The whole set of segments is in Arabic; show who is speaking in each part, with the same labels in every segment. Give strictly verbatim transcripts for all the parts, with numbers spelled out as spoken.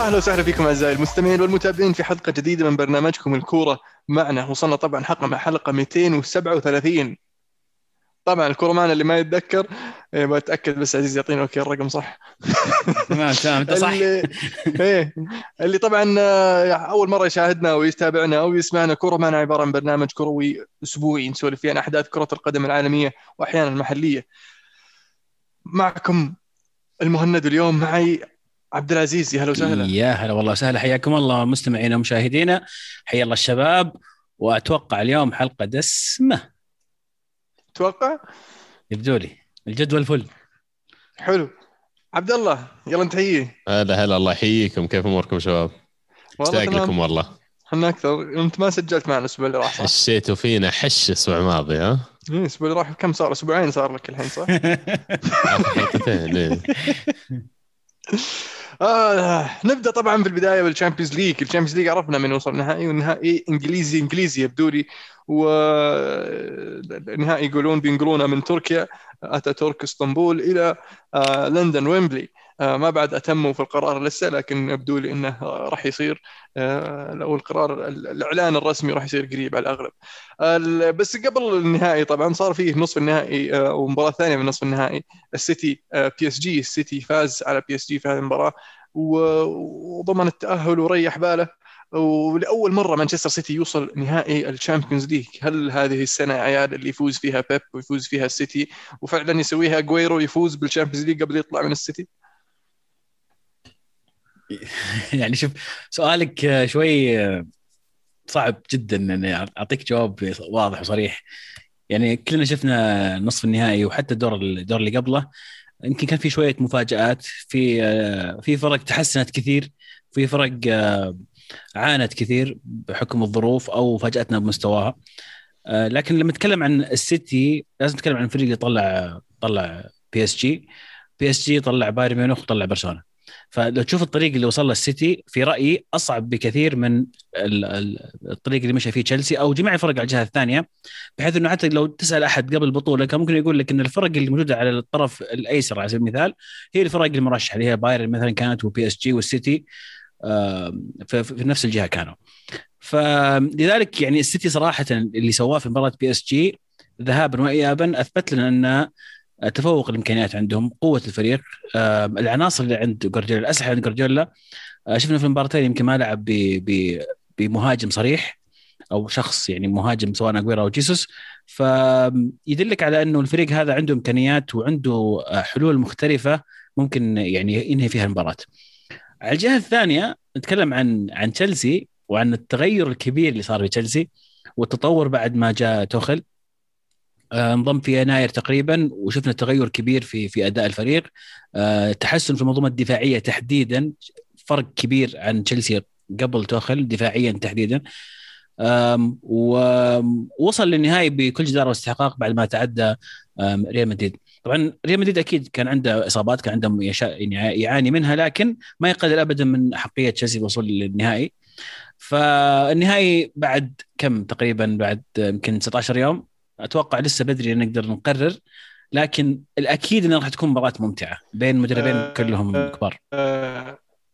Speaker 1: أهلا وسهلا فيكم أعزائي المستمعين والمتابعين في حلقة جديدة من برنامجكم الكورة معنا. وصلنا طبعا حلقة حلقة مئتين وسبعة وثلاثين. طبعا الكورة معنا اللي ما يتذكر بتأكد بس عزيز يعطينا اوكي الرقم صح.
Speaker 2: تمام تمام انت صح.
Speaker 1: اللي ايه اللي طبعا اول مره يشاهدنا ويتابعنا او يسمعنا، كوره معنا عباره عن برنامج كروي اسبوعي نسولف فيه عن احداث كره القدم العالميه واحيانا المحليه. معكم المهند، اليوم معي عبد العزيز. يا هلا وسهلا.
Speaker 2: يا هلا والله وسهلا، حياكم الله مستمعينا ومشاهدينا، حيا الله الشباب. واتوقع اليوم حلقه دسمه.
Speaker 1: توقع
Speaker 2: يبدو لي الجدول فل.
Speaker 1: حلو. عبد الله يلا نتحييه.
Speaker 3: هلا هلا، الله يحييكم، كيف اموركم شباب؟
Speaker 1: والله
Speaker 3: مشتاق لكم والله.
Speaker 1: احنا اكثر، انت ما سجلت معنا الاسبوع اللي راح صح؟
Speaker 3: حشيتوا فينا حش الاسبوع الماضي ها؟
Speaker 1: ايه الاسبوع اللي راح كم صار؟ اسبوعين صار لك الحين صح؟
Speaker 3: اخر حلقتين إيه.
Speaker 1: آه نبدا طبعا في البدايه بالشامبيونز ليج. الشامبيونز ليج عرفنا من وصل نهائي، والنهائي انجليزي انجليزي يبدو لي، والنهائي يقولون بينقلونه من تركيا اتاتورك اسطنبول الى آه لندن ويمبلي. آه ما بعد اتموا في القرار لسه، لكن يبدو لي انه راح يصير آه لو القرار الاعلان الرسمي راح يصير قريب على الاغلب. آه بس قبل النهائي طبعا صار فيه نصف النهائي آه ومباراه ثانيه من نصف النهائي. السيتي آه بي اس جي، السيتي فاز على بي اس جي في هذه المباراه وضمن التأهل وريح باله. ولأول مرة مانشستر سيتي يوصل نهائي الشامبيونز ليج. هل هذه السنة يا عيال اللي يفوز فيها بيب ويفوز فيها السيتي وفعلا يسويها أغويرو يفوز بالشامبيونز ليج قبل يطلع من السيتي؟
Speaker 2: يعني شوف سؤالك شوي صعب جدا اني اعطيك جواب واضح وصريح. يعني كلنا شفنا نصف النهائي وحتى الدور الدور اللي قبله، يمكن كان في شويه مفاجآت، في في فرق تحسنت كثير، في فرق عانت كثير بحكم الظروف او فاجأتنا بمستواها. لكن لما نتكلم عن السيتي لازم نتكلم عن الفريق اللي طلع طلع بي اس جي. بي اس جي طلع بايرن ميونخ وطلع برشلونة. فلو تشوف الطريق اللي وصل له السيتي في رأيي أصعب بكثير من الطريق اللي مشى فيه تشيلسي أو جميع الفرق على الجهة الثانية، بحيث أنه حتى لو تسأل أحد قبل البطولة كان ممكن يقول لك أن الفرق اللي موجودة على الطرف الأيسر على سبيل المثال هي الفرق المرشحة، اللي هي بايرن مثلا كانت وبي اس جي والسيتي في نفس الجهة كانوا. فلذلك يعني السيتي صراحة اللي سواه في مباراة بي اس جي ذهابا وإيابا أثبت لنا أن تفوق الإمكانيات عندهم، قوة الفريق، العناصر اللي عند جوارديولا، الأسلحة عند جوارديولا. شفنا في المباراتين يمكن ما لعب بمهاجم صريح أو شخص يعني مهاجم سواء أغويرو أو جيسوس، فيدلك على أنه الفريق هذا عنده إمكانيات وعنده حلول مختلفة ممكن يعني ينهي فيها المباراة. على الجهة الثانية نتكلم عن عن تشيلسي وعن التغير الكبير اللي صار في تشيلسي والتطور بعد ما جاء توخل. آه انضم في يناير تقريبا وشفنا تغير كبير في في أداء الفريق، آه تحسن في المنظومة الدفاعية تحديدا، فرق كبير عن تشيلسي قبل توخل دفاعيا تحديدا. ووصل للنهائي بكل جدارة واستحقاق بعد ما تعدى ريال مدريد. طبعا ريال مدريد اكيد كان عنده اصابات، كان عنده يعاني منها، لكن ما يقلل ابدا من حقية تشيلسي الوصول للنهائي. فالنهائي بعد كم تقريبا بعد يمكن تسعة عشر يوم، اتوقع لسه بدري نقدر نقرر، لكن الاكيد انها راح تكون مباراة ممتعة بين مدربين
Speaker 1: أه
Speaker 2: كلهم كبار.
Speaker 1: أه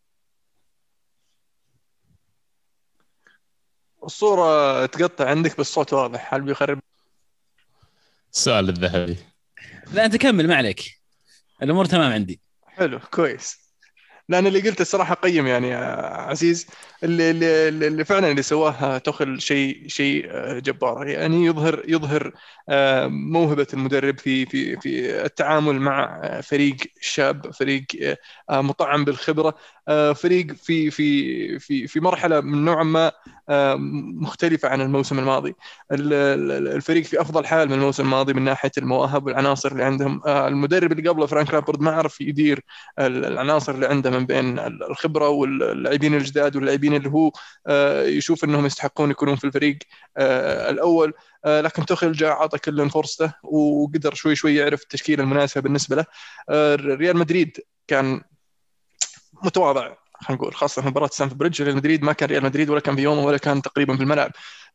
Speaker 1: الصورة تقطع عندك بس الصوت واضح، هل بيخرب؟
Speaker 3: السؤال الذهبي.
Speaker 2: لا انت كمل، ما عليك، الامور تمام عندي.
Speaker 1: حلو كويس. لأن اللي قلت الصراحة قيم يعني يا عزيز، اللي, اللي, اللي فعلا اللي سواه توخل شيء شيء جبار. يعني يظهر يظهر موهبة المدرب في في في التعامل مع فريق شاب، فريق مطعم بالخبرة، فريق في في في في مرحلة من نوعا ما مختلفة عن الموسم الماضي. الفريق في أفضل حال من الموسم الماضي من ناحية المواهب والعناصر اللي عندهم. المدرب اللي قبله فرانك لامبرد ما عرف يدير العناصر اللي عنده من بين الخبرة واللاعبين الجداد واللاعبين اللي هو يشوف أنهم يستحقون يكونون في الفريق الأول. لكن توخل جاء عطى كل فرصته وقدر شوي شوي يعرف التشكيلة المناسبة بالنسبة له. ريال مدريد كان متواضع خلينا نقول خاصة في مباراة ستانفورد بريدج. ريال مدريد ما كان ريال مدريد ولا كان في يومه ولا كان تقريبا في الملعب.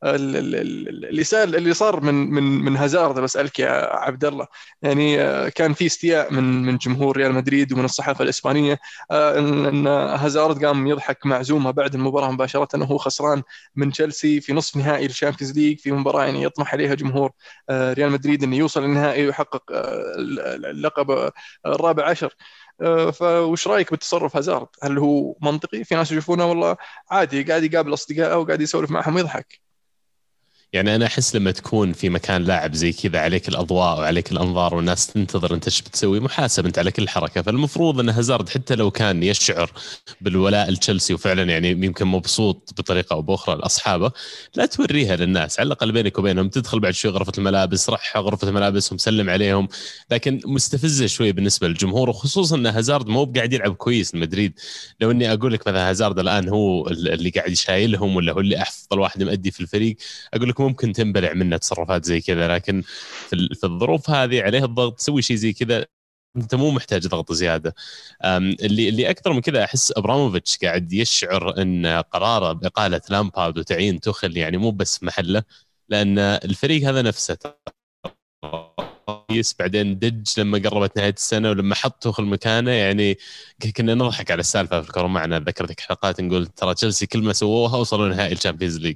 Speaker 1: اللي صار اللي صار من من من هازارد بسألك يا عبد الله، يعني كان في استياء من من جمهور ريال مدريد ومن الصحافة الإسبانية ان هازارد قام يضحك مع زوما بعد المباراة مباشرة انه هو خسران من تشيلسي في نصف نهائي الشامبيونز ليج، في مباراة يعني يطمح عليها جمهور ريال مدريد انه يوصل للنهائي ويحقق اللقب الرابع عشر. فوش رايك بالتصرف هازارد؟ هل هو منطقي؟ في ناس يشوفونه والله عادي، قاعد يقابل اصدقائه وقاعد يسولف معهم ويضحك.
Speaker 3: يعني أنا أحس لما تكون في مكان لاعب زي كذا عليك الأضواء وعليك الأنظار والناس تنتظر أنت إيش بتسوي، محاسب أنت على كل حركة، فالمفروض أن هازارد حتى لو كان يشعر بالولاء لتشيلسي وفعلا يعني يمكن مبسوط بطريقة أو بأخرى لأصحابه، لا توريها للناس، على الأقل بينك وبينهم. تدخل بعد شوي غرفة الملابس، رح غرفة الملابس ومسلم عليهم، لكن مستفزة شوي بالنسبة للجمهور، وخصوصا أن هازارد مو قاعد يلعب كويس المدريد. لو إني أقول لك مثلا هازارد الآن هو اللي قاعد يشايلهم ولا هو اللي أفضل واحد مؤدي في الفريق، أقول لك ممكن تنبلع منه تصرفات زي كذا، لكن في في الظروف هذه عليه الضغط تسوي شيء زي كذا، انت مو محتاج ضغط زياده. اللي اللي اكثر من كذا احس ابراموفيتش قاعد يشعر ان قراره باقاله لامبارد وتعيين توخل يعني مو بس محله، لان الفريق هذا نفسه كويس، بعدين دج لما قربت نهايه السنه ولما حط توخل مكانه، يعني كنا نضحك على السالفه في الكوره معنا، ذكرتك حلقات نقول ترى تشيلسي كل ما سووها وصلوا نهائي الشامبيونز ليج.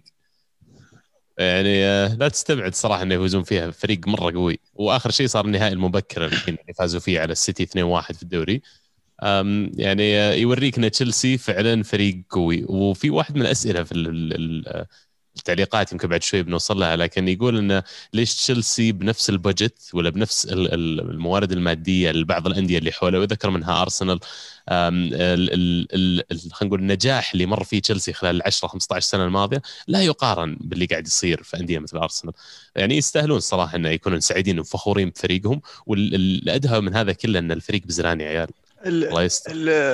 Speaker 3: يعني لا تستبعد صراحه انه يفوزون فيها، فريق مره قوي. واخر شيء صار النهائي المبكر الحين اللي فازوا فيه على السيتي اثنين واحد في الدوري، يعني يوريك ان تشيلسي فعلا فريق قوي. وفي واحد من الاسئله في التعليقات يمكن بعد شوي بنوصل لها، لكن يقول انه ليش تشيلسي بنفس البجت ولا بنفس الموارد الماديه لبعض الانديه اللي حوله، وذكر منها ارسنال. خلينا نقول النجاح اللي مر فيه تشيلسي خلال العشرة خمسة عشر سنه الماضيه لا يقارن باللي قاعد يصير في انديه مثل ارسنال. يعني يستاهلون صراحه انه يكونوا سعيدين وفخورين بفريقهم، والادهى من هذا كله ان الفريق بزران يا عيال. الله يستر.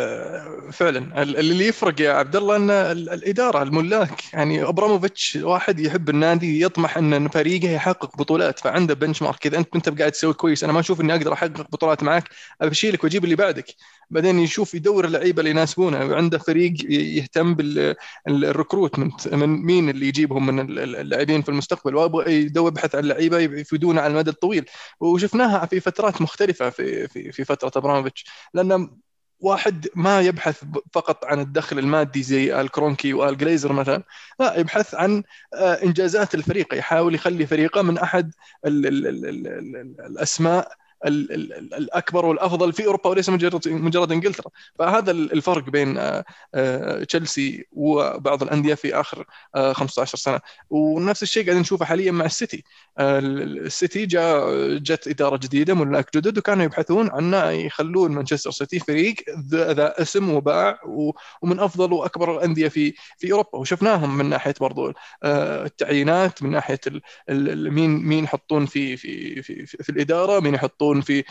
Speaker 1: فعلا اللي يفرق يا عبد الله ان الاداره الملاك، يعني ابراموفيتش واحد يحب النادي، يطمح ان فريقه يحقق بطولات، فعنده بنش مارك كذا. انت انت قاعد تسوي كويس، انا ما اشوف اني اقدر احقق بطولات معك، ابشيلك واجيب اللي بعدك. بعدين يشوف يدور اللعيبه اللي يناسبونه، وعنده فريق يهتم بالريكروتمنت من مين اللي يجيبهم من اللاعبين في المستقبل، وابغى يدور يبحث عن لعيبه يفيدونه على المدى الطويل. وشفناها في فترات مختلفه في في في فتره ابراموفيتش، لان واحد ما يبحث فقط عن الدخل المادي زي الكرونكي والجليزر مثلا، لا يبحث عن إنجازات الفريق، يحاول يخلي فريقه من أحد ال ال ال ال ال الأسماء الأكبر والأفضل في أوروبا وليس مجرد مجرد إنجلترا. فهذا الفرق بين تشيلسي وبعض الأندية في آخر خمسة عشر سنة. ونفس الشيء قاعدين نشوفه حاليا مع السيتي. السيتي جاء جت إدارة جديدة، ملاك جدد، وكانوا يبحثون عن يخلون مانشستر سيتي فريق ذا اسم وباع ومن أفضل وأكبر الأندية في في أوروبا. وشفناهم من ناحية برضو التعيينات، من ناحية مين مين يحطون في في في في الإدارة، مين يحطون في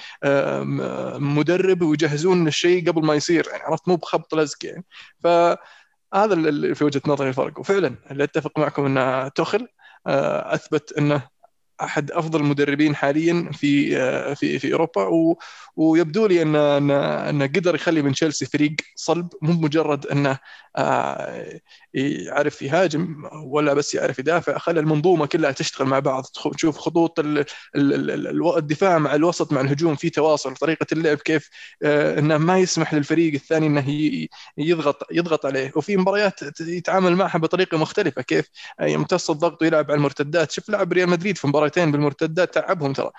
Speaker 1: مدرب، ويجهزون الشيء قبل ما يصير، يعني عرفت، مو بخبط لزق يعني. فهذا اللي في وجهة نظري الفرق. وفعلا اللي اتفق معكم ان توخل اثبت انه احد افضل المدربين حاليا في في في اوروبا، ويبدو لي ان انه قدر يخلي من تشيلسي فريق صلب، مو مجرد انه يعرف يهاجم ولا بس يعرف يدافع، خلى المنظومه كلها تشتغل مع بعض. تشوف خطوط الدفاع مع الوسط مع الهجوم في تواصل، طريقه اللعب كيف انه ما يسمح للفريق الثاني انه يضغط يضغط عليه، وفي مباريات يتعامل معها بطريقه مختلفه، كيف يمتص الضغط ويلعب على المرتدات. شوف لعب ريال مدريد في مباراتين بالمرتدات، تعبهم ترى.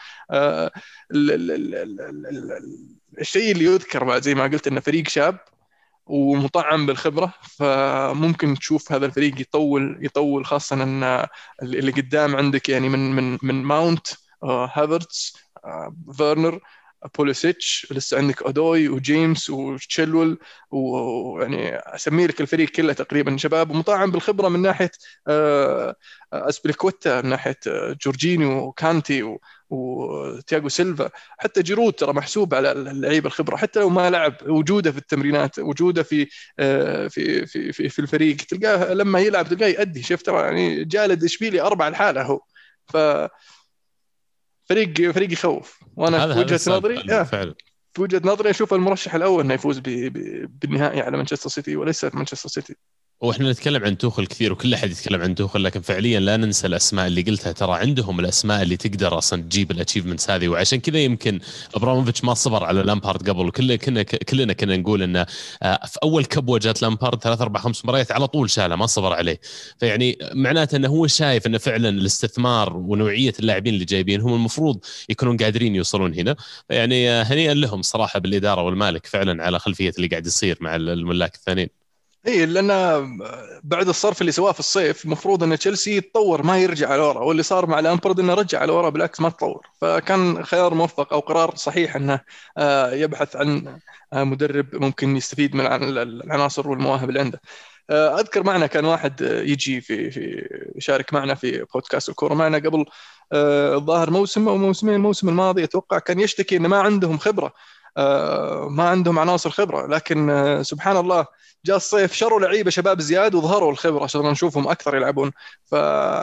Speaker 1: الشيء اللي يذكر بعد زي ما قلت انه فريق شاب ومطعم بالخبرة، فممكن تشوف هذا الفريق يطول يطول خاصة أن اللي قدام عندك يعني من من من ماونت، هافرتز، فيرنر، بوليسيتش، لسه عندك أودوي وجيمس وتشيلول، ويعني أسمي لك الفريق كله تقريبا شباب ومطعم بالخبرة، من ناحية أسبليكويتا، من ناحية جورجينيو وكانتي وتياغو سيلفا، حتى جيرود ترى محسوب على اللعيبه الخبره، حتى لو ما لعب وجوده في التمرينات، وجوده في في في في, في الفريق، تلقاه لما يلعب تلقاه يؤدي. شفت ترى يعني جالد اشبيلي اربعه الحاله هو. ف فريق فريق يخوف. وانا في وجهه نظري
Speaker 3: فعلا
Speaker 1: في وجهة نظري أشوف المرشح الأول إنه يفوز ب... ب... بالنهائي على مانشستر سيتي وليس مانشستر سيتي.
Speaker 3: واحنا نتكلم عن توخل كثير وكل احد يتكلم عن توخل، لكن فعليا لا ننسى الاسماء اللي قلتها، ترى عندهم الاسماء اللي تقدر اصلا تجيب الاتشيفمنتس هذه. وعشان كذا يمكن ابراموفيتش ما صبر على لامبارد قبل، وكل كنا كلنا كنا نقول انه في اول كبوه جات لامبارد ثلاث اربع خمس مباريات على طول شاله، ما صبر عليه. فيعني معناته انه هو شايف انه فعلا الاستثمار ونوعيه اللاعبين اللي جايبين هم المفروض يكونون قادرين يوصلون هنا. فيعني هنيئا لهم صراحه بالاداره والمالك فعلا على خلفيه اللي قاعد يصير مع الملاك الثانيين.
Speaker 1: اي لان بعد الصرف اللي سواه في الصيف المفروض ان تشيلسي يتطور ما يرجع على ورا، واللي صار مع لامبرد انه رجع على ورا بالعكس ما تطور. فكان خيار موفق او قرار صحيح انه يبحث عن مدرب ممكن يستفيد من العناصر والمواهب اللي عنده. اذكر معنا كان واحد يجي في في يشارك معنا في بودكاست الكوره معنا قبل الظاهر موسم او موسمين، الموسم الماضي اتوقع، كان يشتكي ان ما عندهم خبره، ما عندهم عناصر خبره، لكن سبحان الله جاء الصيف شروا لعيبه شباب زياد وظهروا الخبره عشان نشوفهم اكثر يلعبون. ف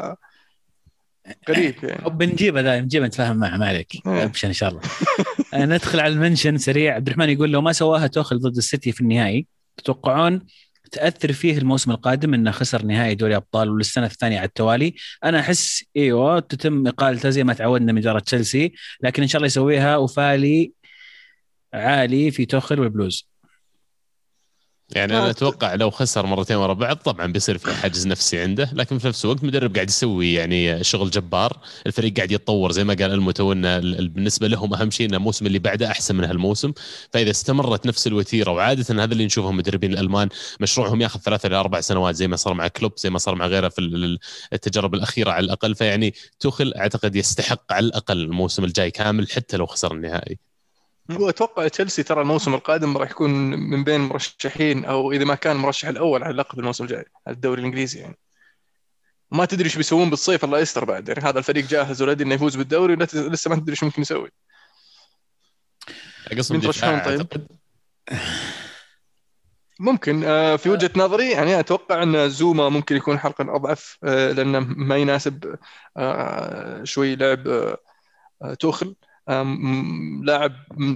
Speaker 1: قريب يعني
Speaker 2: بنجيبه دائما نجيبه نتفاهم معه، ما عليك ابشر ان شاء الله. ندخل على المنشن سريع. عبد الرحمن يقول لو ما سواها توخل ضد السيتي في النهائي تتوقعون تأثر فيه الموسم القادم انه خسر نهائي دوري ابطال وللسنه الثانيه على التوالي؟ انا احس ايوه تتم اقالته زي ما تعودنا من اداره تشيلسي، لكن ان شاء الله يسويها وفالي عالي في توخل والبلوز.
Speaker 3: يعني أنا أتوقع لو خسر مرتين ورا بعض طبعا بيصير في حاجز نفسي عنده، لكن في نفس الوقت مدرب قاعد يسوي يعني شغل جبار، الفريق قاعد يتطور زي ما قال المتونة. بالنسبة لهم أهم شيء أن الموسم اللي بعده أحسن من هالموسم، فإذا استمرت نفس الوتيرة، وعادة هذا اللي نشوفه مدربين الألمان مشروعهم يأخذ ثلاثة إلى أربع سنوات زي ما صار مع كلوب زي ما صار مع غيره في التجارب الأخيرة على الأقل. فيعني توخل أعتقد يستحق على الأقل الموسم الجاي كامل حتى لو خسر النهائي.
Speaker 1: وأتوقع تشيلسي ترى الموسم القادم راح يكون من بين مرشحين، أو إذا ما كان مرشح الأول على اللقب الموسم الجاي على الدوري الإنجليزي. يعني ما تدري إيش بيسوون بالصيف، الله يستر بعد. يعني هذا الفريق جاهز ولدي إنه يفوز بالدوري لسه ما تدري إيش ممكن يسوي.
Speaker 3: من ترشحون طيب؟
Speaker 1: ممكن في وجهة نظري يعني أتوقع أن زوما ممكن يكون حلقا أضعف، لأنه ما يناسب شوي لعب توخل. لاعب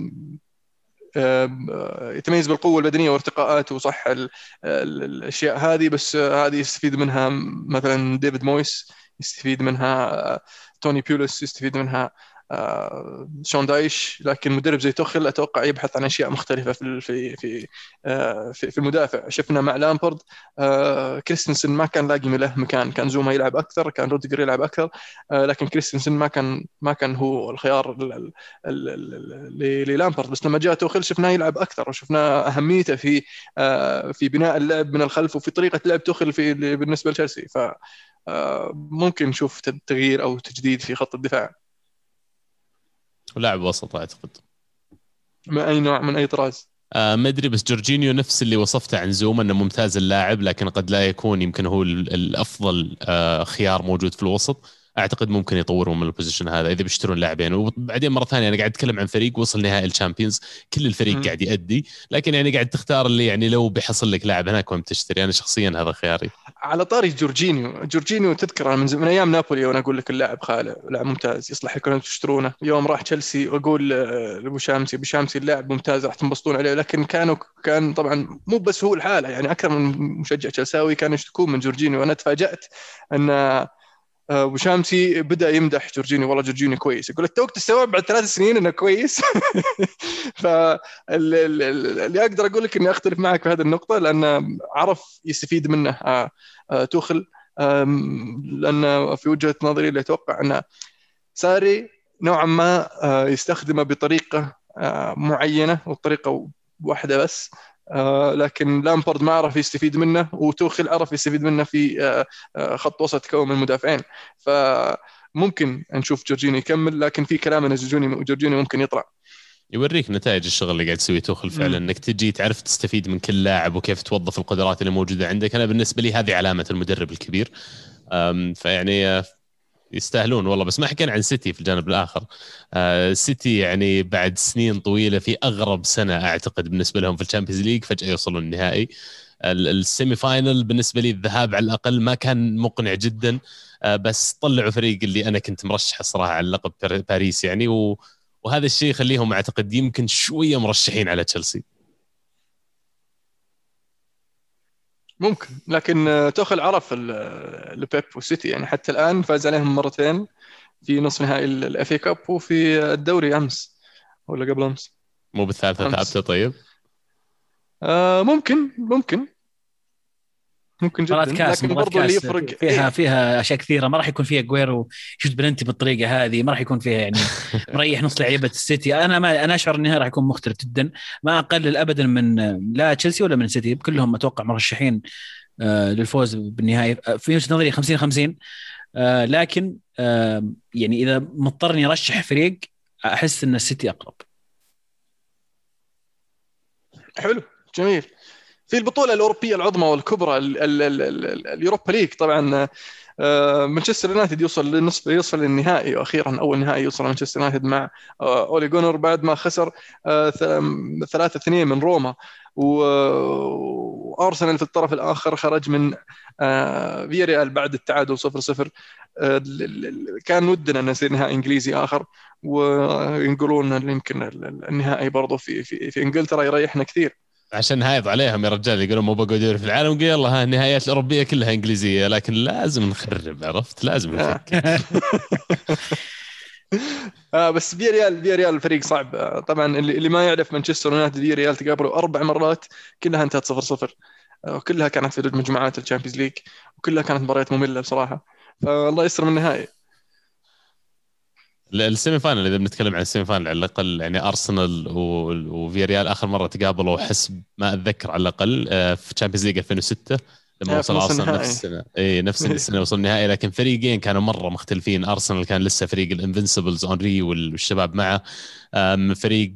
Speaker 1: يتميز بالقوة البدنية وارتقاءاته وصح الأشياء هذه، بس هذه يستفيد منها مثلا ديفيد مويس، يستفيد منها توني بيولس، يستفيد منها شون دايش. لكن مدرب زي توخل أتوقع يبحث عن أشياء مختلفة في في في في المدافع. شفنا مع لامبرد كريستنسن ما كان لاقي له مكان، كان زوما يلعب أكثر، كان روديجر يلعب أكثر، لكن كريستنسن ما كان ما كان هو الخيار للامبرد. بس لما جاء توخل شفناه يلعب أكثر، وشفنا أهميته في في بناء اللعب من الخلف وفي طريقة لعب توخل في بالنسبة لتشيلسي. فممكن نشوف تغيير أو تجديد في خط الدفاع.
Speaker 3: ولاعب وسط أعتقد.
Speaker 1: من أي نوع، من أي طراز؟
Speaker 3: آه ما أدري، بس جورجينيو نفس اللي وصفته عن زوما أنه ممتاز اللاعب، لكن قد لا يكون يمكن هو الأفضل آه خيار موجود في الوسط. أعتقد ممكن يطورون من البوزيشن هذا إذا بيشترون لاعبين. وبعدين مرة ثانية أنا قاعد أتكلم عن فريق وصل نهائي الشامبيونز، كل الفريق م. قاعد يأدي، لكن يعني قاعد تختار اللي يعني لو بيحصل لك لاعب هناك وانت تشتري. أنا شخصيا هذا خياري.
Speaker 1: على طاري جورجينيو، جورجينيو تذكر من, من أيام نابولي وأنا أقول لك اللاعب خالع لاعب ممتاز يصلح لكم تشترونه. يوم راح تشيلسي وأقول لأبو شامسي أبو شامسي اللاعب ممتاز راح تنبسطون عليه، لكن كانوا كان طبعا مو بس هو الحالة، يعني أكثر من مشجع تشيلساوي كانوا يشتكون من جورجينيو. وأنا تفاجأت أن وشامسي بدأ يمدح جورجينيو، والله جورجينيو كويس. يقول لك توك تستوعب بعد ثلاث سنين انه كويس. فاللي اقدر اقول لك اني اختلف معك في هذه النقطة، لأن عرف يستفيد منه توخل. لأن في وجهة نظري اللي اتوقع انه ساري نوعا ما يستخدمه بطريقة معينة وطريقة واحدة بس، آه لكن لامبرد ما عرف يستفيد منه، وتوخل عرف يستفيد منه في آه آه خط وسط كون من المدافعين. فممكن نشوف جورجينيو يكمل، لكن في كلام ان جورجينيو ممكن يطلع.
Speaker 3: يوريك نتائج الشغل اللي قاعد تسويه توخل فعلا، انك تجي تعرف تستفيد من كل لاعب وكيف توظف القدرات اللي موجودة عندك. انا بالنسبة لي هذه علامة المدرب الكبير. فيعني يستاهلون والله. بس ما حكينا عن سيتي في الجانب الآخر. آه سيتي يعني بعد سنين طويلة في أغرب سنة أعتقد بالنسبة لهم في الشامبيونز ليج فجأة يوصلون النهائي. السيمي فاينل بالنسبة لي الذهاب على الأقل ما كان مقنع جدا، آه بس طلعوا فريق اللي أنا كنت مرشح الصراحة على اللقب باريس يعني، و وهذا الشيء يخليهم اعتقد يمكن شويه مرشحين على تشيلسي.
Speaker 1: ممكن، لكن توخل عرف البيب والسيتي يعني، حتى الآن فاز عليهم مرتين في نصف نهائي الأف اي كاب وفي الدوري أمس ولا قبل أمس.
Speaker 3: مو بالثالثة ثابتة؟ طيب
Speaker 1: آه ممكن ممكن ممكن جدا،
Speaker 2: كاس
Speaker 1: لكن برضو اللي يفرق
Speaker 2: فيها فيها اشياء كثيره، ما راح يكون فيها جويرو شفت بلنتي بالطريقه هذه، ما راح يكون فيها يعني مريح نص لعيبه السيتي. انا ما انا اشعر انها راح يكون مختلف جدا، ما اقلل ابدا من لا تشيلسي ولا من سيتي، كلهم اتوقع مرشحين آه للفوز بالنهائي في وجهه نظري خمسين خمسين. آه لكن آه يعني اذا مضطرني ارشح فريق احس ان السيتي اقرب.
Speaker 1: حلو جميل. في البطولة الأوروبية العظمى والكبرى اليوروبا ليج طبعا، مانشستر يونايتد يوصل للنصف، يوصل للنهائي، وأخيرا أول نهائي يوصل مانشستر يونايتد مع أولي جونر بعد ما خسر ثلاثة اثنين من روما، وأرسنال في الطرف الآخر خرج من فياريال بعد التعادل صفر صفر. كان ودنا أن يصير نهائي إنجليزي آخر، وينقلون يمكن النهائي برضو في في في إنجلترا يريحنا كثير،
Speaker 3: عشان هايض عليهم يا رجال، يقولون مو بقوا دوري في العالم، قال يلا ها النهايات الأوروبية كلها إنجليزية، لكن لازم نخرب، عرفت، لازم نفك.
Speaker 1: آه بس فياريال فياريال الفريق صعب. آه طبعا اللي, اللي ما يعرف مانشستر يونايتد فياريال تقابلوا أربع مرات كلها انتهت صفر صفر، آه وكلها كانت في مجموعات الشامبيونز ليج، وكلها كانت مباريات مملة بصراحة، فالله يستر من النهائي.
Speaker 3: السيمي فاينل اذا بنتكلم عن السيمي فاينل على الاقل يعني ارسنال وفياريال اخر مره تقابلوا حسب ما اتذكر على الاقل في تشامبيونز ليج ألفين وستة لما وصل ارسنال نفس السنه، اي نفس السنه وصل النهائي، لكن فريقين كانوا مره مختلفين. ارسنال كان لسه فريق الانفنسبلز اونري والشباب معه، فريق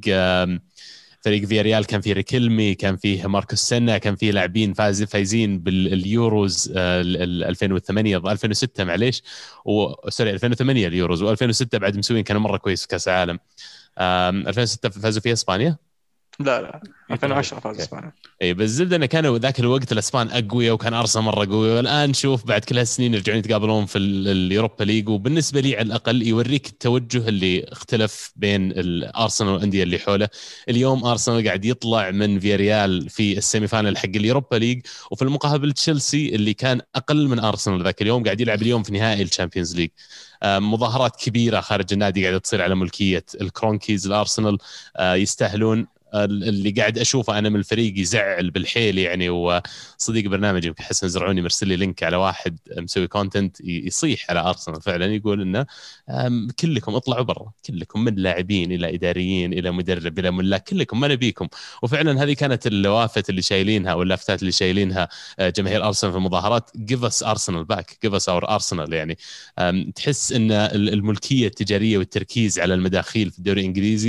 Speaker 3: فريق فياريال كان فيه ريكيلمي، كان فيه ماركوس سينا، كان فيه لاعبين فاز فايزين باليوروز ألفين وثمانية ألفين وستة معليش وسوري ألفين وثمانية اليوروز، وألفين وستة بعد مسوين كانوا مره كويس في كاس العالم. ألفين وستة فازوا فيها اسبانيا،
Speaker 1: لا لا ألفين وعشرة فاز اسبانيا.
Speaker 3: اي بس زبده انه كانوا ذاك الوقت الاسبان اقوياء وكان ارسنال مره قوي، والان شوف بعد كل هالسنين يرجعون يتقابلون في اليوروبا ليج، وبالنسبه لي على الاقل يوريك التوجه اللي اختلف بين الارسنال والانديه اللي حوله. اليوم ارسنال قاعد يطلع من فياريال في السيمي فاينل حق اليوروبا ليج، وفي المقابل تشيلسي اللي كان اقل من ارسنال ذاك اليوم قاعد يلعب اليوم في نهائي الشامبيونز ليج. مظاهرات كبيره خارج النادي قاعده تصير على ملكيه الكرونكيز. الارسنال يستاهلون. اللي قاعد اشوفه انا من الفريق يزعل بالحيل يعني، وصديق برنامجي حسن زرعوني مرسل لي لينك على واحد مسوي كونتنت يصيح على ارسنال فعلا، يقول انه كلكم اطلعوا برا، كلكم من لاعبين الى اداريين الى مدرب الى ملاك، كلكم ما نبيكم. وفعلا هذه كانت اللوافت اللي شايلينها واللافتات اللي شايلينها جماهير ارسنال في المظاهرات، give us Arsenal back, give us our Arsenal. يعني تحس ان الملكيه التجاريه والتركيز على المداخيل في الدوري الانجليزي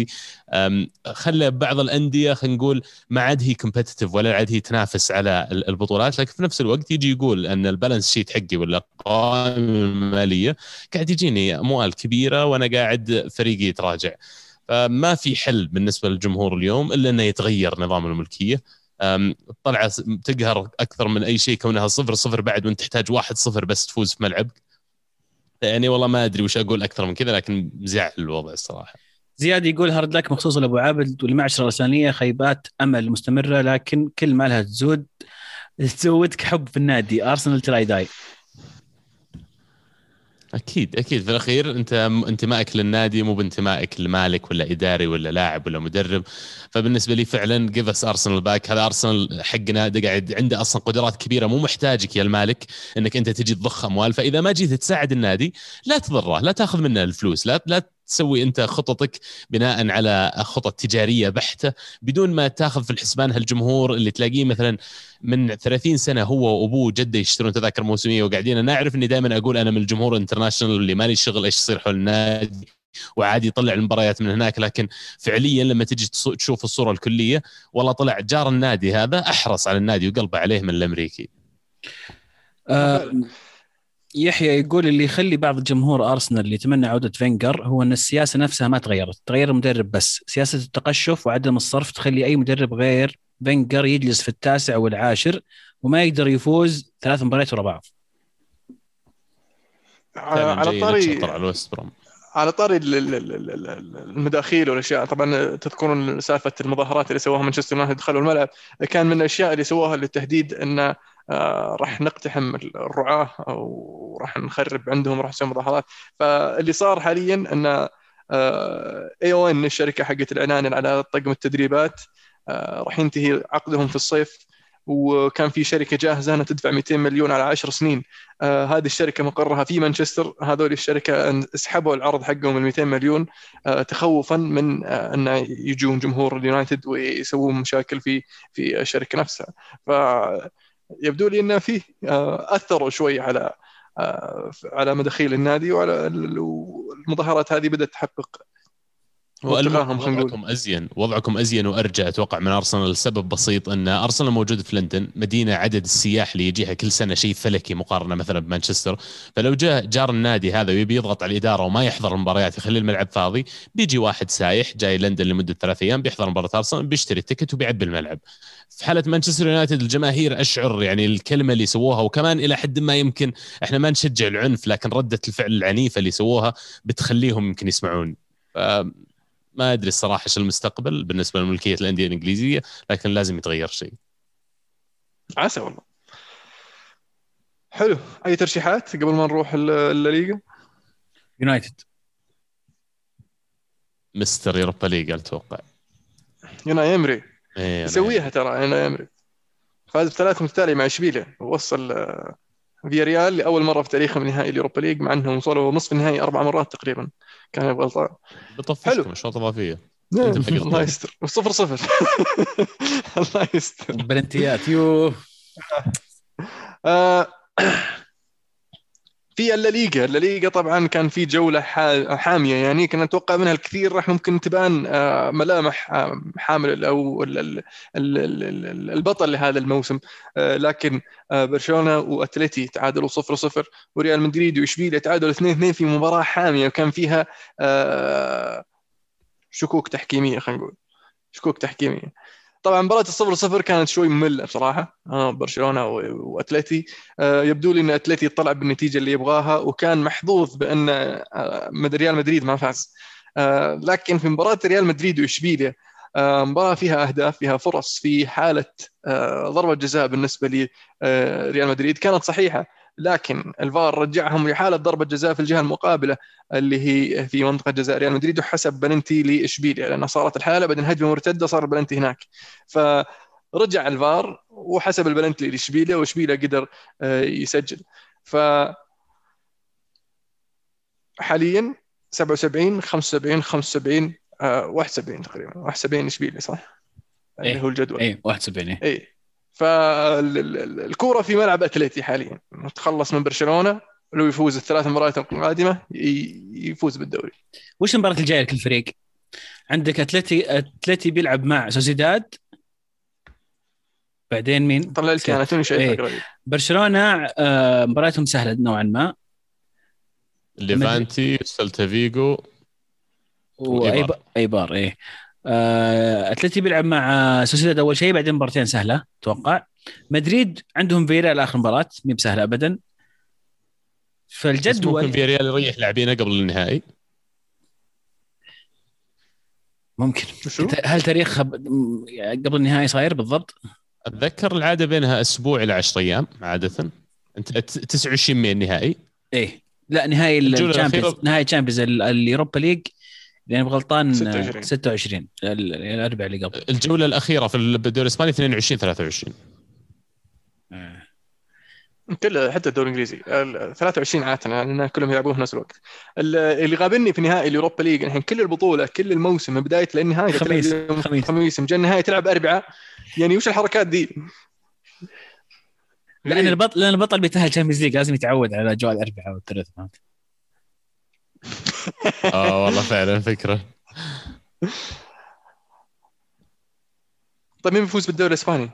Speaker 3: خلى بعض الأندية خلينا نقول ما عاد هي كومبيتيتيف ولا عاد هي تنافس على البطولات، لكن في نفس الوقت يجي يقول أن البالانس شيت حقي ولا القوائم المالية قاعد يجيني أموال كبيرة وأنا قاعد فريقي يتراجع. فما في حل بالنسبة للجمهور اليوم إلا أنه يتغير نظام الملكية. طلع تقهر أكثر من أي شيء كونها صفر صفر بعد وانت تحتاج واحد صفر بس تفوز في ملعبك. يعني والله ما أدري وش أقول أكثر من كذا، لكن زعل الوضع الصراحة.
Speaker 2: زياد يقول هارد لك مخصوص لأبو عابد والمعشرة الرسانية، خيبات أمل مستمرة لكن كل ما لها تزود تزودك حب في النادي، أرسنال تراي داي.
Speaker 3: أكيد أكيد في الأخير أنت انتمائك للنادي مو بانتمائك لمالك ولا إداري ولا لاعب ولا مدرب. فبالنسبة لي فعلا give us Arsenal back. هذا أرسنال حقنا ده قاعد عنده أصلا قدرات كبيرة، مو محتاجك يا المالك أنك أنت تجي تضخ أموال. فإذا ما جيت تساعد النادي لا تضره، لا تأخذ منه الفلوس، لا لا تسوي أنت خططك بناء على خطط تجارية بحتة بدون ما تأخذ في الحسبان هالجمهور اللي تلاقيه مثلا من ثلاثين سنة هو وأبوه جده يشترون تذاكر موسمية وقاعدين. أنا أعرف أني دائما أقول أنا من الجمهور الانترناشنال اللي مالي شغل إيش يصير حول النادي وعادي يطلع المباريات من هناك، لكن فعليا لما تجي تشوف الصورة الكلية والله طلع جار النادي هذا أحرص على النادي وقلبه عليه من الأمريكي.
Speaker 2: أه يحيى يقول اللي يخلي بعض جمهور أرسنال اللي يتمنى عودة فينجر هو أن السياسة نفسها ما تغيرت، تغير المدرب بس. سياسة التقشف وعدم الصرف تخلي أي مدرب غير فينجر يجلس في التاسع والعاشر وما يقدر يفوز ثلاث مباريات ورا بعض.
Speaker 1: على طاري
Speaker 3: على الوست بروم
Speaker 1: على طاري المداخيل والاشياء، طبعا تذكرون سالفه المظاهرات اللي سواها مانشستر يونايتد دخلوا الملعب، كان من الاشياء اللي سواها للتهديد ان راح نقتحم الرعاه او راح نخرب عندهم، راح نسوي مظاهرات. فاللي صار حاليا ان اي او ان الشركه حقت الاعلان على طاقم التدريبات راح ينتهي عقدهم في الصيف، وكان في شركه جاهزه انها تدفع مئتين مليون على عشر سنين. آه هذه الشركه مقرها في مانشستر، هذول الشركه اسحبوا العرض حقهم ال مئتين مليون آه تخوفا من آه ان يجون جمهور اليونايتد ويسوون مشاكل في في الشركه نفسها. فيبدو لي انه فيه آه اثروا شوي على آه على مداخيل النادي، وعلى المظاهرات هذه بدات تحقق
Speaker 3: وضعكم وضعكم ازين وضعكم ازين وارجع اتوقع من ارسنال لسبب بسيط، ان ارسنال موجود في لندن، مدينه عدد السياح اللي يجيها كل سنه شيء فلكي مقارنه مثلا بمانشستر. فلو جاء جار النادي هذا ويبي يضغط على الاداره وما يحضر المباريات يخلي الملعب فاضي، بيجي واحد سايح جاي لندن لمده ثلاث ايام بيحضر مباراه ارسنال بيشتري التيكت وبيعبي الملعب. في حاله مانشستر يونايتد الجماهير اشعر يعني الكلمه اللي سووها، وكمان الى حد ما يمكن احنا ما نشجع العنف، لكن رده الفعل العنيفه اللي سووها بتخليهم يمكن يسمعون. ما أدري الصراحة إيش المستقبل بالنسبة لملكية الأندية الإنجليزية، لكن لازم يتغير شيء.
Speaker 1: عسى والله. حلو، أي ترشيحات قبل ما نروح الليغا؟
Speaker 2: يونايتد
Speaker 3: مستر يوروبا ليغا أتوقع.
Speaker 1: يونا يمري
Speaker 3: إيه
Speaker 1: يسويها ترى، يونا يمري فاز بثلاث متتالي مع إشبيليا، ووصل فيا ريال لأول مرة في تاريخهم نهائي اليوروبا ليغ، مع أنهم وصلوا نصف النهائي أربع مرات تقريبا كان غلطان.
Speaker 3: بطفشكم شوط إضافية.
Speaker 1: الله يستر، صفر صفر. الله يستر.
Speaker 2: بلنتيات يو.
Speaker 1: في الليغا الليغا طبعا كان في جولة حامية، يعني كنا نتوقع منها الكثير، راح ممكن تبان ملامح حامل أو البطل لهذا الموسم، لكن برشلونة وأتلتي تعادلوا صفر صفر، وريال مدريد وإشبيليا تعادلوا اثنين اثنين في مباراة حامية وكان فيها شكوك تحكيمية، خلينا نقول شكوك تحكيمية. طبعا مباراة الصفر صفر كانت شوي مملة بصراحة، آه برشلونة وأتلتي. آه يبدو لي أن أتلتي طلع بالنتيجة اللي يبغاها، وكان محظوظ بأن آه ريال مدريد ما فاز. آه لكن في مباراة ريال مدريد وإشبيليا آه مباراة فيها أهداف، فيها فرص، في حالة آه ضربة جزاء بالنسبة لي آه ريال مدريد كانت صحيحة، لكن الفار رجعهم لحالة ضربة جزاء في الجهة المقابلة اللي هي في منطقة جزاء ريال مدريد، وحسب بلنتي لإشبيليا لأنها صارت الحالة بعدين هجمة مرتدة صار البلنتي هناك، فرجع الفار وحسب البلنتي لإشبيليا وإشبيليا قدر يسجل. ف حاليا سبعة وسبعين خمسة وسبعين خمسة وسبعين واحد وسبعين تقريبا، واحد وسبعين إشبيليا صح؟
Speaker 2: إيه
Speaker 1: اللي هو الجدول.
Speaker 2: إيه واحد وسبعين إيه.
Speaker 1: إيه. فالكورة في ملعب أتلتي حاليا، تخلص من برشلونة لو يفوز الثلاث مباريات القادمة يفوز بالدوري.
Speaker 2: وش المباراة الجاية لكل فريق؟ عندك أتلتي أتلتي بيلعب مع سوسيداد، بعدين مين؟
Speaker 1: طلع لك أنا توني شايفها
Speaker 2: إيه. قريب. برشلونة آه مباراتهم سهلة نوعا ما،
Speaker 3: ليفانتي سلتا فيغو
Speaker 2: وأيبار. أيبار إيه. آه أتلتي بيلعب مع سوسيداد أول شيء، بعدين مباراتين سهلة توقع. مدريد عندهم فيريال آخر مباراة مي بسهلة أبدا. فالجدول
Speaker 3: ممكن فيريال يريح لاعبينه قبل النهائي،
Speaker 2: ممكن. هل تاريخ قبل النهائي صاير بالضبط؟
Speaker 3: اتذكر العاده بينها اسبوع الى عشرة ايام عاده. انت تسعة وعشرين من النهائي.
Speaker 2: ايه لا نهائي الشامبيونز، نهائي الشامبيونز اليوروبا ليج لان بغلطان ستة وعشرين الاربع اللي قبل.
Speaker 3: الجوله الاخيره في الدوري الاسباني اثنين وعشرين ثلاثة وعشرين.
Speaker 1: آه. كل حتى الدوري الانجليزي ثلاثة وعشرين عاده لان كلهم يلعبون في نفس الوقت. اللي غابني في نهائي اليوروبا ليج الحين كل البطوله كل الموسم من بدايه للنهايه
Speaker 2: خميس
Speaker 1: خميس, خميس. مجا النهايه تلعب اربعاء، يعني وش الحركات دي؟
Speaker 2: لان البطل لان البطل بيتاهل تشامبيونز ليج لازم يتعود على اجواء الاربعاء والثلاث.
Speaker 3: اه والله فعلا فكره.
Speaker 1: طيب مين بيفوز بالدوري الاسباني؟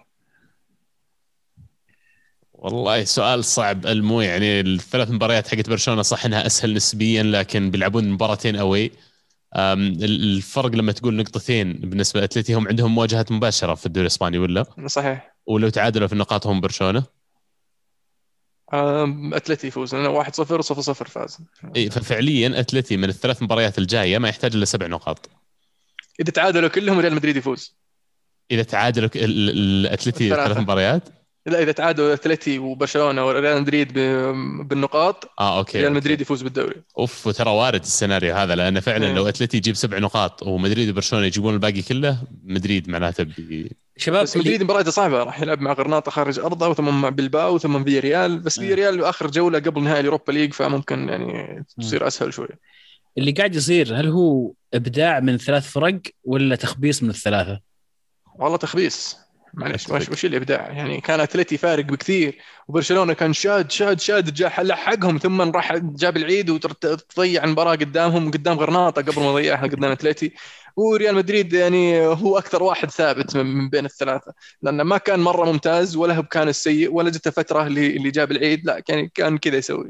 Speaker 3: والله سؤال صعب. المو يعني الثلاث مباريات حقت برشلونه صح انها اسهل نسبيا، لكن بيلعبون مباراتين اوي. الفرق لما تقول نقطتين بالنسبه لاتلتي، هم عندهم مواجهات مباشره في الدوري الاسباني ولا
Speaker 1: صحيح؟
Speaker 3: ولو تعادلوا في النقاط هم برشلونه
Speaker 1: آم، اتلتي يفوز لانه واحد صفر صفر صفر فاز.
Speaker 3: اي ففعليا اتلتي من الثلاث مباريات الجايه ما يحتاج الا سبع نقاط.
Speaker 1: اذا تعادلوا كلهم ريال مدريد يفوز.
Speaker 3: اذا تعادلوا ال- ال- الاتلتي ثلاث
Speaker 1: الثلاثة.
Speaker 3: مباريات.
Speaker 1: لا اذا تعادلوا اتلتي وبرشلونه وريال مدريد ب- بالنقاط
Speaker 3: اه اوكي
Speaker 1: ريال
Speaker 3: أوكي.
Speaker 1: مدريد يفوز بالدوري.
Speaker 3: اوف وترى وارد السيناريو هذا لانه فعلا
Speaker 1: إيه.
Speaker 3: لو اتلتي يجيب سبع نقاط ومدريد وبرشلونه يجيبون الباقي كله مدريد معناته بي...
Speaker 2: شباب
Speaker 1: بس
Speaker 2: اللي
Speaker 1: مدريد مباراته صعبه، راح يلعب مع غرناطه خارج ارضه وثم مع بلباو وثم فيا ريال، بس فيا ريال اخر جوله قبل نهائي اليوروبا ليج فممكن يعني تصير اسهل شوي.
Speaker 2: اللي قاعد يصير هل هو ابداع من ثلاث فرق ولا تخبيص من الثلاثه؟
Speaker 1: والله تخبيص معلش.
Speaker 3: أتفق.
Speaker 1: وش وش الابداع يعني؟ كان اتلتي فارق بكثير وبرشلونه كان شاد شاد شاد جا لحقهم ثم راح جاب العيد وتضيع المباراه قدامهم قدام غرناطه قبل ما يضيعها قدام اتلتي. وريال مدريد يعني هو اكثر واحد ثابت من من بين الثلاثه، لانه ما كان مره ممتاز ولا هو كان السيء ولا جته فتره اللي اللي جاب العيد، لا كان كان كذا يسوي.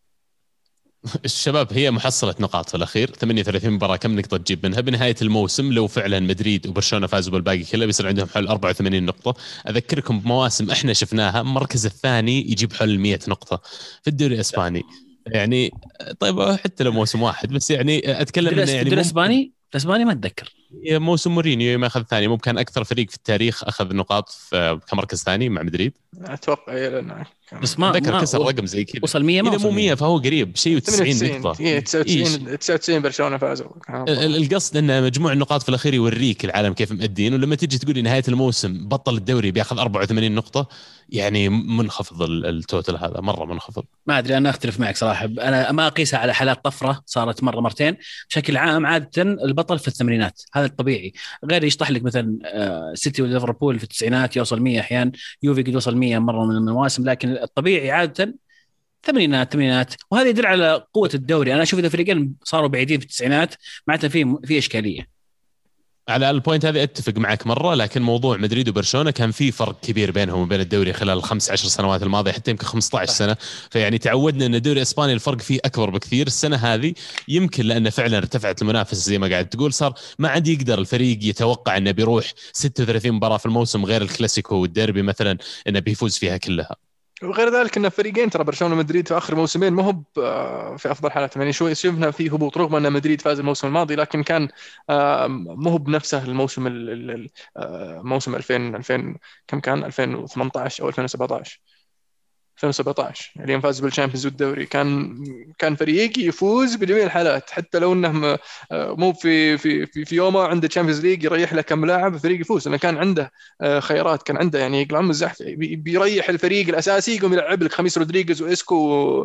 Speaker 3: الشباب هي محصلة نقاط في الأخير، ثمانية وثلاثين مباراة كم نقطة تجيب منها بنهاية الموسم؟ لو فعلا مدريد وبرشلونة فازوا بالباقي كله بيصير عندهم حل أربعة وثمانين نقطة. أذكركم بمواسم إحنا شفناها المركز الثاني يجيب حل مئة نقطة في الدوري الإسباني يعني. طيب حتى لو موسم واحد بس يعني أتكلم إنه يعني
Speaker 2: الدوري الاسباني الاسباني ما اتذكر
Speaker 3: موسم مورينيو ما أخذ ثاني، ممكن أكثر فريق في التاريخ أخذ نقاط في كمركز ثاني مع مدريد.
Speaker 1: اتوقع إيه، لأنه كان
Speaker 2: بس ما
Speaker 3: ذكر
Speaker 2: ما
Speaker 3: كسر رقم زي كذا،
Speaker 2: وصل مية، ما
Speaker 3: إذا
Speaker 2: وصل
Speaker 3: مو مية فهو قريب شيء
Speaker 1: ثمانية
Speaker 3: وتسعين
Speaker 1: وتسعين.
Speaker 3: نقطة.
Speaker 1: إيه تسعة وتسعين
Speaker 3: إيش؟
Speaker 1: تسعة وتسعين برشلونه فازوا.
Speaker 3: القصد ان مجموع النقاط في الاخير يوريك العالم كيف مؤدين، ولما تيجي تقول لي نهايه الموسم بطل الدوري بياخذ أربعة وثمانين نقطه يعني منخفض التوتل هذا مره منخفض.
Speaker 2: ما ادري، انا اختلف معك صراحه. انا ما اقيسها على حالات طفره صارت مره مرتين. بشكل عام عاده البطل في الثمانينات هذا الطبيعي، غير يشطح لك مثلا سيتي وليفربول في التسعينات يوصل مية احيانا، يوفي قد وصل مية مره من المواسم، لكن الطبيعي عاده ثمانينات ثمانينات. وهذا يدل على قوه الدوري. انا اشوف اذا فريقين صاروا بعيدين في التسعينات معناته في في اشكاليه.
Speaker 3: على البوينت هذه اتفق معك مره، لكن موضوع مدريد وبرشلونه كان في فرق كبير بينهم وبين الدوري خلال الخمس عشر سنوات الماضيه، حتى يمكن خمسة عشر سنه. فيعني تعودنا ان الدوري الاسباني الفرق فيه اكبر بكثير. السنه هذه يمكن لان فعلا ارتفعت المنافسه زي ما قاعد تقول، صار ما عاد يقدر الفريق يتوقع انه بيروح ستة وثلاثين مباراه في الموسم غير الكلاسيكو والديربي مثلا انه بيفوز فيها كلها.
Speaker 1: وغير ذلك ان فريقين ترى برشلونه ومدريد في اخر موسمين ما هو في افضل حالاتهم، يعني شوي شفنا فيه هبوط رغم ان مدريد فاز الموسم الماضي، لكن كان ما هو بنفسه الموسم الموسم ألفين ألفين كم كان ألفين وثمانية عشر او ألفين وسبعة عشر ألفين وسبعة عشر اللي فاز بالشامبيونز والدوري. كان كان فريق يفوز بجميع الحالات، حتى لو انه مو في في في, في يومه عنده تشامبيونز ليج يريح له كم لاعب فريق يفوز، لانه كان عنده خيارات، كان عنده يعني يقلع الزحف بيريح الفريق الاساسي يقوم يلعب لك خميس رودريغيز واسكو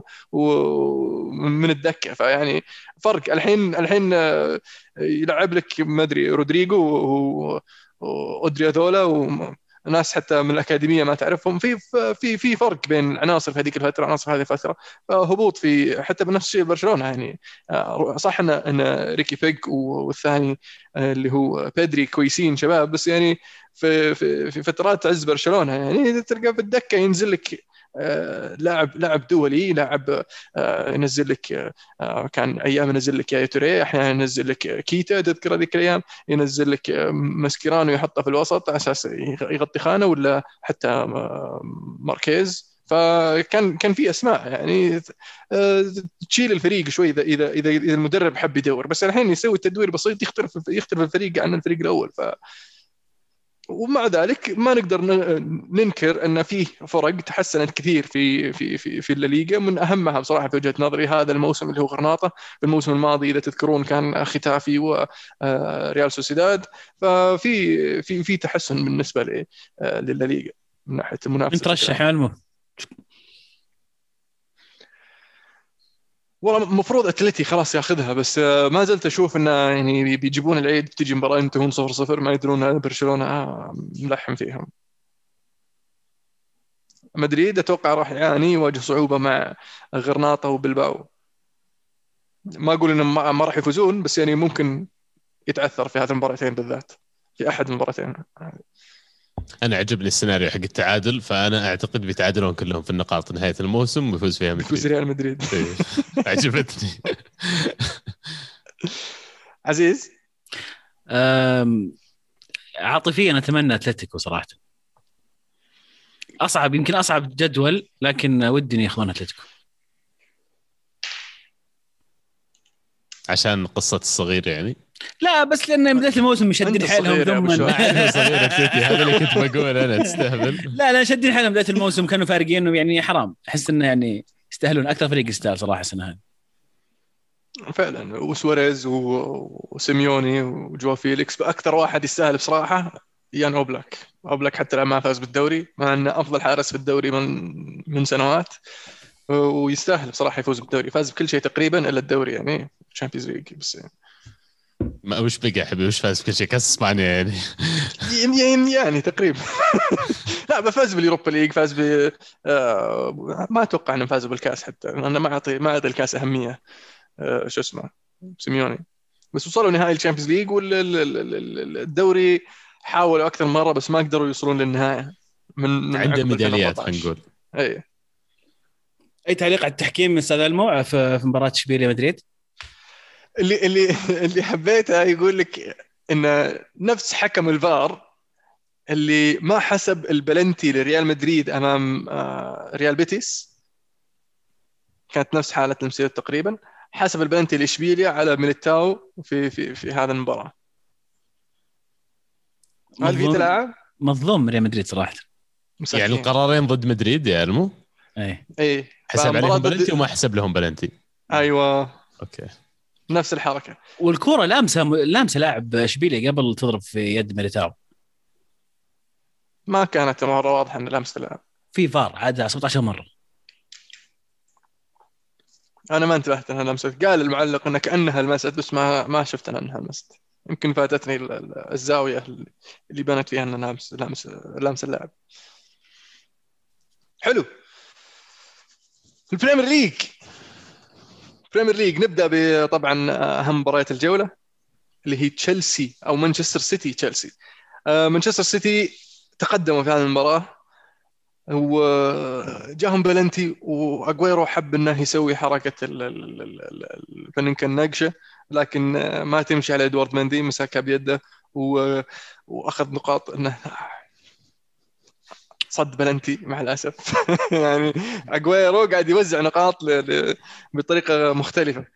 Speaker 1: ومن الدكه. فيعني فرق الحين الحين يلعب لك ما ادري رودريغو واودرياذولا و ناس حتى من الأكاديمية ما تعرفهم. في في في فرق بين العناصر في هذيك الفترة عناصر هذه الفترة، هبوط في حتى بنفس الشيء برشلونة. يعني صح إن إن ريكي بيج والثاني اللي هو بيدري كويسين شباب، بس يعني في في في فترات عز برشلونة يعني تلقى في الدكة ينزل لك لاعب لاعب دولي، لاعب ينزل لك كان ايام ينزل لك يا توري، احيانا ينزل لك كيتا تذكر هذيك الايام، ينزل لك ماسكيرانو يحطه في الوسط على اساس يغطي خانه، ولا حتى ماركيز. فكان كان في اسماء يعني تشيل الفريق شوي اذا اذا اذا المدرب حب يدور، بس الحين يسوي تدوير بسيط يختلف يختلف الفريق عن الفريق الاول. ف ومع ذلك ما نقدر ننكر ان فيه فرق تحسنت كثير في في في في الليغا، من اهمها بصراحه في وجهه نظري هذا الموسم اللي هو غرناطه. الموسم الماضي اذا تذكرون كان ختافي وريال سوسيداد، ففي في في تحسن بالنسبه للليغا من ناحيه المنافسه.
Speaker 2: انت رشح يا المو.
Speaker 1: والله مفروض اتلتي خلاص ياخذها، بس ما زلت اشوف انه يعني بيجيبون العيد بتجي مباراه ينتهون صفر صفر ما يدرون برشلونه ملحم فيهم. مدريد اتوقع راح يعاني يواجه صعوبه مع غرناطه وبلباو. ما اقول انهم ما راح يفوزون، بس يعني ممكن يتعثر في هذه المباراتين بالذات، في احد المباراتين.
Speaker 3: انا عجبني السيناريو حق التعادل، فانا اعتقد بيتعادلون كلهم في النقاط نهايه الموسم ويفوز فيها مدريد.
Speaker 1: يفوز ريال مدريد.
Speaker 3: عجبتني.
Speaker 1: عزيز
Speaker 2: عاطفيا اتمنى اتلتيكو صراحه. اصعب يمكن اصعب جدول، لكن ودي اني ياخذون اتلتيكو.
Speaker 3: عشان قصة الصغير يعني.
Speaker 2: لا بس لان بدايه الموسم مشدين
Speaker 1: أنت
Speaker 2: حيلهم
Speaker 1: صغير يا أبو
Speaker 2: ثم
Speaker 1: شوي.
Speaker 3: ما عندهم صغير اتلتي، هذا اللي كنت بقول انا، تستهبل.
Speaker 2: لا لا شدين حيلهم بدايه الموسم، كانوا فارقين يعني حرام، احس انه يعني يستاهلون اكثر فريق يستاهل صراحه السنه هذه.
Speaker 1: فعلا، وسواريز و- وسيميوني وجوا فيليكس، اكثر واحد يستاهل بصراحه يان اوبلاك. اوبلاك حتى الان ما فاز بالدوري مع انه افضل حارس في الدوري من من سنوات، ويستاهل بصراحه يفوز بالدوري. فاز بكل شيء تقريبا الا الدوري يعني، تشامبيونز ليج بس يعني.
Speaker 3: ما وش بقى حبيبي، وش فاز بكل شيء؟ كاس اسبانيا يعني.
Speaker 1: يعني, يعني تقريبا. لا بفاز باليوروبا ليج، فاز ب آه، ما اتوقع انه فاز بالكاس حتى، انا ما اعطي ما اعطي الكاس اهميه. آه، شو اسمه سيميوني، بس وصلوا نهائي الشامبيونز ليج، والدوري حاولوا اكثر مره بس ما قدروا يوصلون للنهايه من من
Speaker 3: عنده
Speaker 1: عقب
Speaker 3: ميداليات خلينا
Speaker 1: ألفين وأربعة عشر.
Speaker 3: نقول.
Speaker 1: اي
Speaker 2: اي تعليق على التحكيم من استاذ المو في في مباراه اشبيليا مدريد؟
Speaker 1: اللي اللي اللي حبيته يقول لك ان نفس حكم الفار اللي ما حسب البلنتي لريال مدريد امام آه، ريال بيتيس، كانت نفس حاله المسير تقريبا، حسب البلنتي لاشبيليا على ميليتاو في في في هذا المباراه. هل في
Speaker 2: مظلوم
Speaker 1: تلاعب؟
Speaker 2: مظلوم ريال مدريد صراحه.
Speaker 3: يعني
Speaker 1: مساكين.
Speaker 3: القرارين ضد مدريد يا المو،
Speaker 2: اي
Speaker 1: ايه
Speaker 3: حسب
Speaker 1: فمباراة
Speaker 3: عليهم بلنتي
Speaker 1: ضد.
Speaker 3: وما حسب لهم بلنتي.
Speaker 1: ايوه
Speaker 3: اوكي.
Speaker 1: نفس الحركه.
Speaker 2: والكوره لامسه لامسه لاعب اشبيليا قبل تضرب في يد ميليتاو.
Speaker 1: ما كانت مره واضحه ان لمسه اللاعب.
Speaker 2: في فار عادها سبعة عشر مره.
Speaker 1: انا ما انتبهت انها لمست، قال المعلق ان كانها لمست بس ما ما شفت انها لمست. يمكن فاتتني ال- ال- الزاويه اللي بنت فيها انها لمس لمس لمس اللاعب. حلو. البريمير ليج. البريمير ليج نبدا بطبعا اهم مباريات الجوله اللي هي تشيلسي او مانشستر سيتي تشيلسي. آه، مانشستر سيتي تقدموا في هذه المباراه، وجاهم بلنتي واجويرو حب انه يسوي حركه ال- ال- ال- ال- الفننكه الناقشه، لكن ما تمشي على ادوارد ماندي، مسكها بيده و- واخذ نقاط انه صد بلنتي مع الاسف. يعني اجويرو قاعد يوزع نقاط ل- ل- بطريقه مختلفه،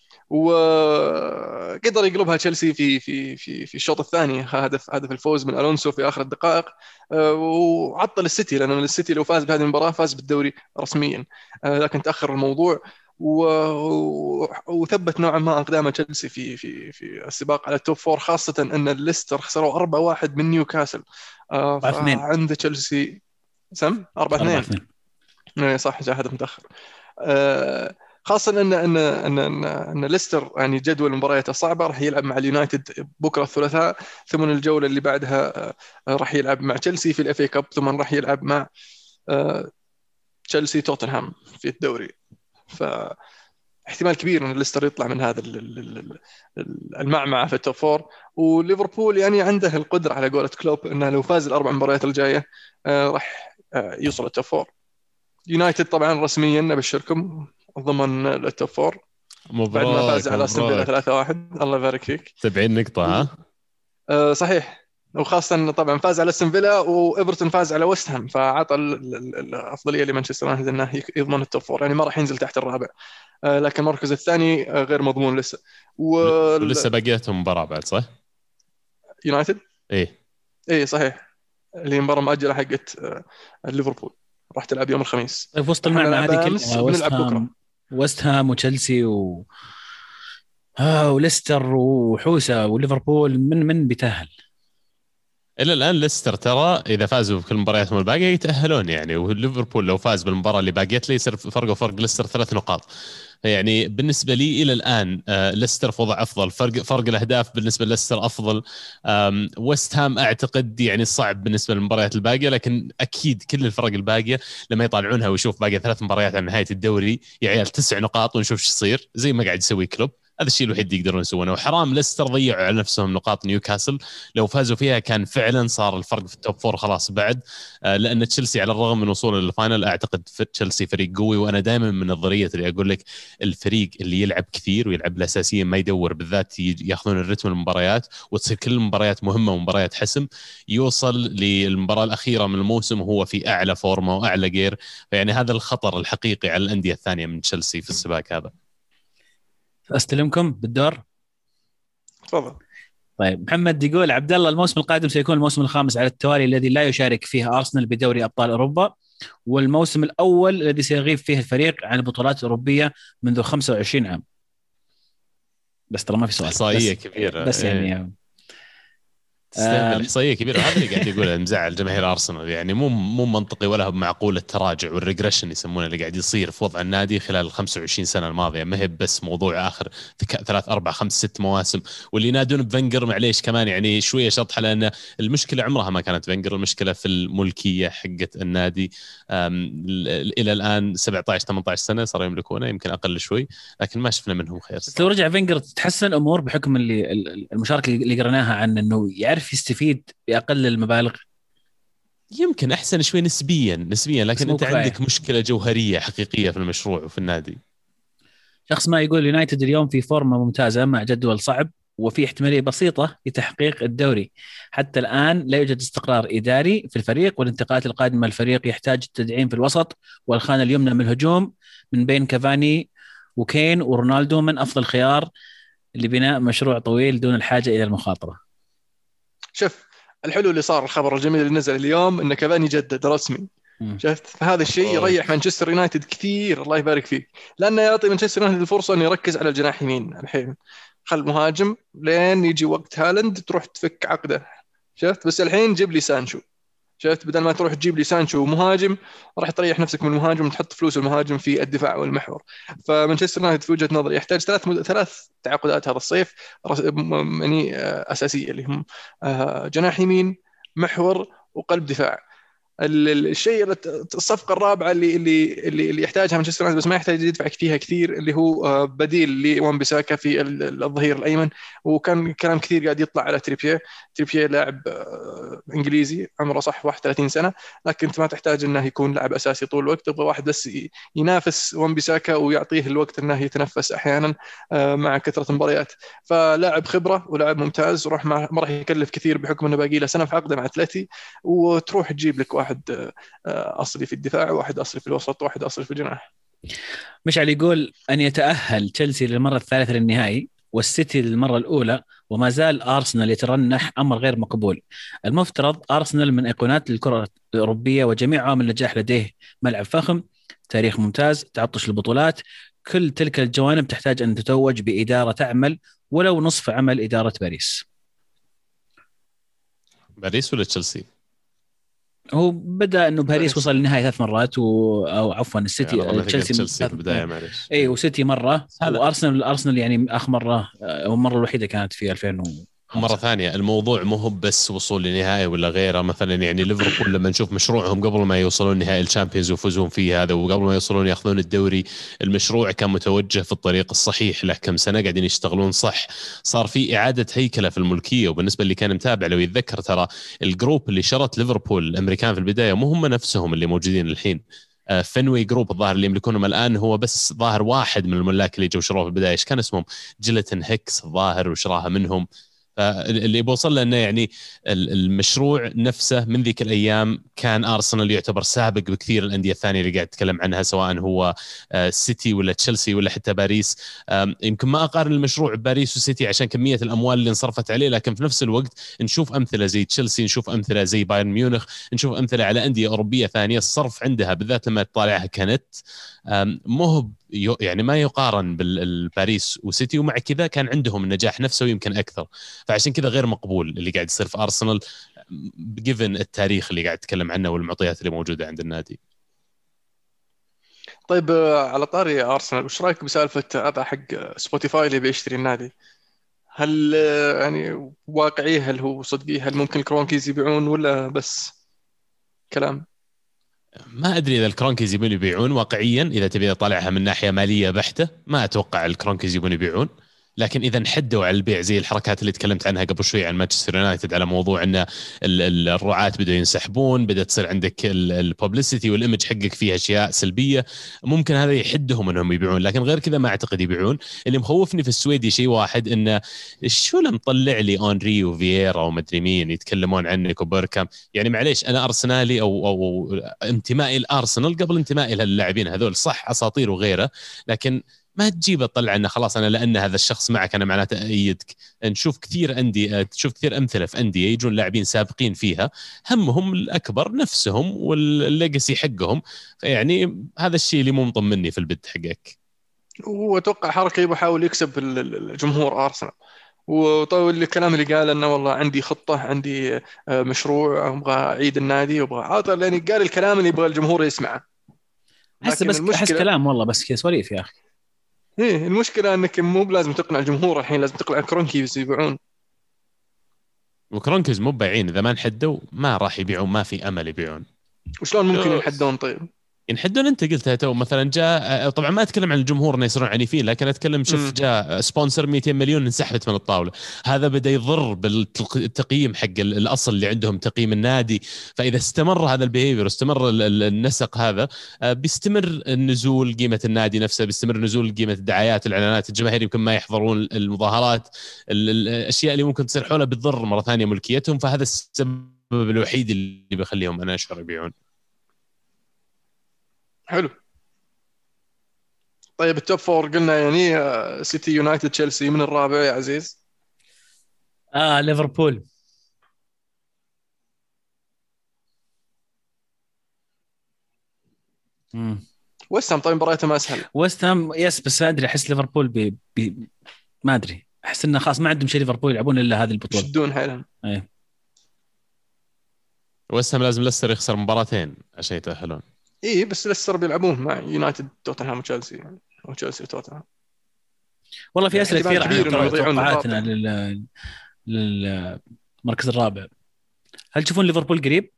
Speaker 1: وقدر يقلبها تشيلسي في في في في الشوط الثاني، هدف هدف الفوز من الونسو في اخر الدقائق. آه، وعطل السيتي، لان السيتي لو فاز بهذه المباراه فاز بالدوري رسميا، آه، لكن تاخر الموضوع و- وثبت نوعا ما اقدام تشيلسي في في في السباق على التوب فور، خاصه ان الليستر خسروا أربعة واحد من نيوكاسل. آه،
Speaker 2: أربعة اثنين.
Speaker 1: فعند تشيلسي سم أربعة
Speaker 2: أربعة
Speaker 1: اثنين.
Speaker 2: اثنين.
Speaker 1: إيه صح، جاء هدف متاخر. آه، خاصة ان ان ان ان, إن ليستر يعني جدول مبارياته صعبة، راح يلعب مع اليونايتد بكرة الثلاثاء، ثم الجولة اللي بعدها آه، راح يلعب مع تشيلسي في الاف اي كاب، ثم راح يلعب مع آه، تشيلسي توتنهام في الدوري. فاحتمال كبير ان ليستر يطلع من هذا ال- ال- ال- ال- المعمعة في التوب فور. وليفربول يعني عنده القدرة على قولة كلوب انه لو فاز الاربع مباريات الجاية آه، راح آه، يوصل التوب فور. يونايتد طبعا رسميا نبشركم ضمن التوب فور بعد ما فاز
Speaker 3: مبروك
Speaker 1: على استون فيلا
Speaker 3: مبروك.
Speaker 1: ثلاثة واحد. الله يبارك فيك.
Speaker 3: سبعين نقطة ها.
Speaker 1: أه صحيح، وخاصة إنه طبعا فاز على استون فيلا وايفرتون فاز على ويست هام، فعطى ال- ال- الافضلية لمانشستر يونايتد انه يك- يضمن التوب فور، يعني ما راح ينزل تحت الرابع. أه لكن المركز الثاني آه، غير مضمون لسه.
Speaker 3: ولسه
Speaker 1: واليونايتد
Speaker 3: بقيتهم مباراة بعد صح؟ ايه
Speaker 1: اي صحيح، اللي مباراة مؤجلة حقت آه، ليفربول راح تلعب يوم الخميس.
Speaker 2: طيب وسط
Speaker 1: احنا
Speaker 2: المعمعة هذه
Speaker 1: نلعبها
Speaker 2: كلها
Speaker 1: امس
Speaker 2: ويست
Speaker 1: وبنلعب بكرة.
Speaker 2: هام ويست هام وتشيلسي و آه وليستر وحوسه وليفربول، من من بيتأهل؟
Speaker 3: الى الان ليستر ترى اذا فازوا بكل مبارياتهم الباقيه يتاهلون يعني، وليفربول لو فاز بالمباراه اللي باقيت له يصير فرقه فرق ليستر ثلاث نقاط. يعني بالنسبه لي الى الان آه ليستر في وضع افضل، فرق فرق الاهداف بالنسبه لليستر افضل. ويست هام اعتقد يعني صعب بالنسبه للمباريات الباقيه، لكن اكيد كل الفرق الباقيه لما يطالعونها ويشوف باقي ثلاث مباريات عن نهايه الدوري يا عيال تسع نقاط ونشوف ايش يصير زي ما قاعد يسوي كلوب. هذا الشيء الوحيد اللي يقدرون يسوونه. وحرام ليستر ضيعوا على نفسهم نقاط نيوكاسل، لو فازوا فيها كان فعلا صار الفرق في التوب فور خلاص بعد. لأن تشيلسي على الرغم من وصوله للفاينل أعتقد تشيلسي فريق قوي، وأنا دائما من نظرية اللي أقول لك الفريق اللي يلعب كثير ويلعب الأساسيين ما يدور، بالذات يأخذون الرتم المباريات وتصير كل المباريات مهمة ومباريات حسم، يوصل للمباراة الأخيرة من الموسم وهو في أعلى فورمة وأعلى جير. فيعني هذا الخطر الحقيقي على الأندية الثانية من تشيلسي في السباق هذا.
Speaker 2: استلمكم بالدور.
Speaker 1: تفضل.
Speaker 2: طيب محمد يقول عبد الله الموسم القادم سيكون الموسم الخامس على التوالي الذي لا يشارك فيه أرسنال بدوري أبطال أوروبا، والموسم الأول الذي سيغيب فيه الفريق عن البطولات الأوروبية منذ خمسة وعشرين عام. بس ترى ما في سؤال.
Speaker 3: إحصائية كبيرة.
Speaker 2: بس يعني
Speaker 3: تستهبل إحصائية كبيرة. هذا اللي قاعد يقوله مزعل جماهير أرسنال، يعني مو مو منطقي ولا معقول التراجع والريجريشن يسمونه اللي قاعد يصير في وضع النادي خلال ال خمسة وعشرين سنة الماضية. ما هي بس موضوع آخر ثلاث أربع خمس ست مواسم واللي ينادون بفنجر، معليش كمان يعني شوية شطحة، لأن المشكلة عمرها ما كانت فنجر، المشكلة في الملكية حقت النادي. إلى الآن سبعة عشر ثمانية عشر سنة صار يملكونه، يمكن أقل شوي، لكن ما شفنا منهم خير.
Speaker 2: لو رجع فنجر تتحسن الأمور بحكم اللي المشاركة اللي قرناها عنه إنه يعرف يستفيد بأقل المبالغ.
Speaker 3: يمكن أحسن شوي نسبيا نسبيا لكن أنت
Speaker 2: كفاية.
Speaker 3: عندك مشكلة جوهرية حقيقية في المشروع وفي النادي.
Speaker 2: شخص ما يقول يونايتد اليوم في فورمة ممتازة مع جدول صعب وفي احتمالية بسيطة لتحقيق الدوري. حتى الآن لا يوجد استقرار إداري في الفريق، والانتقالات القادمة الفريق يحتاج التدعيم في الوسط والخانة اليمنى من الهجوم من بين كافاني وكين ورونالدو. من أفضل خيار لبناء مشروع طويل دون الحاجة إلى المخاطرة؟
Speaker 1: شوف الحلو اللي صار، الخبر الجميل اللي نزل اليوم إن كافاني يجدد رسمي. شفت؟ فهذا الشيء يريح مانشستر يونايتد كثير، الله يبارك فيك، لأنه يعطي مانشستر يونايتد الفرصة أن يركز على الجناح يمين الحين. خل مهاجم لين يجي وقت هالاند تروح تفك عقده. شفت؟ بس الحين جيب لي سانشو. شفت؟ بدل ما تروح تجيب لي سانشو مهاجم راح تريح نفسك من المهاجم وتحط فلوس المهاجم في الدفاع والمحور. فمانشستر يونايتد في وجهة نظري يحتاج ثلاث مد... ثلاث تعاقدات هذا الصيف رس... يعني أساسية، اللي هم جناح يمين، محور، وقلب دفاع. الشيء الصفقة الرابعة اللي اللي اللي, اللي يحتاجها مانشستر يونايتد بس ما يحتاج يدفع فيها كثير، اللي هو بديل لوان بيساكا في الظهير الأيمن. وكان كلام كثير قاعد يطلع على تريبيه. تريبيه لاعب إنجليزي عمره صح واحد وثلاثين سنة، لكن أنت ما تحتاج إنه يكون لاعب أساسي طول الوقت، تبغى واحد بس ينافس وان بيساكا ويعطيه الوقت إنه يتنفس أحيانا مع كثرة المباريات. فلاعب خبرة ولاعب ممتاز، وراح ما راح يكلف كثير بحكم إنه باقي له سنة في عقده مع أتلتي، وتروح تجيب لك واحد واحد أصلي في الدفاع، واحد أصلي في الوسط، واحد أصلي في الجناح.
Speaker 2: مشعل يقول أن يتأهل تشيلسي للمرة الثالثة للنهائي والسيتي للمرة الأولى وما زال أرسنال يترنح، أمر غير مقبول. المفترض أرسنال من أيقونات الكرة الأوروبية وجميع عوامل النجاح لديه ملعب فخم، تاريخ ممتاز، تعطش البطولات. كل تلك الجوانب تحتاج أن تتوج بإدارة تعمل ولو نصف عمل إدارة باريس.
Speaker 3: باريس ولا تشيلسي؟
Speaker 2: هو بدأ إنه باريس وصل للنهاية ثلاث مرات و... أو عفوا السيتي
Speaker 3: تشيلسي تشيلسي في البداية معلش.
Speaker 2: أي وسيتي مرة، وأرسنال الأرسنال يعني آخر مرة والمرة الوحيدة كانت في ألفين وخمسة.
Speaker 3: مرة ثانية الموضوع مو هو بس وصول لنهائي ولا غيره. مثلا يعني ليفربول لما نشوف مشروعهم قبل ما يوصلون نهائي الشامبيونز ويفوزون فيه هذا، وقبل ما يوصلون ياخذون الدوري، المشروع كان متوجه في الطريق الصحيح. له كم سنة قاعدين يشتغلون صح، صار في إعادة هيكلة في الملكية. وبالنسبة اللي كان متابع لو يتذكر ترى الجروب اللي شرت ليفربول الأمريكان في البداية مو هم نفسهم اللي موجودين الحين. فنوي جروب الظاهر اللي يملكونهم الآن هو بس ظاهر واحد من الملاك اللي جو شروه في البداية، إيش كان اسمهم؟ جيلتن هيكس الظاهر، وشراها منهم. اللي بوصل له انه يعني المشروع نفسه من ذيك الايام كان ارسنال يعتبر سابق بكثير الانديه الثانيه اللي قاعد اتكلم عنها، سواء هو سيتي ولا تشيلسي ولا حتى باريس. يمكن ما اقارن المشروع بباريس وسيتي عشان كميه الاموال اللي انصرفت عليه، لكن في نفس الوقت نشوف امثله زي تشيلسي، نشوف امثله زي بايرن ميونخ، نشوف امثله على انديه اوروبيه ثانيه الصرف عندها بالذات لما تطالعها كانت مو يعني ما يقارن بالباريس وسيتي، ومع كذا كان عندهم النجاح نفسه ويمكن اكثر. فعشان كذا غير مقبول اللي قاعد يصير في أرسنال جيفن التاريخ اللي قاعد تتكلم عنه والمعطيات اللي موجودة عند النادي.
Speaker 1: طيب على طاري أرسنال، وش رأيك بسالفة هذا حق سبوتيفاي اللي بيشتري النادي؟ هل يعني واقعي؟ هل هو صدقي؟ هل ممكن الكرونكيز يبيعون ولا بس كلام؟
Speaker 3: ما أدري إذا الكرونكيز يبون يبيعون واقعيا. إذا تبي طالعها من ناحية مالية بحتة ما أتوقع الكرونكيز يبون يبيعون، لكن اذا انحدوا على البيع زي الحركات اللي تكلمت عنها قبل شوي عن مانشستر يونايتد على موضوع ان الرعاة بدوا ينسحبون، بدات تصير عندك الببليسيتي والايمج حقك فيها اشياء سلبيه، ممكن هذا يحدهم انهم يبيعون. لكن غير كذا ما اعتقد يبيعون. اللي مخوفني في السويدي شيء واحد، انه شو لم طلع لي اونري وفييرا ومدري مين يتكلمون عنك وبركم. يعني معليش انا ارسنالي او او انتمائي الارسنال قبل انتمائي للاعبين هذول، صح اساطير وغيره، لكن ما تجيب تطلع انه خلاص انا لان هذا الشخص معك انا معناته ايدك. نشوف كثير انديه، تشوف كثير امثله في انديه يجون لاعبين سابقين فيها همهم الاكبر نفسهم والليجاسي حقهم، يعني هذا الشيء اللي مو مطمني في البد حقك.
Speaker 1: واتوقع حركه يبغى يحاول يكسب الجمهور ارسنال، وطول الكلام اللي قال انه والله عندي خطه، عندي مشروع، ابغى اعيد النادي وابغى عاطل، لاني قال الكلام اللي يبغى الجمهور يسمعه.
Speaker 2: احس بس احس كلام والله بس كذا سواليف يا اخي.
Speaker 1: ايه المشكله انك مو بلازم تقنع الجمهور، الحين لازم تقنع كرونكيز يبيعون.
Speaker 3: وكرونكيز مو بايعين، اذا ما انحدوا ما راح يبيعون، ما في امل يبيعون.
Speaker 1: وشلون ممكن ينحدون؟ طيب
Speaker 3: ينحدون انت قلتها تو مثلا جاء، طبعا ما اتكلم عن الجمهور انه يصيرون عنيفين، لكن اتكلم شوف جاء سبونسر مئتين مليون انسحبت من الطاوله، هذا بدا يضر بالتقييم حق الاصل اللي عندهم تقييم النادي. فاذا استمر هذا البيهيفير واستمر النسق هذا بيستمر النزول قيمه النادي نفسه، بيستمر نزول قيمه الدعايات، الاعلانات، الجماهير يمكن ما يحضرون المظاهرات، الاشياء اللي ممكن تصير حولها بتضر مره ثانيه ملكيتهم. فهذا السبب الوحيد اللي بيخليهم انا اشعر يبيعون.
Speaker 1: حلو. طيب التوب فور قلنا يعني سيتي، يونايتد، تشيلسي، من الرابع يا عزيز؟
Speaker 2: اه ليفربول.
Speaker 1: امم ويست هام. طيب مبارياتهم اسهل.
Speaker 2: ويست هام يس، بس ادري احس ليفربول بي... بي... ما ادري، احس انه خلاص ما عندهم شيء ليفربول يلعبون الا هذه البطوله،
Speaker 1: يشدون حيلهم.
Speaker 2: ايه
Speaker 3: ويست هام لازم ليستر يخسر مباراتين عشان يتاهلون.
Speaker 1: ايه بس ليستر بيلعبون مع يونايتد، توتنهام وتشيلسي يعني، او تشيلسي وتوتنهام.
Speaker 2: والله في اسئله كثير
Speaker 1: كبير
Speaker 2: عن توقعاتنا لل للمركز الرابع. هل تشوفون ليفربول قريب؟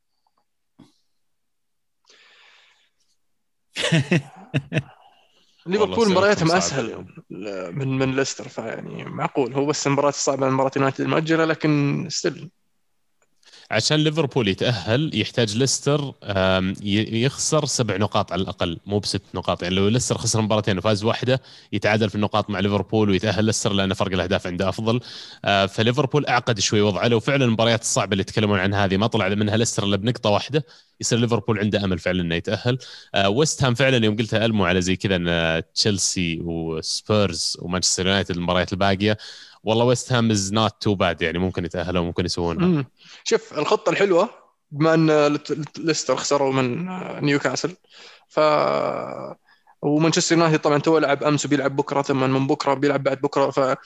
Speaker 1: ليفربول مبارياتهم اسهل من من ليستر، فيعني معقول. هو بس المباراه الصعبه مباراه يونايتد المؤجله، لكن ستيل
Speaker 3: عشان ليفربول يتأهل يحتاج ليستر يخسر سبع نقاط على الأقل، مو بست نقاط. يعني لو ليستر خسر مباراتين وفاز واحدة يتعادل في النقاط مع ليفربول ويتأهل ليستر، لأن فرق الأهداف عنده أفضل. فليفربول أعقد شوي وضعه. لو فعلا المباريات الصعبة اللي يتكلمون عنها هذه ما طلع منها ليستر إلا بنقطة واحدة، يصير ليفربول عنده أمل فعلا إنه يتأهل. ويست هام فعلا يوم قلتها ألموا على زي كذا أن تشيلسي وسبيرز ومانشستر يونايتد المباريات الباقية، والله ويست هام از نوت تو باد، يعني ممكن يتأهلوا وممكن يسوونها.
Speaker 1: شوف الخطة الحلوة، بما أن ليستر خسروا من نيوكاسل، ف ومانشستر يونايتد طبعا تو لعب أمس وبيلعب بكرة، ثم من بكرة بيلعب بعد بكرة، ف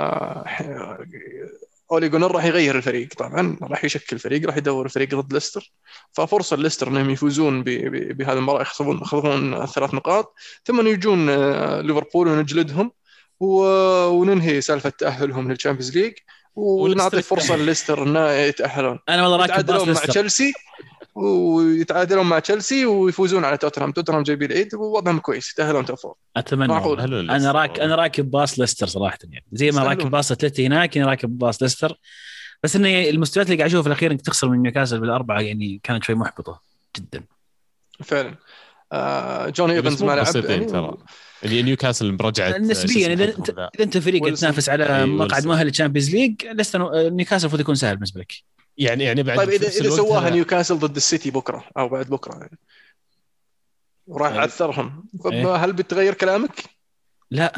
Speaker 1: أولي جونر راح يغير الفريق، طبعا راح يشكل فريق، راح يدور الفريق ضد ليستر. ففرصة ليستر أنهم يفوزون بهذه المباراة، يخسرون يخسرون ثلاث نقاط، ثم يجون ليفربول ونجلدهم وننهي سالفة تأهلهم للشامبيونز ليج، ونعطي فرصة لليستر انه يتأهلون.
Speaker 2: انا والله راكب باص
Speaker 1: مع تشيلسي، ويتعادلون مع تشيلسي ويفوزون على توتنهام. توتنهام جايبين العيد ووضعهم كويس، يتأهلون توفور.
Speaker 2: اتمنى. انا راك انا راكب باص ليستر صراحة، يعني زي ما راكب باص اتلتي هناك، انا راكب باص ليستر. بس انه المستويات اللي قاعد اشوفها في الاخير انك تخسر من نيوكاسل بالاربعة، يعني كانت شوي محبطة جدا
Speaker 1: فعلا. آه جوني ايفنز ما لعب
Speaker 3: يعني اللي نيوكاسل برجعت
Speaker 2: نسبيا. اذا انت اذا انت فريق تنافس على مقعد مؤهل للتشامبيونز ليج، لسه نيوكاسل المفروض يكون سهل بالنسبه لك.
Speaker 3: يعني يعني بعد
Speaker 1: طيب اذا اذا سواها نيوكاسل ضد السيتي بكره او بعد بكره يعني وراح يعثرهم،
Speaker 2: إيه؟
Speaker 1: هل بتغير كلامك؟
Speaker 2: لا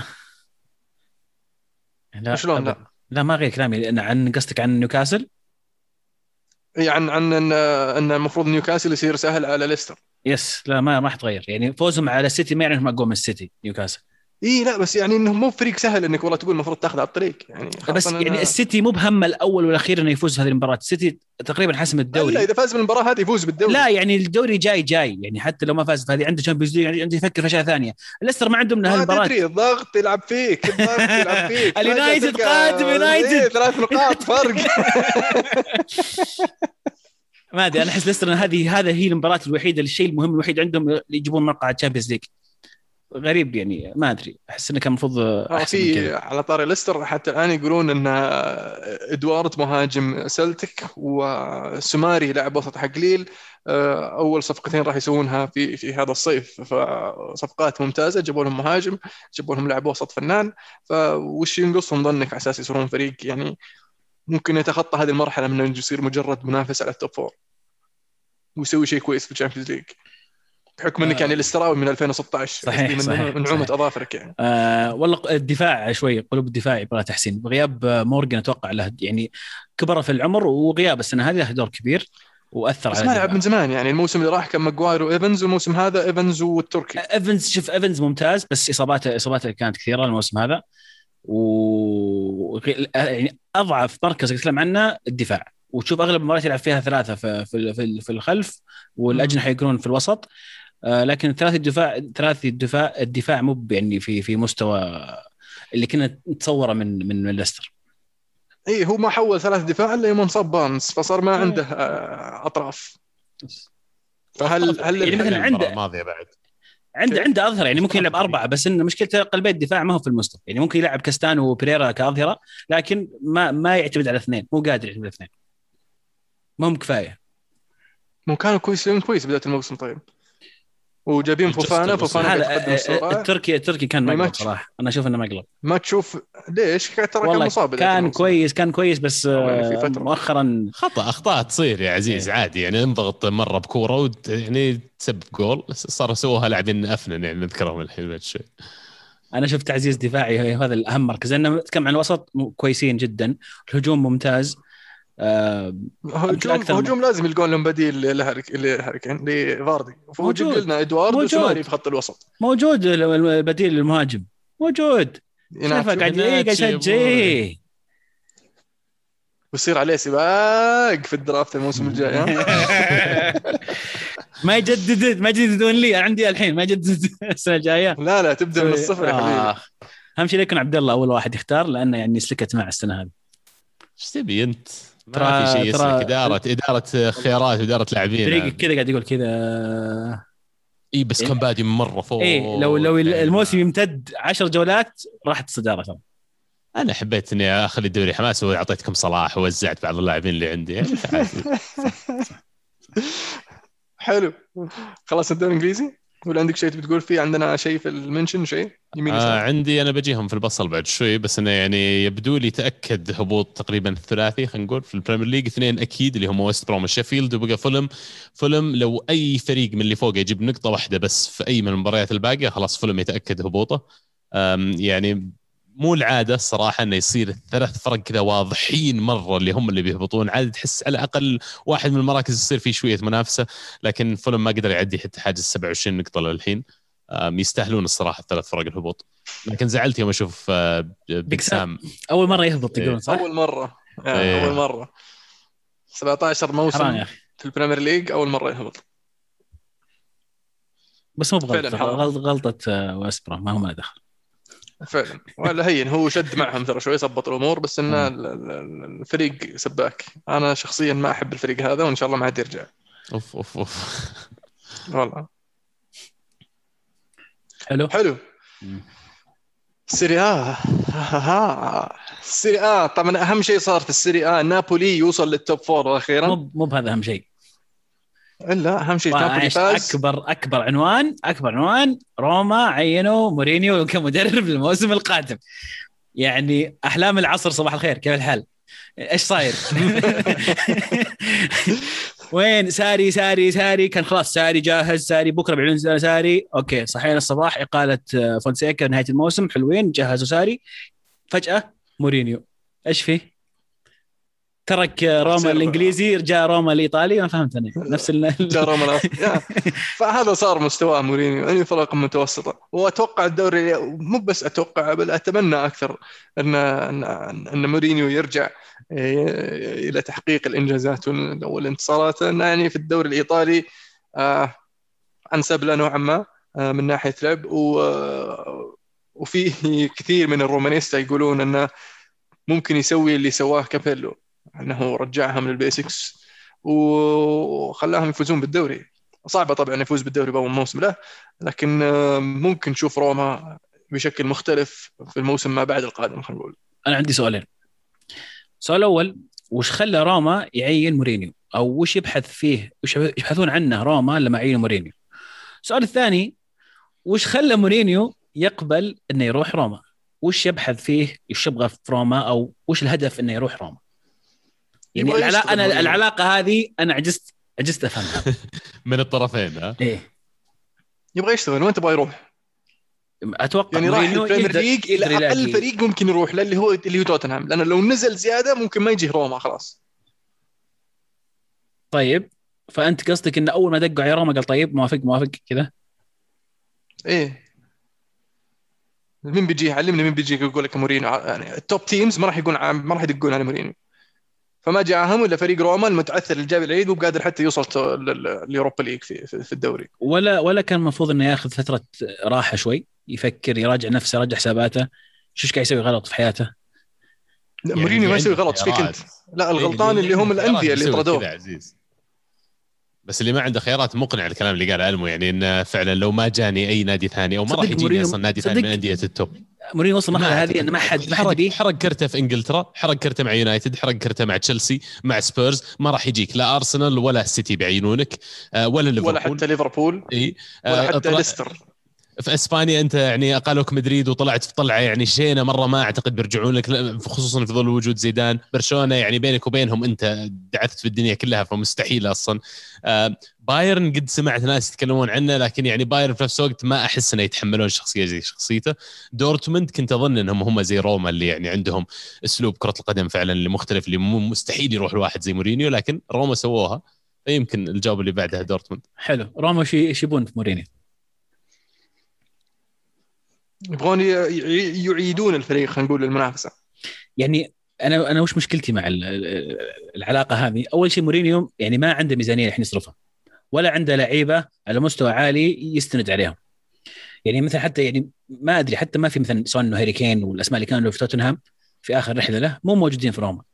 Speaker 2: لا
Speaker 1: شلون لا؟
Speaker 2: لا ما غير كلامي. لان عن قصدك عن نيوكاسل،
Speaker 1: يعني عن ان ان المفروض نيوكاسل يصير سهل على ليستر.
Speaker 2: يس لا ما راح تغير، يعني فوزهم على السيتي ما يعني انهم اقوى من السيتي نيوكاسل.
Speaker 1: اي لا بس يعني انه مو فريق سهل انك والله تقول المفروض تاخذ على الطريق يعني.
Speaker 2: بس يعني أنا... السيتي مو بهم الاول والاخير انه يفوز هذه المباراه. السيتي تقريبا حسم الدوري.
Speaker 1: لا اذا فاز بالمباراه هذه يفوز بالدوري.
Speaker 2: لا يعني الدوري جاي جاي يعني، حتى لو ما فاز فهذه عنده تشامبيونز ليج، عنده يفكر في اشياء ثانيه. ليستر ما عندهم له المباراه.
Speaker 1: ما تدري الضغط يلعب فيك، الضغط يلعب فيك.
Speaker 2: اليونايتد قادم، يونايتد
Speaker 1: ثلاث نقاط فرق.
Speaker 2: ما ادري، انا احس ليستر هذه هذا هي المباراه الوحيده، الشيء المهم الوحيد عندهم يجيبون مقعد تشامبيونز ليج. غريب يعني، ما ادري، احس انه كان المفروض
Speaker 1: اه
Speaker 2: احسن من
Speaker 1: في
Speaker 2: كذا.
Speaker 1: على طاري ليستر حتى الان يقولون ان ادوارد مهاجم سلتك وسماري لاعب وسط حق ليل آه، اول صفقتين راح يسوونها في في هذا الصيف، فصفقات ممتازه، جابوا لهم مهاجم، جابوا لهم لاعب وسط فنان، فوش ينقصهم ظنك على اساس يصيرون فريق يعني ممكن يتخطى هذه المرحله من انه يصير مجرد منافس على التوب فور ويسوي شيء كويس في الشامبيونز ليج، بحكم انك يعني
Speaker 2: آه
Speaker 1: الاستراوي من ألفين وستة عشر قصدي
Speaker 2: صحيح
Speaker 1: من
Speaker 2: صحيح
Speaker 1: من نعومه
Speaker 2: صحيح.
Speaker 1: اظافرك يعني.
Speaker 2: آه والله الدفاع شوي، قلوب الدفاع يبغى تحسين بغياب آه، مورجان، اتوقع له يعني كبر في العمر وغياب السنه هذه له دور كبير واثر
Speaker 1: بس
Speaker 2: على
Speaker 1: ما لعب من
Speaker 2: الدفاع.
Speaker 1: زمان يعني، الموسم اللي راح كان ماجواير وايفنز، والموسم هذا ايفنز والتركي.
Speaker 2: ايفنز، شوف ايفنز ممتاز بس اصاباته اصاباته كانت كثيره الموسم هذا، و يعني اضعف مركز اتكلم عنه الدفاع، وتشوف اغلب المباريات يلعب فيها ثلاثه في في في في الخلف
Speaker 1: مم.
Speaker 2: والاجنحه يكونون في الوسط. آه لكن ثلاثي الدفاع ثلاثي الدفاع الدفاع مو يعني في في مستوى اللي كنا نتصوره من من من ليستر.
Speaker 1: اي هو ما حول ثلاث دفاع الا يوم انصاب بارنز، فصار ما عنده
Speaker 2: إيه.
Speaker 1: آه، اطراف.
Speaker 3: واخطاء
Speaker 1: فهل
Speaker 3: في
Speaker 1: هل
Speaker 2: يعني
Speaker 3: التشكيل
Speaker 2: مثلا
Speaker 1: الحل
Speaker 3: المباراه
Speaker 2: عنده
Speaker 3: الماضيه بعد.
Speaker 2: عنده
Speaker 1: كيف؟
Speaker 2: عنده اظهره، يعني ممكن
Speaker 3: اخطاء
Speaker 2: يلعب
Speaker 3: في التشكيل.
Speaker 2: اربعه، بس انه مشكلته قلبي الدفاع ما هو في المستوى، يعني ممكن يلعب كاستانو وبريرا كاظهره لكن ما ما يعتمد على اثنين، مو قادر يعتمد على اثنين، ما هم كفايه.
Speaker 1: مو كانوا كويسين كويس بدايه الموسم طيب، وجايبين
Speaker 3: جست
Speaker 1: فوفانا،
Speaker 3: الوصول.
Speaker 1: فوفانا قاعد
Speaker 2: هذا
Speaker 1: يتقدم مستوى رائع.
Speaker 2: التركي التركي كان
Speaker 1: يعني ما
Speaker 2: مقلب
Speaker 1: تش...
Speaker 2: صراحه، انا اشوف انه مقلب.
Speaker 1: ما تشوف ليش ترى كان
Speaker 2: والله
Speaker 1: مصاب بدايه
Speaker 2: كان
Speaker 1: الموسم
Speaker 2: كويس كان كويس بس
Speaker 1: او يعني في
Speaker 2: آه،
Speaker 1: فتره.
Speaker 2: مؤخرا
Speaker 3: خطا اخطاء تصير يا عزيز
Speaker 2: إيه.
Speaker 3: عادي يعني، انضغط مره بكوره وت... يعني تسبب جول، صار سووها لاعبين افنن يعني نذكرهم الحين بعد شوي.
Speaker 2: انا شفت تعزيز دفاعي هذا الاهم مركز، لانه نتكلم عن الوسط م- كويسين جدا، الهجوم ممتاز. آه، يمكن
Speaker 1: هجوم
Speaker 2: اكثر
Speaker 1: هجوم لازم يلقون لهم بديل لهارك لهاركين لفاردي، وجيب
Speaker 2: موجود
Speaker 1: لنا ادوارد وسماري
Speaker 2: موجود
Speaker 1: في خط الوسط.
Speaker 2: موجود البديل المهاجم موجود، شايفه
Speaker 1: يناتشو
Speaker 2: قاعد ايه قاعد
Speaker 3: ناتشي
Speaker 2: يسجل
Speaker 3: ابوي.
Speaker 2: إيه.
Speaker 1: ويصير عليه سباق في الدرافت الموسم الجاي ها.
Speaker 2: ما يجدد ما يجددون لي، أنا عندي الحين ما يجدد السنه الجايه.
Speaker 1: لا لا تبدا من
Speaker 2: سوي
Speaker 1: الصفر يا
Speaker 2: آه.
Speaker 1: حبيبي.
Speaker 2: اهم شيء يكون عبد الله اول واحد يختار، لانه يعني سلكت مع السنه هذه.
Speaker 3: ايش تبي انت؟ ما في
Speaker 2: ترى
Speaker 3: شيء يسلك،
Speaker 2: ترى
Speaker 3: اداره اداره خيارات واداره لاعبين
Speaker 2: فريقك
Speaker 3: هذه.
Speaker 2: كذا قاعد يقول كذا.
Speaker 3: اي بس كان بادي مره فوق
Speaker 2: ايه لو لو
Speaker 3: يعني
Speaker 2: الموسم
Speaker 3: ما...
Speaker 2: يمتد عشر جولات راحت الصداره ترى.
Speaker 3: انا حبيت اني اخلي الدوري حماس واعطيتكم صلاح ووزعت بعض اللاعبين اللي عندي يعني عادي.
Speaker 1: حلو. خلاص الدوري الانجليزي ولا عندك شيء بتقول فيه؟ عندنا شيء في المنشن شيء يمين
Speaker 3: آه
Speaker 1: يسار؟
Speaker 3: عندي انا بجيهم في البصل بعد شوي، بس انه يعني يبدو لي تاكد هبوط تقريبا الثلاثي خلينا نقول في البريمير ليج، اثنين اكيد اللي هم ويست بروم وشيفيلد، وبقى فولم. فولم لو اي فريق من اللي فوق يجيب نقطه واحده بس في اي من المباريات الباقيه خلاص فولم يتاكد هبوطه. يعني مو العاده الصراحه انه يصير الثلاث فرق كذا واضحين مره اللي هم اللي بيهبطون، عاده تحس على الاقل واحد من المراكز يصير فيه شويه منافسه، لكن فولم ما قدر يعدي حتى حاجز سبعة وعشرين نقطه للحين. يستاهلون الصراحه الثلاث فرق الهبوط، لكن زعلت يوم اشوف بيج سام
Speaker 2: اول مره يهبط
Speaker 3: إيه.
Speaker 2: يقولون صح؟
Speaker 1: اول مره
Speaker 3: إيه.
Speaker 1: اول مره سبعة عشر موسم في البريمير ليج اول مره يهبط.
Speaker 2: بس مو بغلطه،
Speaker 1: فعلاً
Speaker 2: غلط غلطه ويست بروم، ما هو ما دخل
Speaker 1: فعلا، ولا هين هو شد معهم ترى شوي ضبط الامور، بس ان
Speaker 2: آه.
Speaker 1: الفريق سباك. انا شخصيا ما احب الفريق هذا وان شاء الله ما عاد يرجع
Speaker 3: اوف اوف اوف
Speaker 1: والله.
Speaker 2: حلو
Speaker 1: حلو. السيري آ ها السيري آ طبعا اهم شيء صار في السيري آ نابولي يوصل للتوب فور اخيرا.
Speaker 2: مو مو بهذا اهم شيء،
Speaker 1: الا اهم شيء نابولي فاز.
Speaker 2: اكبر اكبر عنوان اكبر عنوان روما عينوا مورينيو كمدرب للموسم القادم. يعني احلام العصر، صباح الخير كيف الحال، ايش صاير؟ وين ساري ساري ساري كان خلاص ساري جاهز، ساري بكره بيعلن ساري، اوكي صحينا الصباح اقاله فونسيكا نهايه الموسم، حلوين جهزوا ساري، فجاه مورينيو ايش فيه؟ ترك روما الانجليزي رجع روما الايطالي، ما فهمت انا نفس ال
Speaker 1: جا روما الاصلي. فهذا صار مستوى مورينيو، يعني فرق متوسطه. واتوقع الدوري مو بس اتوقع بل اتمنى اكثر ان ان, أن مورينيو يرجع الى تحقيق الانجازات والانتصارات، يعني في الدوري الايطالي آه انسب له نوعا ما آه من ناحيه لعب، وفيه كثير من الرومانيستا يقولون انه ممكن يسوي اللي سواه كابيلو، انه رجعها من البيسكس وخلاهم يفوزون بالدوري. صعبة طبعا يفوز بالدوري بأول موسم له، لكن آه، ممكن نشوف روما بشكل مختلف في الموسم ما بعد القادم. خلينا نقول
Speaker 2: انا عندي سؤالين. السؤال الاول، وش خلى روما يعين مورينيو، او وش يبحث فيه، وش يبحثون عنه روما لما عينوا مورينيو؟ السؤال الثاني، وش خلى مورينيو يقبل انه يروح روما؟ وش يبحث فيه، وش يبغى في روما، او وش الهدف انه يروح روما؟ يعني
Speaker 1: يبغى
Speaker 2: العلاقه،
Speaker 1: يشتغل
Speaker 2: انا
Speaker 1: مورينيو.
Speaker 2: العلاقه هذه انا عجزت عجزت افهمها.
Speaker 3: من الطرفين ها.
Speaker 2: ايه،
Speaker 1: يبغى يشتغل وين تبغى يروح؟
Speaker 2: اتوقع
Speaker 1: يعني راح
Speaker 2: مورينيو
Speaker 1: البريمير
Speaker 2: يقدر,
Speaker 1: ليج
Speaker 2: يقدر
Speaker 1: الى اقل
Speaker 2: يلاقي.
Speaker 1: فريق ممكن يروح له اللي هو اللي هو توتنهام، لانه لو نزل زياده ممكن ما يجي روما خلاص.
Speaker 2: طيب، فانت قصدك ان اول ما دقوا على روما قال طيب موافق موافق كذا؟
Speaker 1: ايه، مين بيجي علمني، مين بيجي يقول لك مورينيو؟ يعني التوب تيمز ما راح يقول ما راح يدقون على مورينيو، فما جاءهم الا فريق روما المتعثر اللي جاب العيد ومو قادر حتى يوصل لليوروبا ليج في في الدوري.
Speaker 2: ولا ولا كان المفروض انه ياخذ فتره راحه شوي، يفكر، يراجع نفسه، يراجع حساباته، شو قاعد يسوي غلط في حياته؟
Speaker 1: لا
Speaker 3: يعني
Speaker 1: مورينيو ما يسوي
Speaker 3: عنده
Speaker 1: غلط فيك
Speaker 3: خيارات.
Speaker 1: انت، لا الغلطان
Speaker 3: إيه،
Speaker 1: اللي هم
Speaker 3: عنده
Speaker 1: الانديه
Speaker 3: خيارات
Speaker 1: اللي
Speaker 3: بيسوي كذا
Speaker 1: طردوه.
Speaker 3: عزيز. بس اللي ما عنده خيارات مقنع الكلام اللي قاله ألمو، يعني إنه فعلا لو ما جاني أي نادي ثاني أو ما راح
Speaker 2: صدق
Speaker 3: يجيني
Speaker 2: مورينيو-
Speaker 3: أصلا نادي ثاني
Speaker 2: صدق
Speaker 3: من أندية التوب.
Speaker 2: مورينيو وصل
Speaker 3: ما
Speaker 2: المرحله هذه
Speaker 3: أعتقد.
Speaker 2: انه ما حد ما حد
Speaker 3: حرق
Speaker 2: يبيه.
Speaker 3: حرق كرته في انجلترا، حرق كرته مع يونايتد، حرق كرته مع تشيلسي، مع سبيرز، ما راح يجيك لا ارسنال ولا السيتي بيعينونك، آه، ولا ليفربول
Speaker 1: ولا حتى ليفربول
Speaker 3: اي
Speaker 1: ولا
Speaker 3: آه،
Speaker 1: حتى
Speaker 3: طلع-
Speaker 1: ليستر.
Speaker 3: في اسبانيا انت يعني قالوك مدريد وطلعت في طلعه يعني شينه مره، ما اعتقد بيرجعون لك، خصوصا في ظل وجود زيدان. برشلونه يعني بينك وبينهم انت دعثت في الدنيا كلها، فمستحيل اصلا. آه، بايرن قد سمعت ناس يتكلمون عنه، لكن يعني بايرن في نفس الوقت ما احس انه يتحملون شخصيه زي شخصيته. دورتموند كنت اظن انهم هم زي روما اللي يعني عندهم اسلوب كره القدم فعلا اللي مختلف، اللي مستحيل يروح لواحد زي مورينيو، لكن روما سووها. فيمكن الجواب اللي بعدها دورتموند.
Speaker 2: حلو، روما شي ايش يبون في مورينيو؟
Speaker 1: يبغون ي- ي- يعيدون الفريق خلينا نقول للمنافسه.
Speaker 2: يعني انا انا وش مشكلتي مع ال- ال- العلاقه هذه؟ اول شيء مورينيو يعني ما عنده ميزانيه الحين يصرفها، ولا عنده لعيبه على مستوى عالي يستند عليهم. يعني مثلا حتى يعني ما ادري، حتى ما في مثلا سون وهاري كين والاسماء اللي كانوا في توتنهام في اخر رحله له مو موجودين في روما.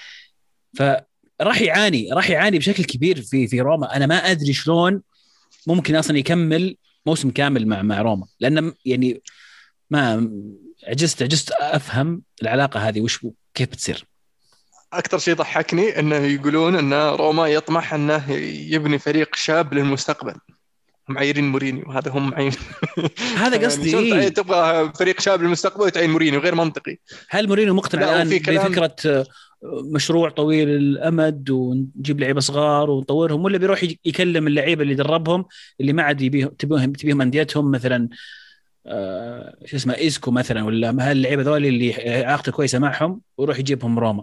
Speaker 2: فراح يعاني راح يعاني بشكل كبير في في روما. انا ما ادري شلون ممكن اصلا يكمل موسم كامل مع مع روما، لان يعني ما عجزت عجزت افهم العلاقه هذه وش كيف بتصير.
Speaker 1: اكثر شيء ضحكني انه يقولون ان روما يطمح انه يبني فريق شاب للمستقبل، معايرين مورينيو. هذا هم معين.
Speaker 2: هذا قصدي.
Speaker 1: يعني
Speaker 2: إيه؟
Speaker 1: تبغى فريق شاب للمستقبل وتعين مورينيو، غير منطقي.
Speaker 2: هل مورينيو مقتنع
Speaker 1: لا،
Speaker 2: الان
Speaker 1: وفي كلام-
Speaker 2: بفكره مشروع طويل الامد ونجيب لعيبه صغار ونطورهم، ولا بيروح يكلم اللعيبه اللي دربهم اللي ما عاد يبيهم تبيهم تبيهم انديتهم مثلا آه شو اسمه إيسكو مثلا، ولا ما هاللعيبه ذول اللي علاقته كويسه معهم ويروح يجيبهم روما؟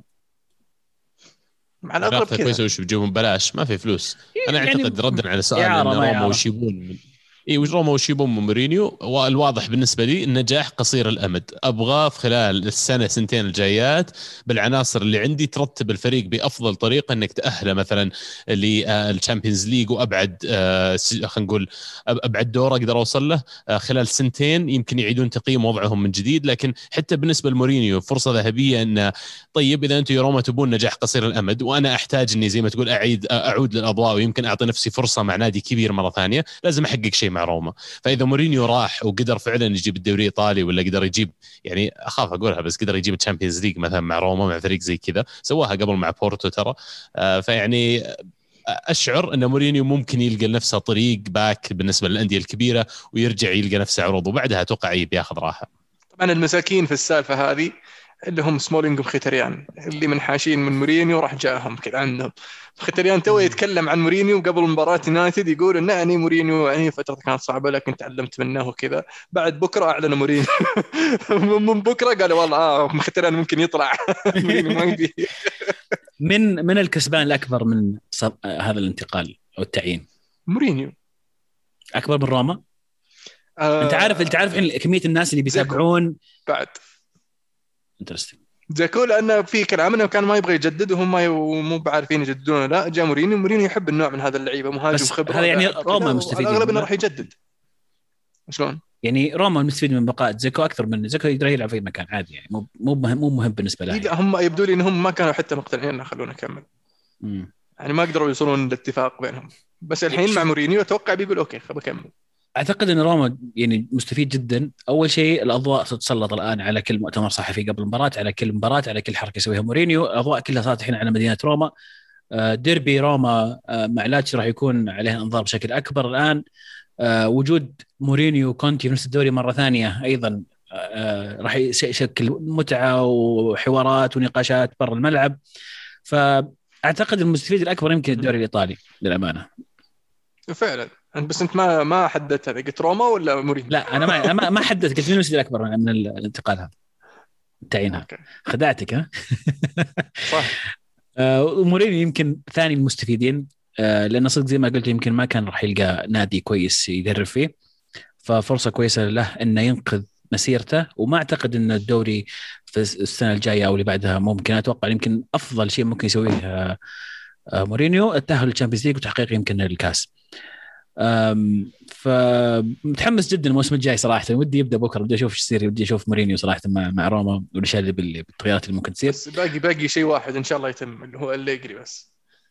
Speaker 1: على الاغلب
Speaker 3: علاقته
Speaker 1: كذا.
Speaker 3: كويسه وش بيجيبهم ببلاش؟ ما في فلوس. انا
Speaker 2: يعني
Speaker 3: اعتقد ردا على سؤال
Speaker 2: إعارة
Speaker 3: ان
Speaker 2: ما
Speaker 3: روما
Speaker 2: إعارة.
Speaker 3: وش يبون من اي وش روما وش يبون من مورينيو، والواضح بالنسبه لي النجاح قصير الامد. ابغى في خلال السنه سنتين الجايات بالعناصر اللي عندي ترتب الفريق بافضل طريقه انك تاهله مثلا للتشامبيونز ليج وابعد آه، خلينا نقول ابعد دور اقدر اوصل له آه، خلال سنتين، يمكن يعيدون تقييم وضعهم من جديد. لكن حتى بالنسبه لمورينيو فرصه ذهبيه ان طيب اذا انتم يا روما تبون نجاح قصير الامد وانا احتاج اني زي ما تقول اعيد اعود للاضواء ويمكن اعطي نفسي فرصه مع نادي كبير مره ثانيه، لازم احقق شيء مع روما. فاذا مورينيو راح وقدر فعلا يجيب الدوري الايطالي، ولا قدر يجيب يعني اخاف اقولها بس قدر يجيب الشامبيونز ليج مثلا مع روما، مع فريق زي كذا سواها قبل مع بورتو ترى، آه فيعني اشعر ان مورينيو ممكن يلقى لنفسه طريق باك بالنسبه للانديه الكبيره ويرجع يلقى نفسه عروض، وبعدها اتوقع بياخذ راحه.
Speaker 1: طبعا المساكين في السالفه هذه اللي هم سمولينج ومختريان اللي من حاشين من مورينيو راح جاءهم كذا عندهم. مختريان تو يتكلم عن مورينيو قبل مباراة يونايتد يقول ان يعني مورينيو يعني فترة كانت صعبة لكن تعلمت منه وكذا. بعد بكرة اعلن مورينيو من بكرة قالوا والله اه مختريان ممكن يطلع. مورينيو ما يبي.
Speaker 2: من من الكسبان الاكبر من هذا الانتقال او التعيين؟
Speaker 1: مورينيو
Speaker 2: اكبر من روما.
Speaker 1: آه
Speaker 2: انت عارف انت عارف الحين كميه الناس اللي بيتابعون
Speaker 1: بعد
Speaker 2: انترستنج
Speaker 1: زاكو، لأنه في كلام انه كان ما يبغى يجدد وهم مو بعارفين يجددون. لا جاء مورينيو. مورينيو يحب النوع من هذا اللعيبه، مهاجم خبره.
Speaker 2: هذا يعني روما مستفيد
Speaker 1: اغلب انه
Speaker 2: منه.
Speaker 1: راح يجدد. شلون
Speaker 2: يعني روما مستفيد من بقاء زاكو اكثر من زاكو، يقدر يلعب في مكان عادي يعني مو مو مهم مو مهم بالنسبه له.
Speaker 1: لا هم يبدو لي انهم ما كانوا حتى مقتنعين. خلونا نكمل.
Speaker 2: مم.
Speaker 1: يعني ما قدروا يوصلون لاتفاق بينهم. بس الحين مع مورينيو اتوقع بيقول اوكي خل بكمل.
Speaker 2: اعتقد ان روما يعني مستفيد جدا. اول شيء الاضواء تتسلط الان على كل مؤتمر صحفي قبل المباراه، على كل مباراه، على كل حركه يسويها مورينيو. الاضواء كلها صارت الحين على مدينه روما. ديربي روما مع لاتسيو راح يكون عليه انظار بشكل اكبر الان. وجود مورينيو وكونتي في نفس الدوري مره ثانيه ايضا راح يشكل متعه وحوارات ونقاشات برا الملعب. فاعتقد المستفيد الاكبر يمكن الدوري الايطالي للامانه.
Speaker 1: فعلا. بس انت ما ما حددت هذا، قلت روما ولا مورينيو؟
Speaker 2: لا انا ما ما ما حددت، قلت مين المستفيد الاكبر من الانتقال هذا تعينها. خدعتك ها.
Speaker 1: صح.
Speaker 2: ومورينيو يمكن ثاني المستفيدين، لأنه صدق زي ما قلت يمكن ما كان راح يلقى نادي كويس يدرب فيه، ففرصة كويسة له إنه ينقذ مسيرته. وما أعتقد إن الدوري في السنة الجاية أو اللي بعدها ممكن، أتوقع يمكن أفضل شيء ممكن يسويه مورينيو التأهل للشامبيونز ليج وتحقيق يمكن الكاس. فمتحمس جدا الموسم الجاي صراحة، ودي يبدأ بكرة، ودي أشوف إيش يصير، ودي أشوف مورينيو صراحة مع مع روما والأشياء اللي بالتغييرات اللي ممكن تصير.
Speaker 1: بس باقي باقي شيء واحد إن شاء الله يتم، اللي هو أليجري بس.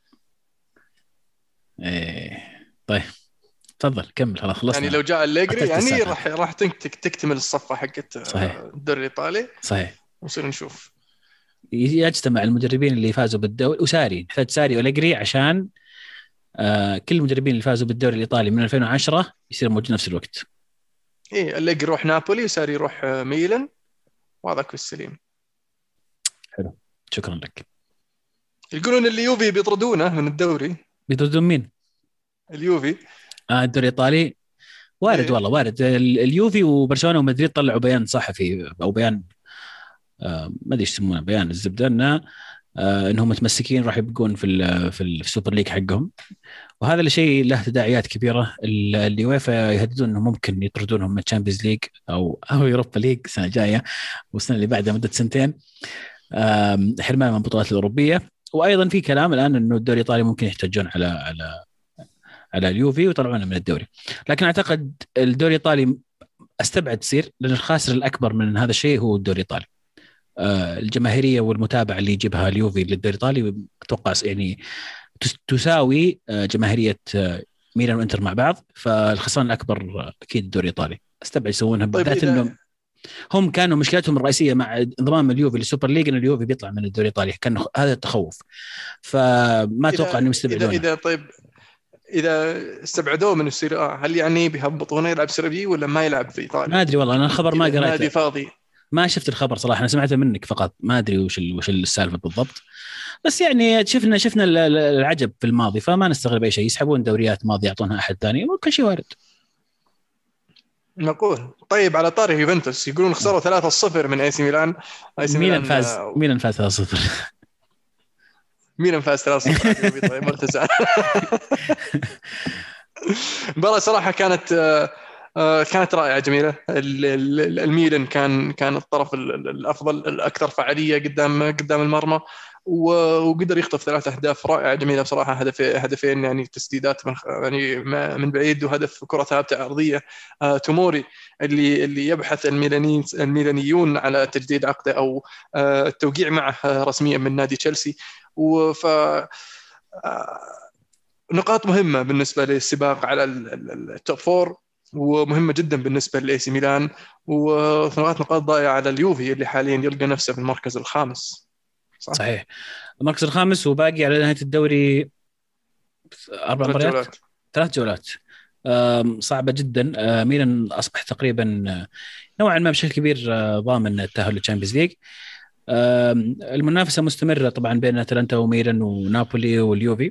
Speaker 2: إيه طيب تفضل كمل خلاص خلصنا.
Speaker 1: يعني لو جاء أليجري يعني راح راح تكتمل الصفقة حقت الدوري الإيطالي.
Speaker 2: صحيح.
Speaker 1: ونصير نشوف
Speaker 2: يجتمع المدربين اللي فازوا بالدوري، وساري نحتاج ساري وأليجري عشان آه كل المدربين اللي فازوا بالدوري الإيطالي من ألفين وعشرة يصير موجود نفس الوقت.
Speaker 1: إيه أليجري يروح نابولي وساري يروح ميلان وهذاك بالسليم.
Speaker 2: حلو شكرا لك.
Speaker 1: يقولون اليوفي بيطردونه من الدوري.
Speaker 2: بيطردون مين؟
Speaker 1: اليوفي.
Speaker 2: آه الدوري الإيطالي وارد. إيه؟ والله وارد. اليوفي وبرشلونة ومدريد طلعوا بيان صحفي أو بيان آه ما أدري إيش يسمونه، بيان الزبدة إنه آه إنهم متمسكين راح يبقون في ال في السوبر ليج حقهم، وهذا الشيء له تداعيات كبيرة. اليويفا يهددون إنه ممكن يطردونهم من الشامبيونز ليج أو أو يوروبا ليج السنة الجاية والسنة اللي بعدها مدة سنتين، حرمان من البطولات الأوروبية. وأيضا في كلام الآن إنه الدوري الإيطالي ممكن يحتجون على على على اليوفي ويطلعونه من الدوري. لكن أعتقد الدوري الإيطالي أستبعد تصير، لأن الخاسر الأكبر من هذا الشيء هو الدوري الإيطالي. الجماهيرية والمتابعة اللي يجيبها اليوفي للدوري الإيطالي أتوقع يعني تساوي جماهيرية ميلان وإنتر مع بعض، فالخسران الأكبر أكيد الدوري الإيطالي. أستبعد يسوونها بالذات. طيب إنهم هم كانوا مشكلتهم الرئيسية مع انضمام اليوفي للسوبر ليج إن اليوفي بيطلع من الدوري الإيطالي، كان هذا التخوف، فما أتوقع أنهم يستبعدونه.
Speaker 1: إذا, إذا طيب إذا استبعدوه من السيري آ هل يعني بيهبطونه يلعب سيري بي ولا ما يلعب في إيطاليا؟
Speaker 2: ما أدري والله، أنا الخبر ما قرأته،
Speaker 1: نادي فاضي،
Speaker 2: ما شفت الخبر صراحة، أنا سمعته منك فقط، ما أدري وش وش السالفة بالضبط. بس يعني شفنا شفنا العجب في الماضي، فما نستغرب أي شيء. يسحبون دوريات ماضية يعطونها أحد ثاني، وكل شيء وارد.
Speaker 1: نقول طيب على طاري يوفنتوس يقولون خسروا ثلاثة صفر من اي سي ميلان.
Speaker 2: ميلان فاز ميلان فاز ثلاثة صفر
Speaker 1: ميلان فاز ثلاثة صفر طيب مرتزع. مباراة صراحة كانت كانت رائعة جميلة. الميلان كان كان الطرف الأفضل الأكثر فعالية قدام قدام المرمى، وقدر يخطف ثلاث أهداف رائعة جميلة بصراحة. هدف هدفين يعني تسديدات من يعني من بعيد، وهدف كرة ثابتة أرضية. توموري اللي اللي يبحث الميلانيين الميلانيون على تجديد عقده أو التوقيع معه رسميا من نادي تشيلسي. وف نقاط مهمة بالنسبة للسباق على التوب فور، ومهمة جدا بالنسبة لإي سي ميلان، وثلاث نقاط ضائعة على اليوفي اللي حاليا يلقى نفسه في المركز الخامس.
Speaker 2: صح؟ صحيح المركز الخامس، وباقي على نهاية الدوري أربع مباريات ثلاث جولات صعبة جدا. ميلان أصبح تقريبا نوعا ما بشكل كبير ضامن التأهل للشامبيونز ليج. المنافسة مستمرة طبعا بين أتلانتا وميلان ونابولي واليوفي.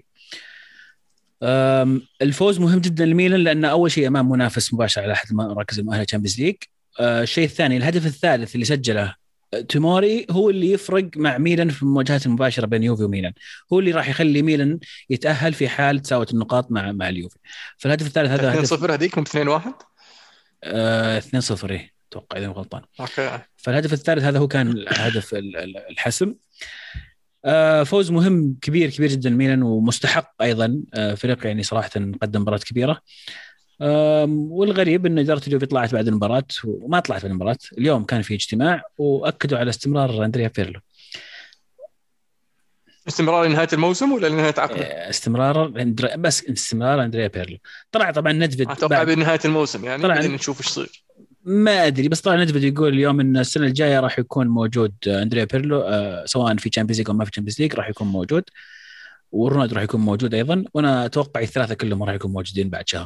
Speaker 2: الفوز مهم جدا لميلان، لأن أول شيء أمام منافس مباشر على أحد مراكز المؤهلة للشامبيونز ليج. الشيء الثاني الهدف الثالث اللي سجله توموري هو اللي يفرق مع ميلان في المواجهات المباشرة بين يوفي وميلان، هو اللي راح يخلي ميلان يتأهل في حال تساوت النقاط مع مع اليوفي. فالهدف الثالث هذا
Speaker 1: اثنين صفر هذيك من اثنين واحد
Speaker 2: اثنين صفر إيه أتوقع إذا غلطان. فالهدف الثالث هذا هو كان هدف الحسم. فوز مهم كبير كبير جدا ميلان، ومستحق أيضا. فريق يعني صراحة قدم مباراة كبيرة. والغريب أن إدارة اليوفي طلعت بعد المباراة وما طلعت بعد المباراة. اليوم كان في اجتماع وأكدوا على استمرار أندريا بيرلو.
Speaker 1: استمرار لنهايه الموسم ولا لنهايه عقده؟
Speaker 2: استمرار أندري... بس استمرار أندريا بيرلو. طلع طبعا ندفد
Speaker 1: اتوقع
Speaker 2: بعد
Speaker 1: بنهايه الموسم يعني
Speaker 2: طبعاً.
Speaker 1: بعدين نشوف ايش يصير.
Speaker 2: ما ادري، بس طلع ندفد يقول اليوم ان السنه الجايه راح يكون موجود أندريا بيرلو، آه سواء في تشامبيونز ليج او ما في تشامبيونز ليج راح يكون موجود، ورونالدو راح يكون موجود ايضا، وانا اتوقع الثلاثه كلهم راح يكونوا موجودين بعد شهر.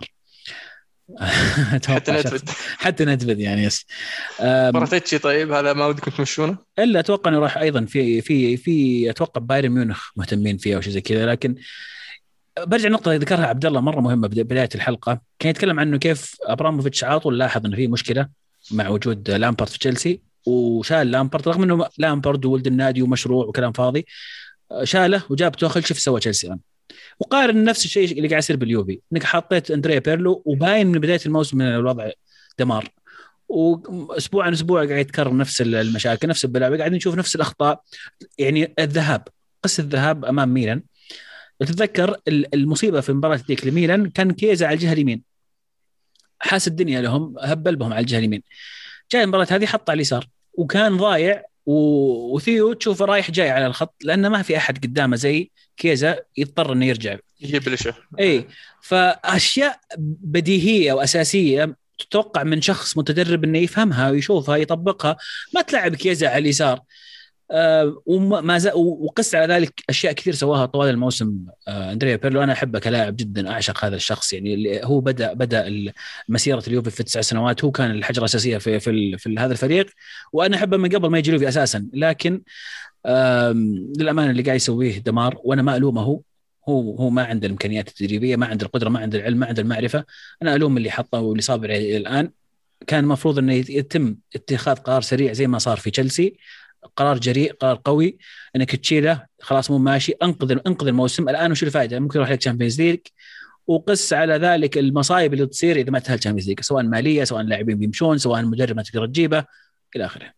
Speaker 1: حتى ندفد
Speaker 2: حتى ندفد يعني يس. أم...
Speaker 1: فرتتشي طيب هذا ما ودكم تمشونه؟
Speaker 2: الا اتوقع انه راح ايضا في في في اتوقع بايرن ميونخ مهتمين فيه او شيء زي كذا. لكن برجع نقطه اللي ذكرها عبد الله مره مهمه بدايه الحلقه، كان يتكلم عنه كيف ابراموفيتش على طول لاحظ انه في مشكله مع وجود لامبارد في تشيلسي، وشال لامبارد رغم انه لامبارد وولد النادي ومشروع وكلام فاضي، شاله وجاب توخل. شوف سوى تشيلسي الان، وقارن نفس الشيء اللي قاعد يصير باليوفي، انك حطيت اندريا بيرلو وباين من بدايه الموسم من الوضع دمار، واسبوع عن اسبوع قاعد يتكرر نفس المشاكل نفس البلاوي، قاعد نشوف نفس الاخطاء. يعني الذهاب قصه الذهاب امام ميلان، وتتذكر المصيبه في مباراه ديك لميلان كان كيزا على الجهه اليمين، حاس الدنيا لهم هبل بهم على الجهه اليمين، جاي المباراه هذه حط على اليسار وكان ضايع، وثيو تشوفه رايح جاي على الخط لانه ما في احد قدامه زي كيزا، يضطر انه يرجع
Speaker 1: يجيب لشه.
Speaker 2: اي فاشياء بديهيه واساسيه تتوقع من شخص متدرب انه يفهمها ويشوفها يطبقها، ما تلعب كيزا على اليسار. آه وما زال وقس على ذلك اشياء كثير سواها طوال الموسم. آه اندريا بيرلو انا احبه كلاعب جدا، اعشق هذا الشخص، يعني اللي هو بدا بدا مسيره اليوفي في تسع سنوات، هو كان الحجره الاساسيه في في, في هذا الفريق، وانا احبه من قبل ما يجي اليوفي اساسا. لكن للامانه اللي قاعد يسويه دمار، وانا ما الومه، هو هو هو ما عنده الامكانيات التدريبيه، ما عنده القدره، ما عنده العلم، ما عنده المعرفه. انا الوم اللي حطه واللي صابر عليه الان. كان المفروض انه يتم اتخاذ قرار سريع زي ما صار في تشيلسي، قرار جريء، قرار قوي، انك تشيله خلاص مو ماشي، انقذ انقذ الموسم الان، وش الفائده؟ ممكن يروح لك تشامبيونز ليج، وقس على ذلك المصايب اللي تصير اذا ما تاهل تشامبيونز ليج، سواء ماليه، سواء لاعبين بيمشون، سواء مدرب ما تقدر تجيبه الى اخره.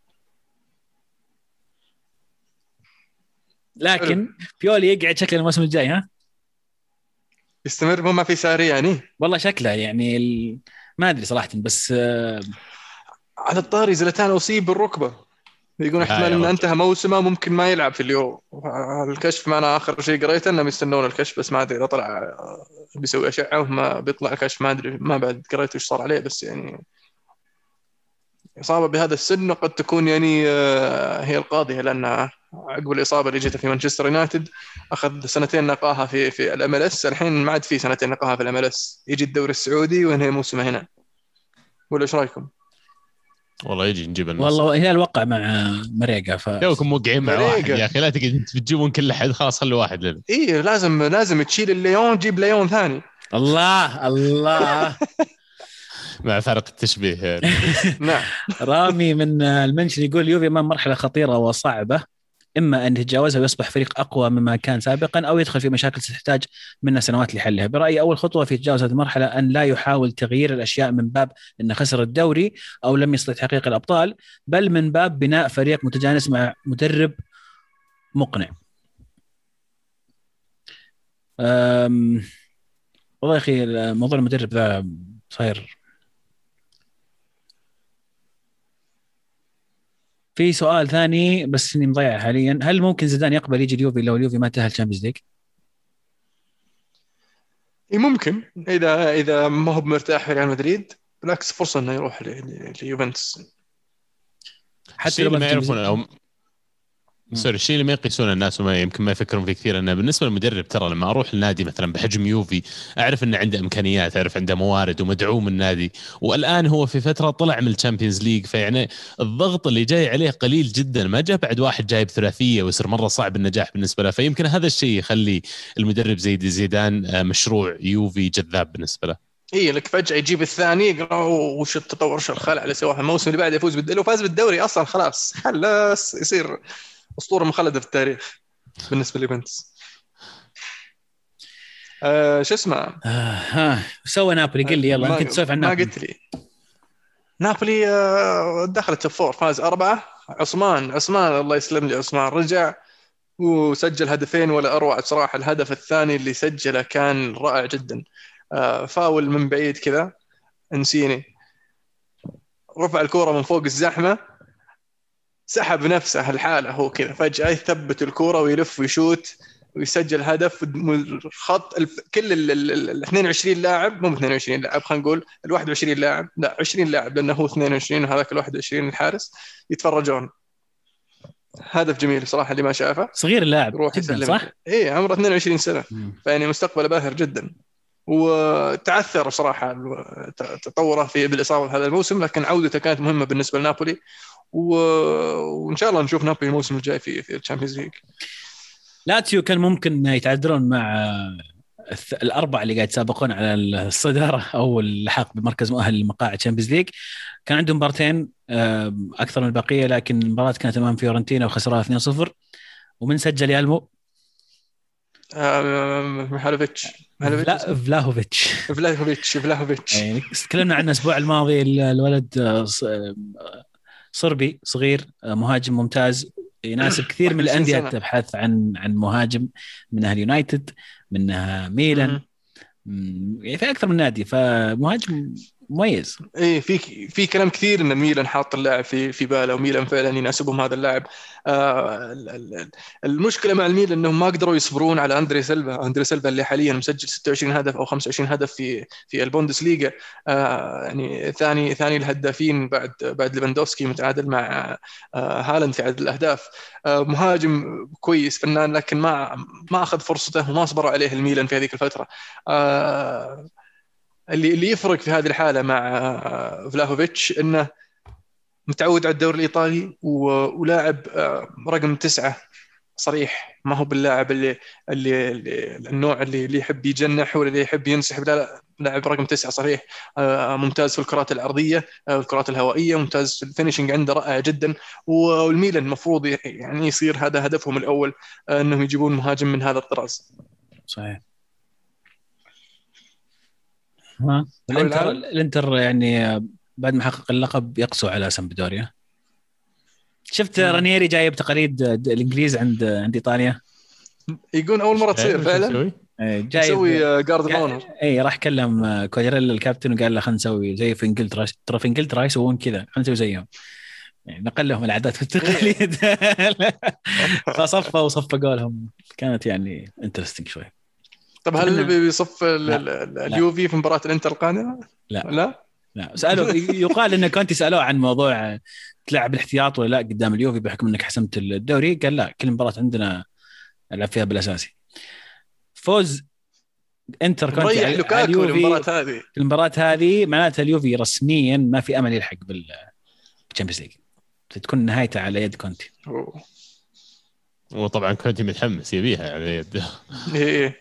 Speaker 2: لكن بيولي يقعد شكل الموسم الجاي، ها
Speaker 1: يستمر مو ما في ساري يعني.
Speaker 2: والله شكله يعني ال... ما ادري صراحه، بس آه...
Speaker 1: على الطاري زلتان اصيب بالركبه، يقول احتمال انه انتهى موسمه ممكن ما يلعب في اليورو. الكشف معنا اخر شيء قريته انهم يستنون الكشف، بس ما ادري اذا طلع بيسوي اشعه وما بيطلع الكشف، ما ادري ما بعد قريت ايش صار عليه. بس يعني اصابه بهذا السن قد تكون يعني هي القاضيه، لان عقب الاصابه اللي جته في مانشستر يونايتد اخذ سنتين نقاها في في الام ال اس، الحين ما عاد في سنتين نقاها في الام ال اس، يجي الدوري السعودي وينهي موسمه هنا. ولا ايش رايكم؟
Speaker 3: والله يجي نجيب النصر.
Speaker 2: والله هي الوقع مع مريقا ف
Speaker 3: توكم موقعين مع واحد يا اخي، لا تقعد تجيبون كل احد، خلاص خلوا واحد لنا.
Speaker 1: ايه لازم لازم تشيل الليون جيب ليون ثاني.
Speaker 2: الله الله
Speaker 3: مع فرق التشبيه يعني.
Speaker 1: نعم.
Speaker 2: رامي من المنشن يقول اليوفي امام مرحله خطيره وصعبه، اما ان يتجاوزها ويصبح فريق اقوى مما كان سابقا، او يدخل في مشاكل ستحتاج منها سنوات لحلها. برايي اول خطوه في تجاوز هذه المرحله ان لا يحاول تغيير الاشياء من باب انه خسر الدوري او لم يستطع تحقيق الابطال، بل من باب بناء فريق متجانس مع مدرب مقنع. أم... والله يا اخي موضوع المدرب ذا صاير. في سؤال ثاني بس اني مضيع حاليا، هل ممكن زيدان يقبل يجي اليوفي لو اليوفي ما تأهل تشامبيونز ليج؟
Speaker 1: ممكن، اذا اذا ما هو مرتاح في ريال مدريد بالعكس فرصه انه يروح ليوفنتوس.
Speaker 2: حتى لو
Speaker 3: ما يعرفون او سوري الشيء اللي ما يقيسون الناس وما يمكن ما يفكرون فيه كثير، انه بالنسبه للمدرب ترى لما اروح النادي مثلا بحجم يوفي اعرف انه عنده امكانيات، اعرف عنده موارد ومدعوم النادي، والان هو في فتره طلع من الشامبيونز ليج، فيعني الضغط اللي جاي عليه قليل جدا، ما جاء بعد واحد جايب ثلاثيه ويصير مره صعب النجاح بالنسبه له. فيمكن هذا الشيء يخلي المدرب زي زيدان مشروع يوفي جذاب بالنسبه له.
Speaker 1: اي لك فجاه يجيب الثاني يقرأوا وش التطور وش الخلع اللي سواه الموسم اللي بعده، يفوز بالدوري، فاز بالدوري اصلا خلاص خلاص يصير اسطوره مخلده في التاريخ بالنسبه ليوفنتوس. آه شو اسمه
Speaker 2: آه ها سوى نابولي، قل لي يلا يمكن تسولف عن نابولي.
Speaker 1: ما قلت لي نابولي آه دخلت الفور، فاز أربعة. عثمان عثمان الله يسلم لي، عثمان رجع وسجل هدفين ولا أروع صراحة. الهدف الثاني اللي سجله كان رائع جدا، آه فاول من بعيد كذا انسيني، رفع الكرة من فوق الزحمة سحب نفسه الحالة هو كذا فجأة يثبت الكرة ويلف ويشوت ويسجل هدف. خط الف... كل ال ال- ال- ال اثنين وعشرين لاعب، مو اثنين وعشرين لاعب، خلينا نقول ال واحد وعشرين لاعب، لا عشرين لاعب لانه هو اثنين وعشرين وهذاك ال واحد وعشرين الحارس، يتفرجون. هدف جميل صراحة اللي ما شافه.
Speaker 2: صغير اللاعب
Speaker 1: يروح
Speaker 2: جدا
Speaker 1: يسلم،
Speaker 2: صح؟
Speaker 1: ايه عمره اثنين وعشرين سنة،
Speaker 2: مم.
Speaker 1: فيعني مستقبله باهر جدا. وتعثر صراحة تطوره في بالإصابة هذا الموسم، لكن عودته كانت مهمة بالنسبة لنابولي، و... وإن شاء الله نشوف نابولي الموسم الجاي في في الشامبيونز ليج.
Speaker 2: لاتسيو كان ممكن يتعذرون مع الث- الأربعة اللي قاعد يتسابقون على الصدارة أو اللحاق بمركز مؤهل لمقاعد تشامبيونز ليج. كان عندهم مبارتين آم، أكثر من البقية، لكن المباراة كانت أمام فيورنتينا وخسروها اثنين صفر. ومن سجل يالمو؟
Speaker 1: مهالوفيتش
Speaker 2: فلا... فلاهوفيتش
Speaker 1: فلاهوفيتش فلاهوفيتش
Speaker 2: يعني تكلمنا عنه الأسبوع الماضي. ال- الولد آه، ص- آه، صربي صغير، آه، مهاجم ممتاز، يناسب كثير من
Speaker 1: واحد وعشرين
Speaker 2: الأندية
Speaker 1: سنة.
Speaker 2: تبحث عن عن مهاجم، منها اليونايتد، منها ميلان،
Speaker 1: مم.
Speaker 2: مم، يعني في أكثر من نادي، فمهاجم مميز.
Speaker 1: ايه في في كلام كثير ان ميلان حاط اللاعب في في باله، وميلان فعلا يناسبهم هذا اللاعب. آه ال- ال- المشكله مع الميلان انهم ما قدروا يصبرون على اندري سيلفا. اندري سيلفا اللي حاليا مسجل ستة وعشرين هدف او خمسة وعشرين هدف في في البوندسليغا، آه يعني ثاني ثاني الهدافين بعد بعد ليفاندوفسكي، متعادل مع آه هالاند في عدد الاهداف. آه مهاجم كويس فنان، لكن ما ما اخذ فرصته وما صبروا عليه الميلان في هذيك الفتره. آه اللي اللي يفرق في هذه الحالة مع آه، فلاهوفيتش إنه متعود على الدوري الإيطالي، و- ولاعب آه، رقم تسعة صريح، ما هو باللاعب اللي اللي, اللي النوع اللي اللي يحب يجنح ولا اللي يحب ينسحب، لا لا، لاعب رقم تسعة صريح. آه، ممتاز في الكرات العرضية، آه، الكرات الهوائية، ممتاز في الفينيشنج، عنده رائع جدا. والميلان المفروض يعني يصير هذا هدفهم الأول، آه، إنهم يجيبون مهاجم من هذا الطراز.
Speaker 2: صحيح. ها
Speaker 1: حول
Speaker 2: الانتر
Speaker 1: العالم.
Speaker 2: الانتر يعني بعد ما حقق اللقب يقسو على سامبدوريا. شفت
Speaker 1: مم.
Speaker 2: رانييري جايب تقاليد الانجليز عند عند ايطاليا.
Speaker 1: يقول أول مرة تصير
Speaker 3: وش
Speaker 1: فعلا.
Speaker 3: يسوي؟
Speaker 2: إيه، جايب
Speaker 1: يسوي جارد
Speaker 2: جا...
Speaker 1: اونر.
Speaker 2: اي راح كلم كوادريلا الكابتن وقال له خلينا نسوي زي في انجلترا، ترى في انجلترا يسوون كذا، خلينا نسوي زيهم، يعني نقل لهم العادات والتقاليد. فصفوا وصفقوا لهم، كانت يعني انترستنج شوي.
Speaker 1: طب هل بيصف ال-
Speaker 2: لا.
Speaker 1: ال- ال-
Speaker 2: لا.
Speaker 1: اليوفي في مباراة الانتر القادمة؟
Speaker 2: لا
Speaker 1: لا.
Speaker 2: لا سالوا، يقال ان كنت سالوه عن موضوع تلعب الاحتياط ولا لا قدام اليوفي بحكم انك حسمت الدوري، قال لا، كل مباراه عندنا العب فيها بالاساسي. فوز انتر كونتي
Speaker 1: مريح
Speaker 2: على
Speaker 1: لوكاكو
Speaker 2: اليوفي
Speaker 1: المباراة هذه.
Speaker 2: المباراه هذه معناتها اليوفي رسميا ما في امل يلحق بالتشامبيونز ليج، تكون نهايته على يد كونتي.
Speaker 1: أوه.
Speaker 3: وطبعا كنت متحمس يبيها على يد.
Speaker 1: إيه.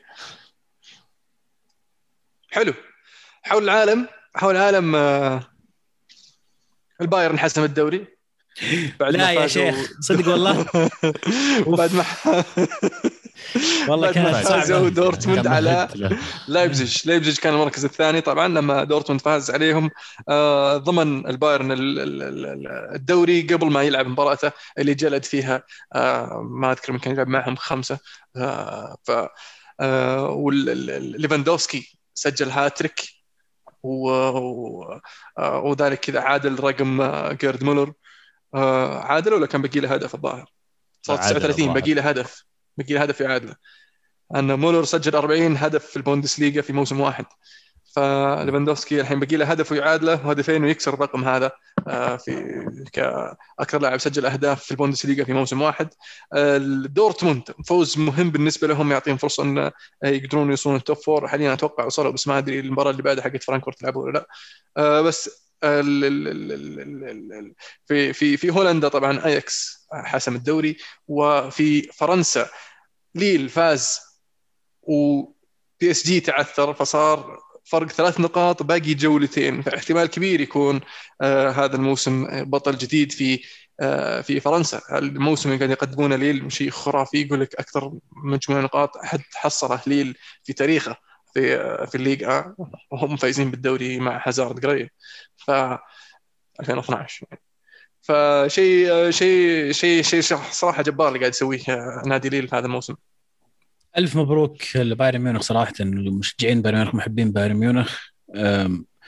Speaker 1: حلو. حول العالم حول العالم آه، البايرن حسم الدوري بعد
Speaker 2: لا
Speaker 1: ما
Speaker 2: يا
Speaker 1: فازوا.
Speaker 2: شيخ صدق والله.
Speaker 1: بعد ما
Speaker 2: والله
Speaker 1: بعد ما
Speaker 2: كانت
Speaker 1: فازوا
Speaker 2: صعبه.
Speaker 1: دورتموند
Speaker 3: كان
Speaker 1: على
Speaker 3: مهد له.
Speaker 1: لايبزيج. لايبزيج كان المركز الثاني طبعا لما دورتموند فاز عليهم. آه، ضمن البايرن ال- ال- ال- الدوري قبل ما يلعب مباراته اللي جلد فيها، آه، ما اذكر من كان يلعب معهم خمسه. آه، ف آه، وليفاندوفسكي سجل هاتريك، و- و- آه، وذلك كذا عادل رقم آه، جيرد مولر. آه، عادل ولا كان بقي له هدف الظاهر؟ صار
Speaker 3: عادل
Speaker 1: تسعة وثلاثين،
Speaker 3: الظاهر.
Speaker 1: بقي له هدف بقي له هدف يعادله. أن مولر سجل أربعين هدف في البوندسليغا في موسم واحد، فليفاندوفسكي الحين بقي له هدف ويعادله وهدفين ويكسر الرقم هذا، آه، في كأكثر لاعب سجل أهداف في البوندسليغا في موسم واحد. آه، دورتموند فوز مهم بالنسبة لهم، يعطيهم فرصة أن يقدرون يوصلون التوب فور. حاليا أتوقع وصلوا، بس ما أدري المباراة اللي بعدها حقت فرانكفورت لعبوا ولا لا. آه، بس ال- ال- ال- ال- ال- ال- في في في هولندا طبعا اياكس حسم الدوري، وفي فرنسا ليل فاز وبي اس جي تعثر، فصار فرق ثلاث نقاط باقي جولتين، فاحتمال كبير يكون آه هذا الموسم بطل جديد في آه في فرنسا. الموسم اللي قاعد يقدمونه ليل شيء خرافي، يقول لك اكثر مجموعه نقاط احد حصله ليل في تاريخه في آه في الليغا، وهم فايزين بالدوري مع هازارد قريب ف ألفين واثناشر يعني. فشيء شيء شيء شيء صراحه جبار اللي قاعد يسويه نادي ليل في هذا الموسم.
Speaker 2: ألف مبروك لبايرن ميونخ صراحة، المشجعين بايرن ميونخ محبين بايرن ميونخ.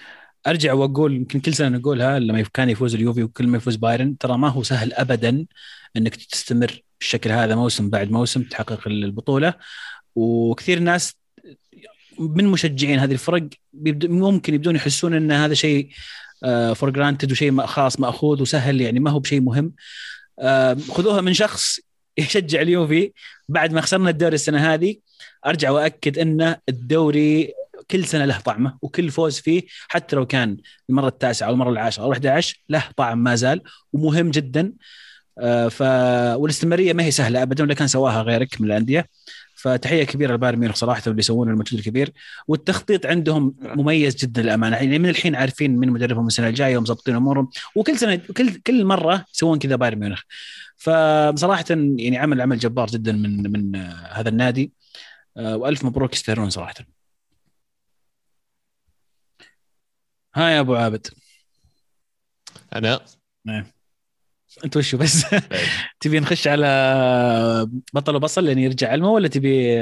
Speaker 2: ارجع واقول يمكن كل سنه نقولها لما كان يفوز اليوفي وكل ما يفوز بايرن، ترى ما هو سهل ابدا انك تستمر بالشكل هذا موسم بعد موسم تحقق البطوله. وكثير ناس من مشجعين هذه الفرق ممكن يبدون يحسون ان هذا شيء فور جرانتد وشيء خلاص ماخوذ وسهل، يعني ما هو بشيء مهم. خذوها من شخص يشجع اليوفي بعد ما خسرنا الدوري السنه هذه، ارجع واكد ان الدوري كل سنه له طعمه، وكل فوز فيه حتى لو كان المره التاسعه او المره العاشره او أحد عشر له طعم ما زال ومهم جدا. ف والاستمراريه ما هي سهله ابدا، ولا كان سواها غيرك من الانديه. فتحيه كبيره لبايرن ميونخ صراحه اللي يسوون المجهود الكبير، والتخطيط عندهم مميز جدا للامانه. يعني من الحين عارفين من مدربهم السنه الجايه ومظبطين امورهم، وكل سنه كل كل مره يسوون كذا بايرن ميونخ. فبصراحه يعني عمل عمل جبار جدا من من هذا النادي، والف مبروك يستاهلون صراحه. ها يا ابو عابد.
Speaker 3: انا
Speaker 2: نعم. انت وشو بس تبي نخش على بطل وبصل لين يرجع علمه، ولا تبي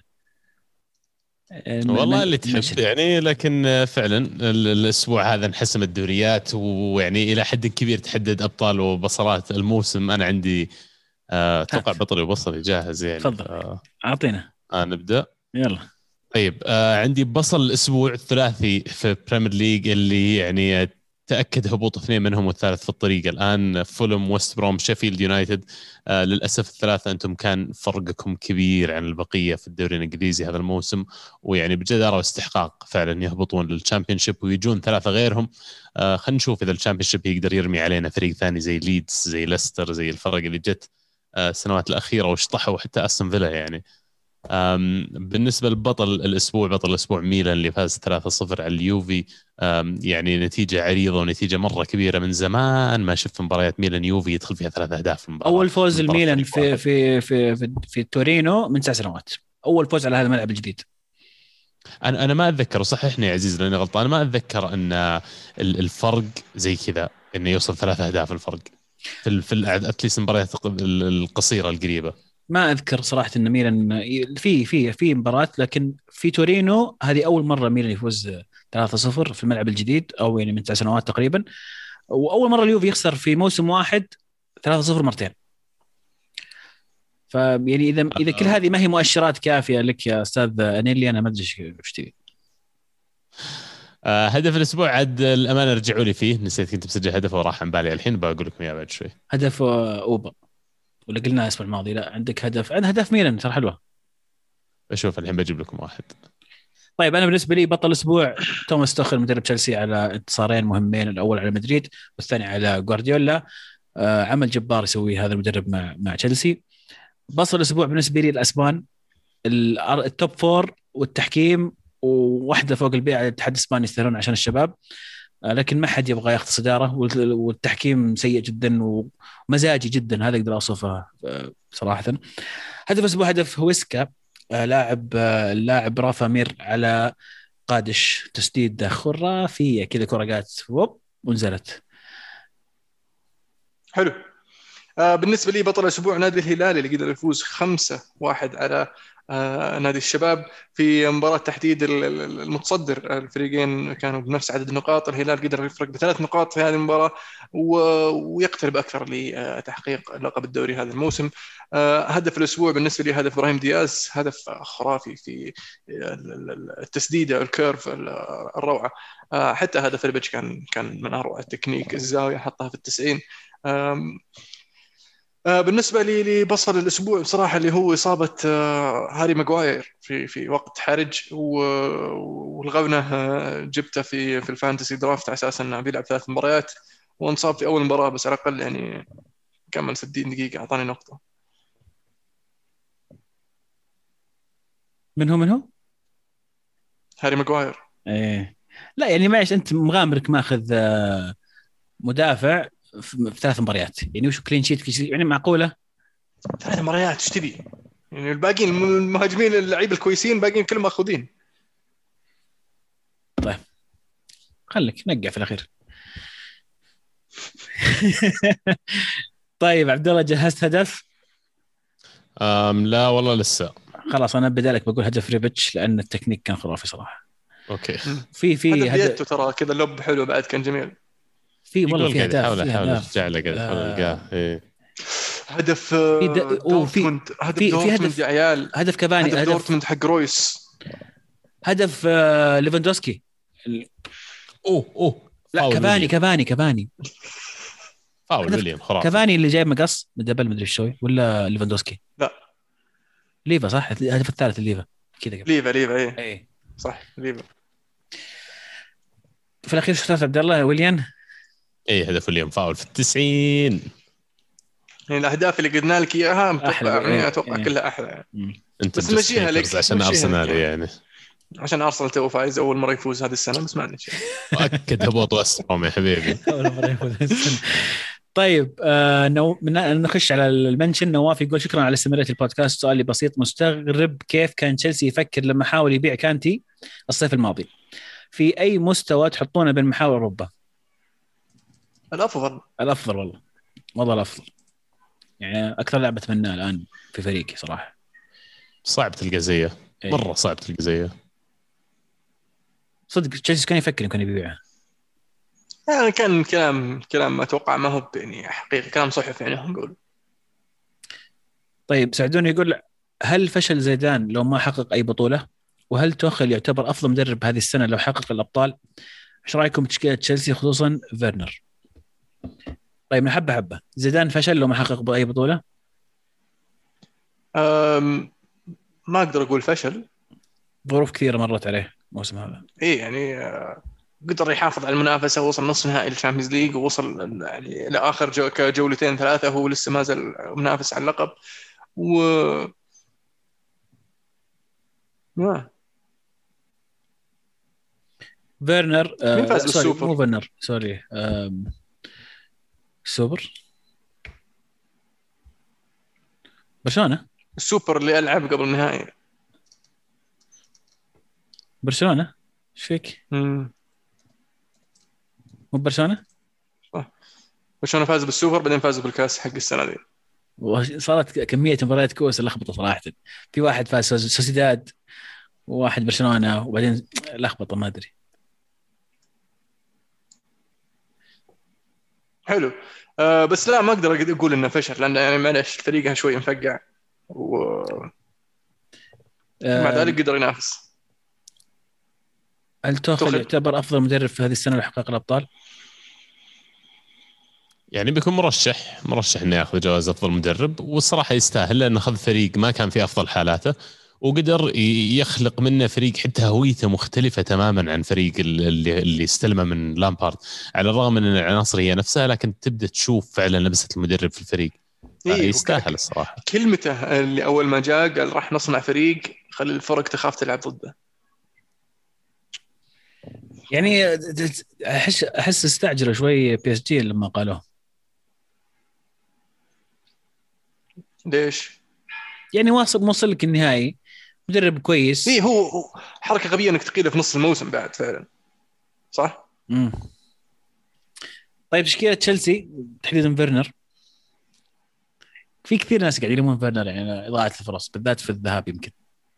Speaker 3: والله اللي تحب يعني؟ لكن فعلا الاسبوع هذا انحسم الدوريات، ويعني الى حد كبير تحدد ابطال وبصلات الموسم. انا عندي اتوقع بطل وبصل جاهز يعني.
Speaker 2: تفضل اعطينا.
Speaker 3: آه نبدا
Speaker 2: يلا.
Speaker 3: طيب آه عندي بصل الاسبوع الثلاثي في بريمير ليج اللي يعني تأكد هبوط اثنين منهم والثالث في الطريق الآن، فولم، ويست بروم، شيفيلد يونايتد. آه للأسف الثلاثة أنتم كان فرقكم كبير عن البقية في الدوري الإنجليزي هذا الموسم، ويعني بجدارة واستحقاق فعلا يهبطون للشامبيونشيب ويجون ثلاثة غيرهم. آه خلينا نشوف إذا الشامبيونشيب يقدر يرمي علينا فريق ثاني زي ليدز، زي ليستر، زي الفرق اللي جت آه السنوات الأخيرة واشطحوا حتى أستون فيلا يعني. بالنسبة للبطل الأسبوع، بطل الأسبوع ميلان اللي فاز ثلاثة صفر على اليوفي. يعني نتيجة عريضة ونتيجة مرة كبيرة، من زمان ما شفت مباريات ميلان يوفي يدخل فيها ثلاثة أهداف في المباراة.
Speaker 2: أول فوز الميلان في في في في, في تورينو من تسع سنوات، أول فوز على هذا الملعب الجديد.
Speaker 3: أنا أنا ما أتذكر، وصححني يا عزيز لأني غلطان، ما أتذكر أن الفرق زي كذا إنه يوصل ثلاثة أهداف الفرق في في الأتليس المباريات القصيرة القريبة.
Speaker 2: ما اذكر صراحه ان ميلان في في في مباراه، لكن في تورينو هذه اول مره ميلان يفوز ثلاثة صفر في الملعب الجديد، او يعني من تسع سنوات تقريبا. واول مره اليوفي يخسر في موسم واحد ثلاثة صفر مرتين. فيعني اذا اذا كل هذه ما هي مؤشرات كافيه لك يا استاذ انيلي، انا ما ادري ايش تبي.
Speaker 3: آه هدف الاسبوع عاد الامانه رجعوا لي فيه، نسيت كنت بسجل هدف وراح عن بالي الحين، بقول لكم اياه بعد شوي.
Speaker 2: هدف اوبا ولا قلنا الاسبوع الماضي؟ لا عندك هدف، عند هدف ميلان ترى حلوه.
Speaker 3: اشوف الحين بجيب لكم واحد.
Speaker 2: طيب انا بالنسبه لي بطل الاسبوع توماس توخل مدرب تشيلسي على انتصارين مهمين، الاول على مدريد والثاني على غوارديولا. آه عمل جبار يسويه هذا المدرب مع مع تشيلسي. بطل الاسبوع بالنسبه لي الاسبان، التوب فور والتحكيم، وواحده فوق البيع على الاتحاد الاسباني يستاهلون عشان الشباب. لكن ما حد يبغى ياخذ صداره، والتحكيم سيء جدا ومزاجي جدا، هذا اقدر اوصفه صراحه. هدف الاسبوع هدف هويسكا، لاعب اللاعب رافا مير على قادش، تسديد خرافيه كذا، كره جات ووب ونزلت.
Speaker 1: حلو. آه بالنسبه لي بطل الاسبوع نادي الهلال اللي قدر يفوز خمسة واحد على آه نادي الشباب في مباراة تحديد المتصدر. الفريقين كانوا بنفس عدد النقاط، الهلال قدر يفرق بثلاث نقاط في هذه المباراة ويقترب أكثر لتحقيق لقب الدوري هذا الموسم. آه هدف الأسبوع بالنسبة لي هدف إبراهيم دياز، هدف خرافي في التسديدة الكيرف الروعة. آه حتى هدف البيتش كان كان من أروع التكنيك، الزاوية حطها في التسعين. بالنسبة لي لبصل الأسبوع بصراحة اللي هو إصابة هاري ماغواير في في وقت حرج، والغونة جبته في في الفانتسي درافت على أساس إنه بيلعب ثلاث مباريات وانصاب في أول مباراة، بس على الأقل يعني كمل ستين دقيقة أعطاني نقطة.
Speaker 2: من هو من هو؟
Speaker 1: هاري ماغواير.
Speaker 2: إيه لا يعني معلش أنت مغامرك ماخذ مدافع في ثلاث مباريات، يعني وش كلين شيت يعني معقولة؟
Speaker 1: ثلاث مباريات ايش تبي؟ يعني الباقيين المهاجمين اللعيبه الكويسين باقيين كلهم ماخذين.
Speaker 2: طيب خليك نقع في الاخير. طيب عبد الله جهزت هدف؟
Speaker 3: أم لا والله لسه.
Speaker 2: خلاص انا بدالك بقول هدف ريبتش لان التكنيك كان خرافي صراحه.
Speaker 3: اوكي
Speaker 2: في في
Speaker 1: هدف
Speaker 2: هدف
Speaker 1: ديته ترى كذا لوب حلو بعد كان جميل.
Speaker 2: في والله في
Speaker 3: قاعد
Speaker 2: اهداف
Speaker 3: احاول
Speaker 2: في
Speaker 3: احاول
Speaker 2: اهداف
Speaker 3: ارجع له، قاعد احاول
Speaker 2: آه،
Speaker 3: القاه. ايه
Speaker 1: هدف
Speaker 2: في
Speaker 1: آه،
Speaker 2: د... أوه، في
Speaker 1: دورتموند، هدف
Speaker 2: في في
Speaker 1: دورتموند
Speaker 2: هدف
Speaker 1: يا عيال،
Speaker 2: هدف كافاني،
Speaker 1: هدف
Speaker 2: هدف
Speaker 1: دورتموند حق رويس،
Speaker 2: هدف آه، ليفاندوسكي ال-
Speaker 3: اوه اوه
Speaker 2: لا
Speaker 3: فاول
Speaker 2: كافاني
Speaker 3: ويليام،
Speaker 2: كافاني كافاني
Speaker 3: فاول
Speaker 2: هدف
Speaker 3: ويليام خرافي.
Speaker 2: كافاني اللي جاي مقص من دبل مدري شوي، ولا ليفاندوسكي؟
Speaker 1: لا
Speaker 2: ليفا صح، الهدف الثالث الليفا كذا قبل.
Speaker 1: ليفا ليفا ايه
Speaker 2: اي
Speaker 1: صح ليفا.
Speaker 2: في الاخير شو ثلاث عبد الله ويليان.
Speaker 3: ايه هدف ويليام فاول في التسعين.
Speaker 1: يعني الاهداف اللي قلنا لك اياها
Speaker 2: احلى
Speaker 1: متوقع
Speaker 2: بي-
Speaker 1: يعني
Speaker 2: إيه،
Speaker 1: اتوقع
Speaker 2: إيه.
Speaker 1: كلها احلى يعني.
Speaker 2: مم.
Speaker 3: انت
Speaker 1: بس
Speaker 3: جست
Speaker 1: نمشيها
Speaker 3: هيترز
Speaker 1: لك
Speaker 3: عشان
Speaker 1: نمشيها لك
Speaker 3: ارسنال
Speaker 1: يعني.
Speaker 3: يعني.
Speaker 1: عشان ارسنال تو فايز اول مره يفوز هذه السنه، بس ما عندنا شيء.
Speaker 3: واكد هبوط وست بروم يا حبيبي.
Speaker 2: اول مره يفوز السنه. طيب آه نو... من... نخش على المنشن. نواف يقول شكرا على استمرارية البودكاست، سؤالي بسيط، مستغرب كيف كان تشيلسي يفكر لما حاول يبيع كانتي الصيف الماضي، في أي مستوى تحطونه بين محاور أوروبا؟
Speaker 1: الافضل
Speaker 2: الأفضل والله، والله الأفضل، يعني أكثر لاعب أتمناه الآن في فريقي صراحة.
Speaker 3: صعب تلقى زيه،
Speaker 2: إيه.
Speaker 3: مره صعب تلقى زيه.
Speaker 2: صدق تشيلسي كان يفكر يمكن يبيعه.
Speaker 1: يعني كان كلام كلام ما اتوقع ما هو يعني حقيقي، كلام صحف يعني نقول.
Speaker 2: طيب سعدون يقول هل فشل زيدان لو ما حقق أي بطولة؟ وهل توخل يعتبر أفضل مدرب هذه السنة لو حقق الأبطال؟ ايش رايكم بتشكيله تشيلسي خصوصا فيرنر؟ طيب من حبه حبه، زيدان فشل لو ما حقق باي بطوله؟
Speaker 1: أم ما اقدر اقول فشل،
Speaker 2: ظروف كثيره مرت عليه الموسم هذا.
Speaker 1: ايه يعني آه، قدر يحافظ على المنافسه، ووصل نصف نهائي الشامبيونز ليج، ووصل يعني الى اخر جو كجولتين ثلاثه هو لسه ما زال منافس على اللقب. و ما
Speaker 2: فيرنر
Speaker 1: مين
Speaker 2: آه
Speaker 1: فاز
Speaker 2: لا سوري
Speaker 1: بالسوبر؟
Speaker 2: مو فيرنر سوري آم، سوبر برشلونه.
Speaker 1: السوبر اللي العب قبل النهائي.
Speaker 2: برشلونه ايش فيك؟
Speaker 1: امم
Speaker 2: مو برشلونه.
Speaker 1: برشلونه فاز بالسوبر بعدين فازوا بالكاس حق السنه دي.
Speaker 2: وصارت كميه مباريات كوس لخبطه صراحه، في واحد فاز سوسيداد وواحد برشلونه وبعدين لخبطه ما ادري.
Speaker 1: حلو. آه بس لا ما اقدر اقول انه فشل، لان يعني معلش فريقها شوي مفقع، ومع
Speaker 2: آم،
Speaker 1: ذلك قدر ينافس.
Speaker 2: هل توخل
Speaker 1: توخل
Speaker 2: يعتبر افضل مدرب في هذه السنه لحقق الابطال؟
Speaker 3: يعني بيكون مرشح مرشح انه ياخذ جوائز افضل مدرب، والصراحه يستاهل لانه اخذ فريق ما كان في افضل حالاته، وقدر يخلق منه فريق حتى هويته مختلفه تماما عن فريق اللي اللي استلمه من لامبارد، على الرغم من ان العناصر هي نفسها، لكن تبدا تشوف فعلا لبسه المدرب في الفريق.
Speaker 1: إيه
Speaker 3: يستاهل الصراحه.
Speaker 1: كلمته اللي اول ما جاء قال راح نصنع فريق خلي الفرق تخاف تلعب ضده.
Speaker 2: يعني احس احس استعجلوا شوي بي اس جي لما قالوه.
Speaker 1: ليش؟
Speaker 2: يعني واصل موصل لك النهائي، مدرب كويس.
Speaker 1: ايه هو هو حركه غبيه انك تقيله في نص الموسم بعد فعلا، صح.
Speaker 2: امم طيب تشكيله تشيلسي تحديدا فيرنر، في كثير ناس قاعد يلومون فيرنر يعني اضاعه الفرص بالذات في الذهاب يمكن.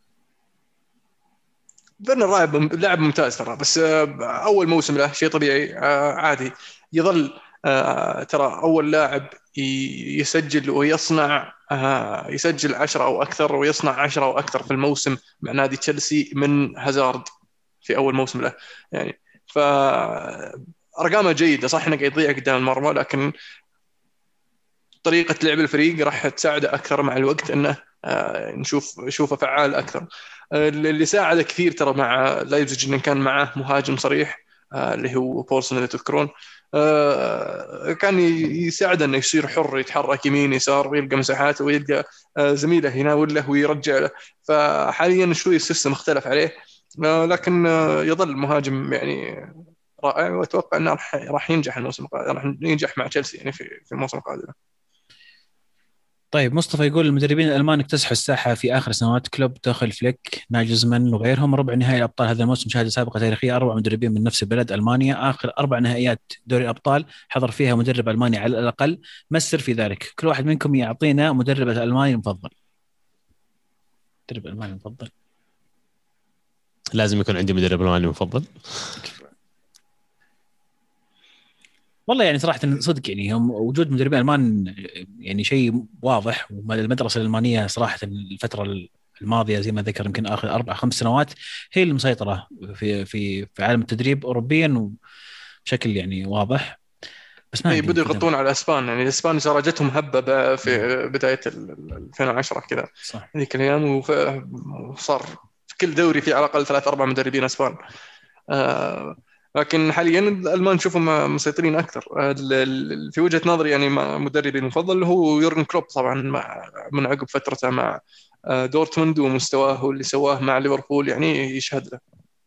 Speaker 1: فيرنر لاعب لاعب ممتاز ترى، بس آه، اول موسم له شيء طبيعي آه، عادي. يظل آه، ترى اول لاعب ي- يسجل ويصنع آه، يسجل عشرة او اكثر ويصنع عشرة او اكثر في الموسم مع نادي تشيلسي من هازارد في اول موسم له يعني. ف ارقامه جيده صح، انه قاعد يضيع قدام المرمى، لكن طريقه لعب الفريق راح تساعده اكثر مع الوقت انه آه، نشوف نشوفه فعال اكثر. آه، اللي ساعده كثير ترى مع لايبزيج انه كان معه مهاجم صريح آه، اللي هو بولسون اللي تذكرون، آه، كان يساعده انه يصير حر يتحرك يمين يسار ويلقى مساحات ويلقى آه، زميله يناول له ويرجع له. فحاليا شوي السيستم اختلف عليه، آه، لكن آه، يظل مهاجم يعني رائع، واتوقع انه راح راح ينجح الموسم القادم، راح ينجح مع تشيلسي يعني في في الموسم القادم.
Speaker 2: طيب مصطفى يقول المدربين الالمان اكتسحوا الساحه في اخر سنوات، كلوب، توخل، فليك، ناجزمان وغيرهم. ربع نهائي الابطال هذا الموسم مشاهده سابقه تاريخيه، اربع مدربين من نفس البلد المانيا، اخر اربع نهائيات دوري الابطال حضر فيها مدرب الماني على الاقل. ما السر في ذلك؟ كل واحد منكم يعطينا مدرب الالماني المفضل. مدرب الماني المفضل
Speaker 3: لازم يكون عندي مدرب الماني مفضل.
Speaker 2: والله يعني صراحه صدق يعني هم وجود مدربين المان يعني شيء واضح. والمدرسه الالمانيه صراحه الفتره الماضيه زي ما ذكر يمكن اخر اربع خمس سنوات هي المسيطره في في في عالم التدريب اوروبيا بشكل يعني واضح. بس ما
Speaker 1: اي
Speaker 2: ادري
Speaker 1: بدوا
Speaker 2: كذا.
Speaker 1: يغطون على الاسبان، يعني الاسبان صار جتهم هبه ب- في بدايه ال- ال- ألفين وعشرة كذا
Speaker 2: صح.
Speaker 1: هذيك الايام، وف- وصار في كل دوري في على الاقل ثلاث اربع مدربين اسبان. آه، لكن حاليا الالمان نشوفهم مسيطرين اكثر. آه، ال- ال- في وجهه نظري يعني ما- مدربي المفضل هو يورجن كلوب طبعا، مع من عقب فترته مع آه، دورتموند ومستواه اللي سواه مع ليفربول يعني يشهد له.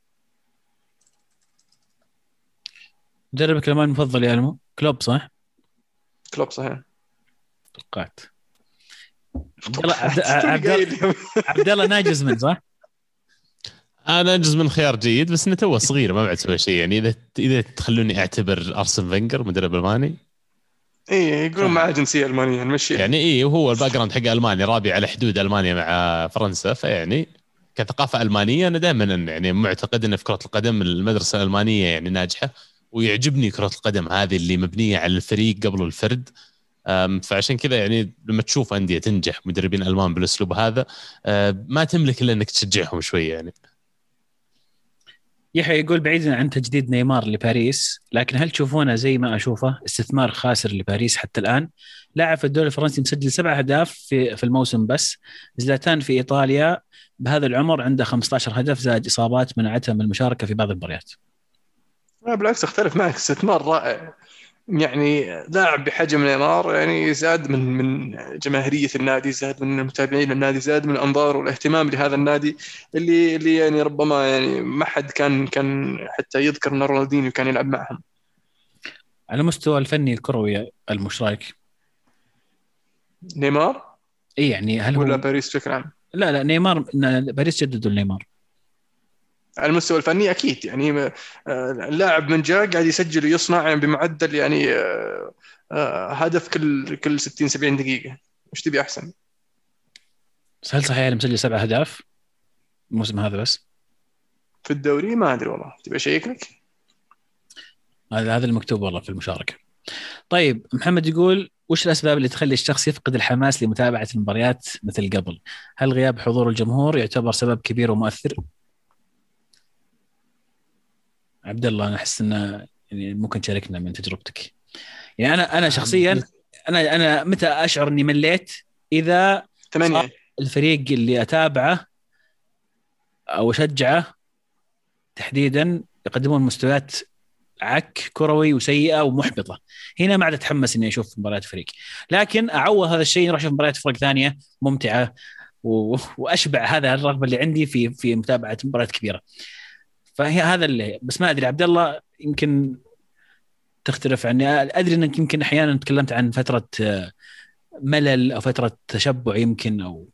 Speaker 2: مدربك الالماني المفضل يا المو كلوب صح؟
Speaker 1: كلوب صحيح.
Speaker 2: توقعت. عبد الله عبد عبد
Speaker 1: قايل
Speaker 2: الله عبد الله ناجزمن صح؟
Speaker 3: انا انجز من خيار جيد، بس انه توه صغير ما بعد سوى شيء. يعني اذا اذا تخلوني اعتبر ارسن فينجر مدرب الماني،
Speaker 1: ايه يقولون معاه جنسيه المانيه نمشي
Speaker 3: يعني ايه، وهو الباك جراوند حقه الماني رابع على حدود المانيا مع فرنسا، فيعني كثقافه المانيه انا دائما يعني معتقد ان في كره القدم المدرسه الالمانيه يعني ناجحه، ويعجبني كره القدم هذه اللي مبنيه على الفريق قبل الفرد. أم، فعشان كذا يعني لما تشوف انديه تنجح مدربين المان بالاسلوب هذا، أه، ما تملك الا انك تشجعهم شويه يعني.
Speaker 2: يحيى يقول بعيدا عن تجديد نيمار لباريس، لكن هل تشوفونه زي ما اشوفه استثمار خاسر لباريس حتى الان؟ لاعب في الدوري الفرنسي مسجل سبع اهداف في في الموسم بس. زلاتان في ايطاليا بهذا العمر عنده خمسة عشر هدف زائد اصابات منعته من المشاركه في بعض المباريات.
Speaker 1: لا بالعكس اختلف معك، استثمار رائع. يعني لاعب بحجم نيمار يعني زاد من من جماهيرية النادي، زاد من المتابعين النادي، زاد من الأنظار والاهتمام لهذا النادي اللي اللي يعني ربما يعني ما حد كان كان حتى يذكر ان رونالدينيو كان يلعب معهم.
Speaker 2: على مستوى الفني الكروي المشترك
Speaker 1: نيمار
Speaker 2: اي يعني هل
Speaker 1: ولا
Speaker 2: هو
Speaker 1: باريس بشكل عام؟
Speaker 2: لا لا نيمار باريس جددوا نيمار.
Speaker 1: على المستوى الفني اكيد يعني آه، اللاعب من جاء قاعد يسجل ويصنع يعني بمعدل يعني آه، آه، هدف كل كل ستين سبعين دقيقة. وش تبي احسن؟
Speaker 2: بس هل صحيح انه مسجل سبع اهداف الموسم هذا بس؟
Speaker 1: في الدوري ما ادري والله، تبي اشيك لك.
Speaker 2: هذا هذا المكتوب والله في المشاركه. طيب محمد يقول وش الأسباب اللي تخلي الشخص يفقد الحماس لمتابعة المباريات مثل قبل؟ هل غياب حضور الجمهور يعتبر سبب كبير ومؤثر؟ عبد الله أنا أحس إنه يعني ممكن تشاركنا من تجربتك. يعني أنا أنا شخصيا أنا أنا متى أشعر إني مليت؟ إذا
Speaker 1: ثمانية
Speaker 2: الفريق اللي أتابعه أو أشجعه تحديدا يقدمون مستويات عك كروي وسيئه ومحبطه، هنا ما عاد اتحمس اني اشوف مباريات فريق. لكن اعوض هذا الشيء اروح اشوف مباريات فرق ثانيه ممتعه و... واشبع هذا الرغبه اللي عندي في في متابعه مباريات كبيره. فهي هذا اللي بس ما ادري عبد الله يمكن تختلف عني. ادري انك يمكن احيانا تكلمت عن فتره ملل او فتره تشبع يمكن او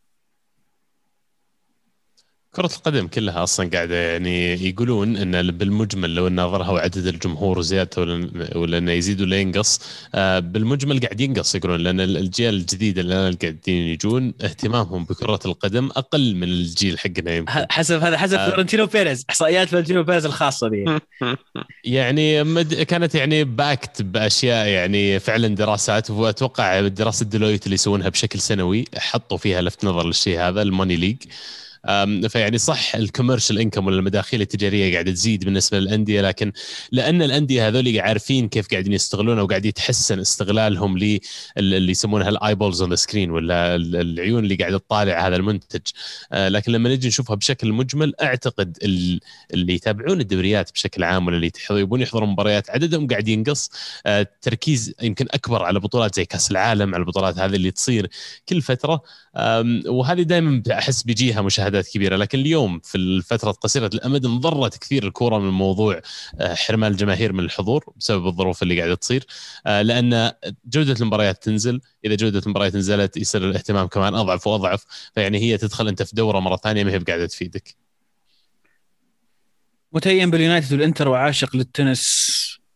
Speaker 3: كرة القدم كلها أصلا قاعدة يعني يقولون إن بالمجمل لو ناظرها وعدد الجمهور وزيادته ولا ولا إنه يزيد ولا ينقص، آه بالمجمل قاعد ينقص يقولون، لأن الأجيال الجديدة اللي الآن قاعدين يجون اهتمامهم بكرة القدم أقل من الجيل حقنا يمكن.
Speaker 2: حسب هذا حسب
Speaker 3: آه
Speaker 2: فلورنتينو بيريز، إحصائيات فلورنتينو بيريز الخاصة دي
Speaker 3: يعني مد... كانت يعني باكت بأشياء يعني فعلا دراسات، وأتوقع دراسة ديلويت اللي يسوونها بشكل سنوي حطوا فيها لفت نظر للشيء هذا الموني ليج. فيعني صح الكوميرشال انكم ولا المداخيل التجاريه قاعده تزيد بالنسبه للانديه، لكن لان الانديه هذول عارفين كيف قاعدين يستغلونه وقاعد يتحسن استغلالهم للي يسمونها الاي بولز اون ذا سكرين ولا العيون اللي قاعده تطالع هذا المنتج. لكن لما نجي نشوفها بشكل مجمل اعتقد اللي يتابعون الدوريات بشكل عام ولا اللي يبون يحضروا مباريات عددهم قاعد ينقص. التركيز يمكن اكبر على بطولات زي كاس العالم، على البطولات هذه اللي تصير كل فتره، وهذه دائما احس بيجيها مشاهدات كبيره. لكن اليوم في الفتره قصيره الامد انضرت كثير الكوره من موضوع حرمان الجماهير من الحضور بسبب الظروف اللي قاعده تصير، لان جوده المباريات تنزل. اذا جوده المباريات نزلت يصير الاهتمام كمان اضعف واضعف، فيعني هي تدخل انت في دوره مره ثانيه ما هي بقاعده تفيدك.
Speaker 2: متيم باليونايتد والانتر وعاشق للتنس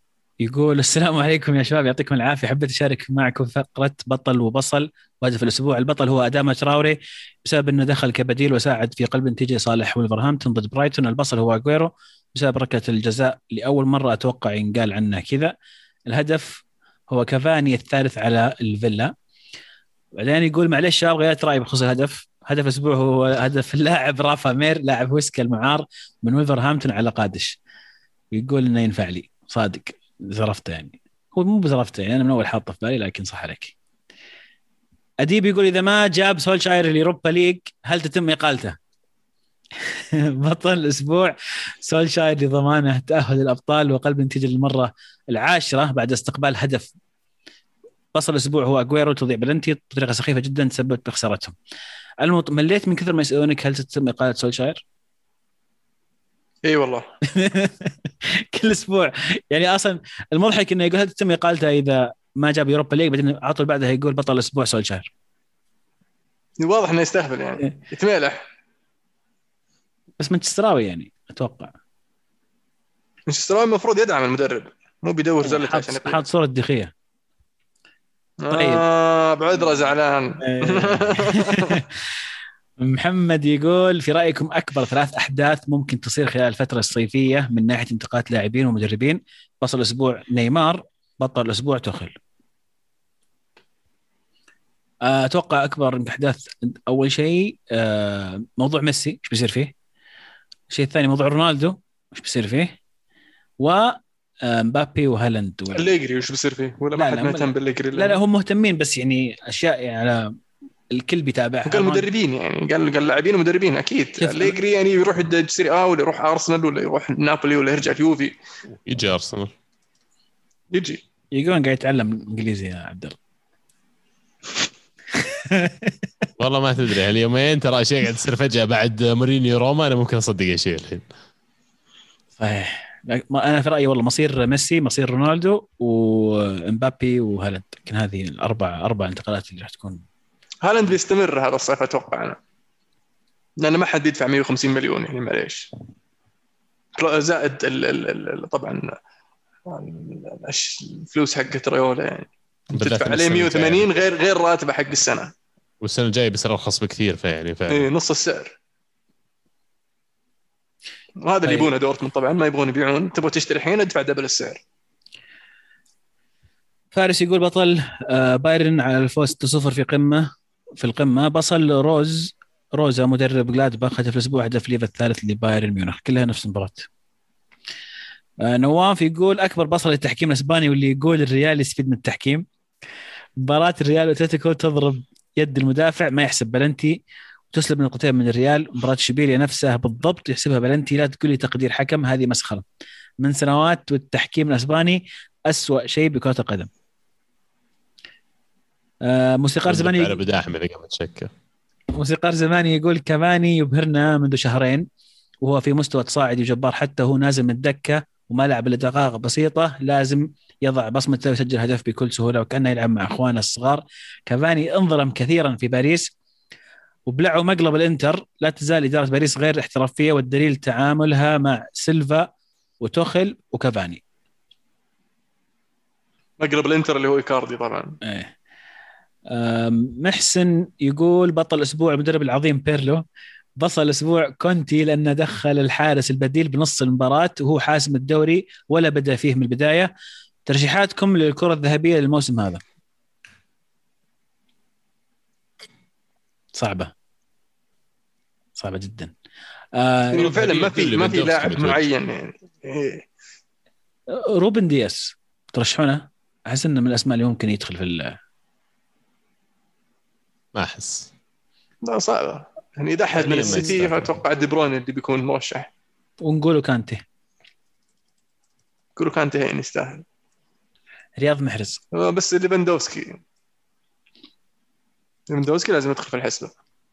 Speaker 2: يقول السلام عليكم يا شباب، يعطيكم العافيه. حبيت اشارك معكم فقره بطل وبصل. وهدف الاسبوع البطل هو اداما تراوري بسبب انه دخل كبديل وساعد في قلب نتيجه صالح ولفرهامبتون ضد برايتون. البصل هو اغويرو بسبب ركله الجزاء لاول مره اتوقع ينقال عنه كذا. الهدف هو كافاني الثالث على الفيلا. بعدين يقول معلش شباب غيرت رايي بخصوص الهدف. هدف الاسبوع هو هدف اللاعب رافا مير لاعب هوسكا المعار من ولفرهامبتون على قادش. يقول انه ينفع لي صادق زرفته، يعني هو مو بزرفته، يعني انا من اول حاطه في بالي لكن صح عليك. اديب يقول اذا ما جاب سولشاير اليوروبا ليج هل تتم اقالته؟ بطل الاسبوع سولشاير لضمانه تاهل الابطال وقلب النتيجه للمره العاشره بعد استقبال هدف. بصل الاسبوع هو اغويرو تضيع بلنتي بطريقه سخيفه جدا تسببت بخسارتهم. المط... مليت من كثر ما يسالونك هل تتم اقاله سولشاير.
Speaker 1: اي والله.
Speaker 2: كل اسبوع يعني اصلا المضحك انه يقول هل تتم اقالته اذا ما جاب يوروبا ليج، بعدين عطوا بعدها يقول بطل الاسبوع سولشاير.
Speaker 1: واضح انه يستهبل يعني يتمالح.
Speaker 2: بس مانشستراوي يعني اتوقع
Speaker 1: مانشستراوي المفروض يدعم المدرب، مو بيدور زلته عشان يقيل.
Speaker 2: حاط صوره دخيه.
Speaker 1: طيب آه بعذره زعلان.
Speaker 2: محمد يقول في رايكم اكبر ثلاث احداث ممكن تصير خلال الفتره الصيفيه من ناحيه انتقالات لاعبين ومدربين؟ بطل الاسبوع نيمار، بطل الاسبوع توخل. اتوقع اكبر احداث اول شيء موضوع ميسي ايش بيصير فيه، الشيء الثاني موضوع رونالدو ايش بيصير فيه، و مبابي وهالاند و...
Speaker 1: الليجري وش بيصير فيه ولا ما حد مهتم بالليجري؟
Speaker 2: لا لا هم مهتمين بس يعني اشياء يعني على الكل بيتابعها.
Speaker 1: قال مدربين يعني قال قال لاعبين ومدربين اكيد. الليجري يعني يروح السيري آ ولا يروح ارسنال ولا يروح نابولي ولا يرجع اليوفي.
Speaker 3: يجي ارسنال
Speaker 1: يجي
Speaker 2: يقولون قاعد يتعلم انجليزي يا عبد الله.
Speaker 3: والله ما تدري اليومين ترى اشياء قاعد تصير فجأة بعد مورينيو روما، انا ممكن اصدق اي شيء الحين.
Speaker 2: صحيح انا في رايي والله مصير ميسي مصير رونالدو ومبابي وهالاند، لكن هذه الاربع اربع انتقالات اللي راح تكون.
Speaker 1: هالاند بيستمر هذا الصيف اتوقع انا، لان ما حد بيدفع مية وخمسين مليون يعني معليش، زائد ال ال ال طبعا الفلوس حقت ريولا يعني تدفع عليه مية وثمانين غير غير راتبه حق السنه،
Speaker 3: والسنه الجايه بيصير ارخص بكثير فيعني فعلا
Speaker 1: إيه نص السعر. وهذا اللي يبونه دورتموند طبعا، ما يبغون يبيعون، تبغى تشتري الحين ادفع دبل السعر.
Speaker 2: فارس يقول بطل بايرن على الفوز ستة صفر في قمه في القمه. بصل روز روزا مدرب جلادباخ هدف الاسبوع هدف ليفا الثالث لبايرن ميونخ، كلها نفس المباراه. نواف يقول اكبر بصل للتحكيم الاسباني واللي يقول الريال يستفيد من التحكيم. مباراه الريال واتلتيكو تضرب يد المدافع ما يحسب بلنتي وتسلب نقطتين من الريال. مباراه شبيليا نفسها بالضبط يحسبها بلنتي، لا تقول لي تقدير حكم، هذه مسخره من سنوات. والتحكيم الاسباني أسوأ شيء بكرة القدم. آه موسيقار زماني
Speaker 3: على بدا احمد قبل تشكر.
Speaker 2: موسيقار زماني يقول كافاني يبهرنا منذ شهرين وهو في مستوى تصاعدي جبار، حتى هو نازل من الدكه وما لعب الا دقائق بسيطه لازم يضع بصمته ويسجل هدف بكل سهوله وكانه يلعب مع اخوانه الصغار. كافاني انظلم كثيرا في باريس وبلعوا مقلب الانتر. لا تزال اداره باريس غير احترافيه والدليل تعاملها مع سيلفا وتوخل وكافاني.
Speaker 1: مقلب الانتر اللي هو إيكاردي طبعا.
Speaker 2: ايه. محسن يقول بطل الاسبوع المدرب العظيم بيرلو. بصل الاسبوع كونتي لانه دخل الحارس البديل بنص المباراه وهو حاسم الدوري ولا بدا فيه من البدايه. ترشيحاتكم للكره الذهبيه للموسم هذا؟ صعبه صعبه جدا.
Speaker 1: آه يعني فعلا ما في ما في لاعب معين يعني. إيه.
Speaker 2: روبن دياس ترشحونه؟ احس انه من الاسماء اللي ممكن يدخل في ال
Speaker 3: ما احس.
Speaker 1: لا صعبه يعني اذا احد من السيتي فاتوقع دي بروين اللي بيكون مرشح.
Speaker 2: ونقولوا كانتي
Speaker 1: نقولوا كانتي يعني يستاهل.
Speaker 2: رياض محرز
Speaker 1: بس ليفاندوفسكي ليفاندوفسكي لازم يدخل في الحسبه.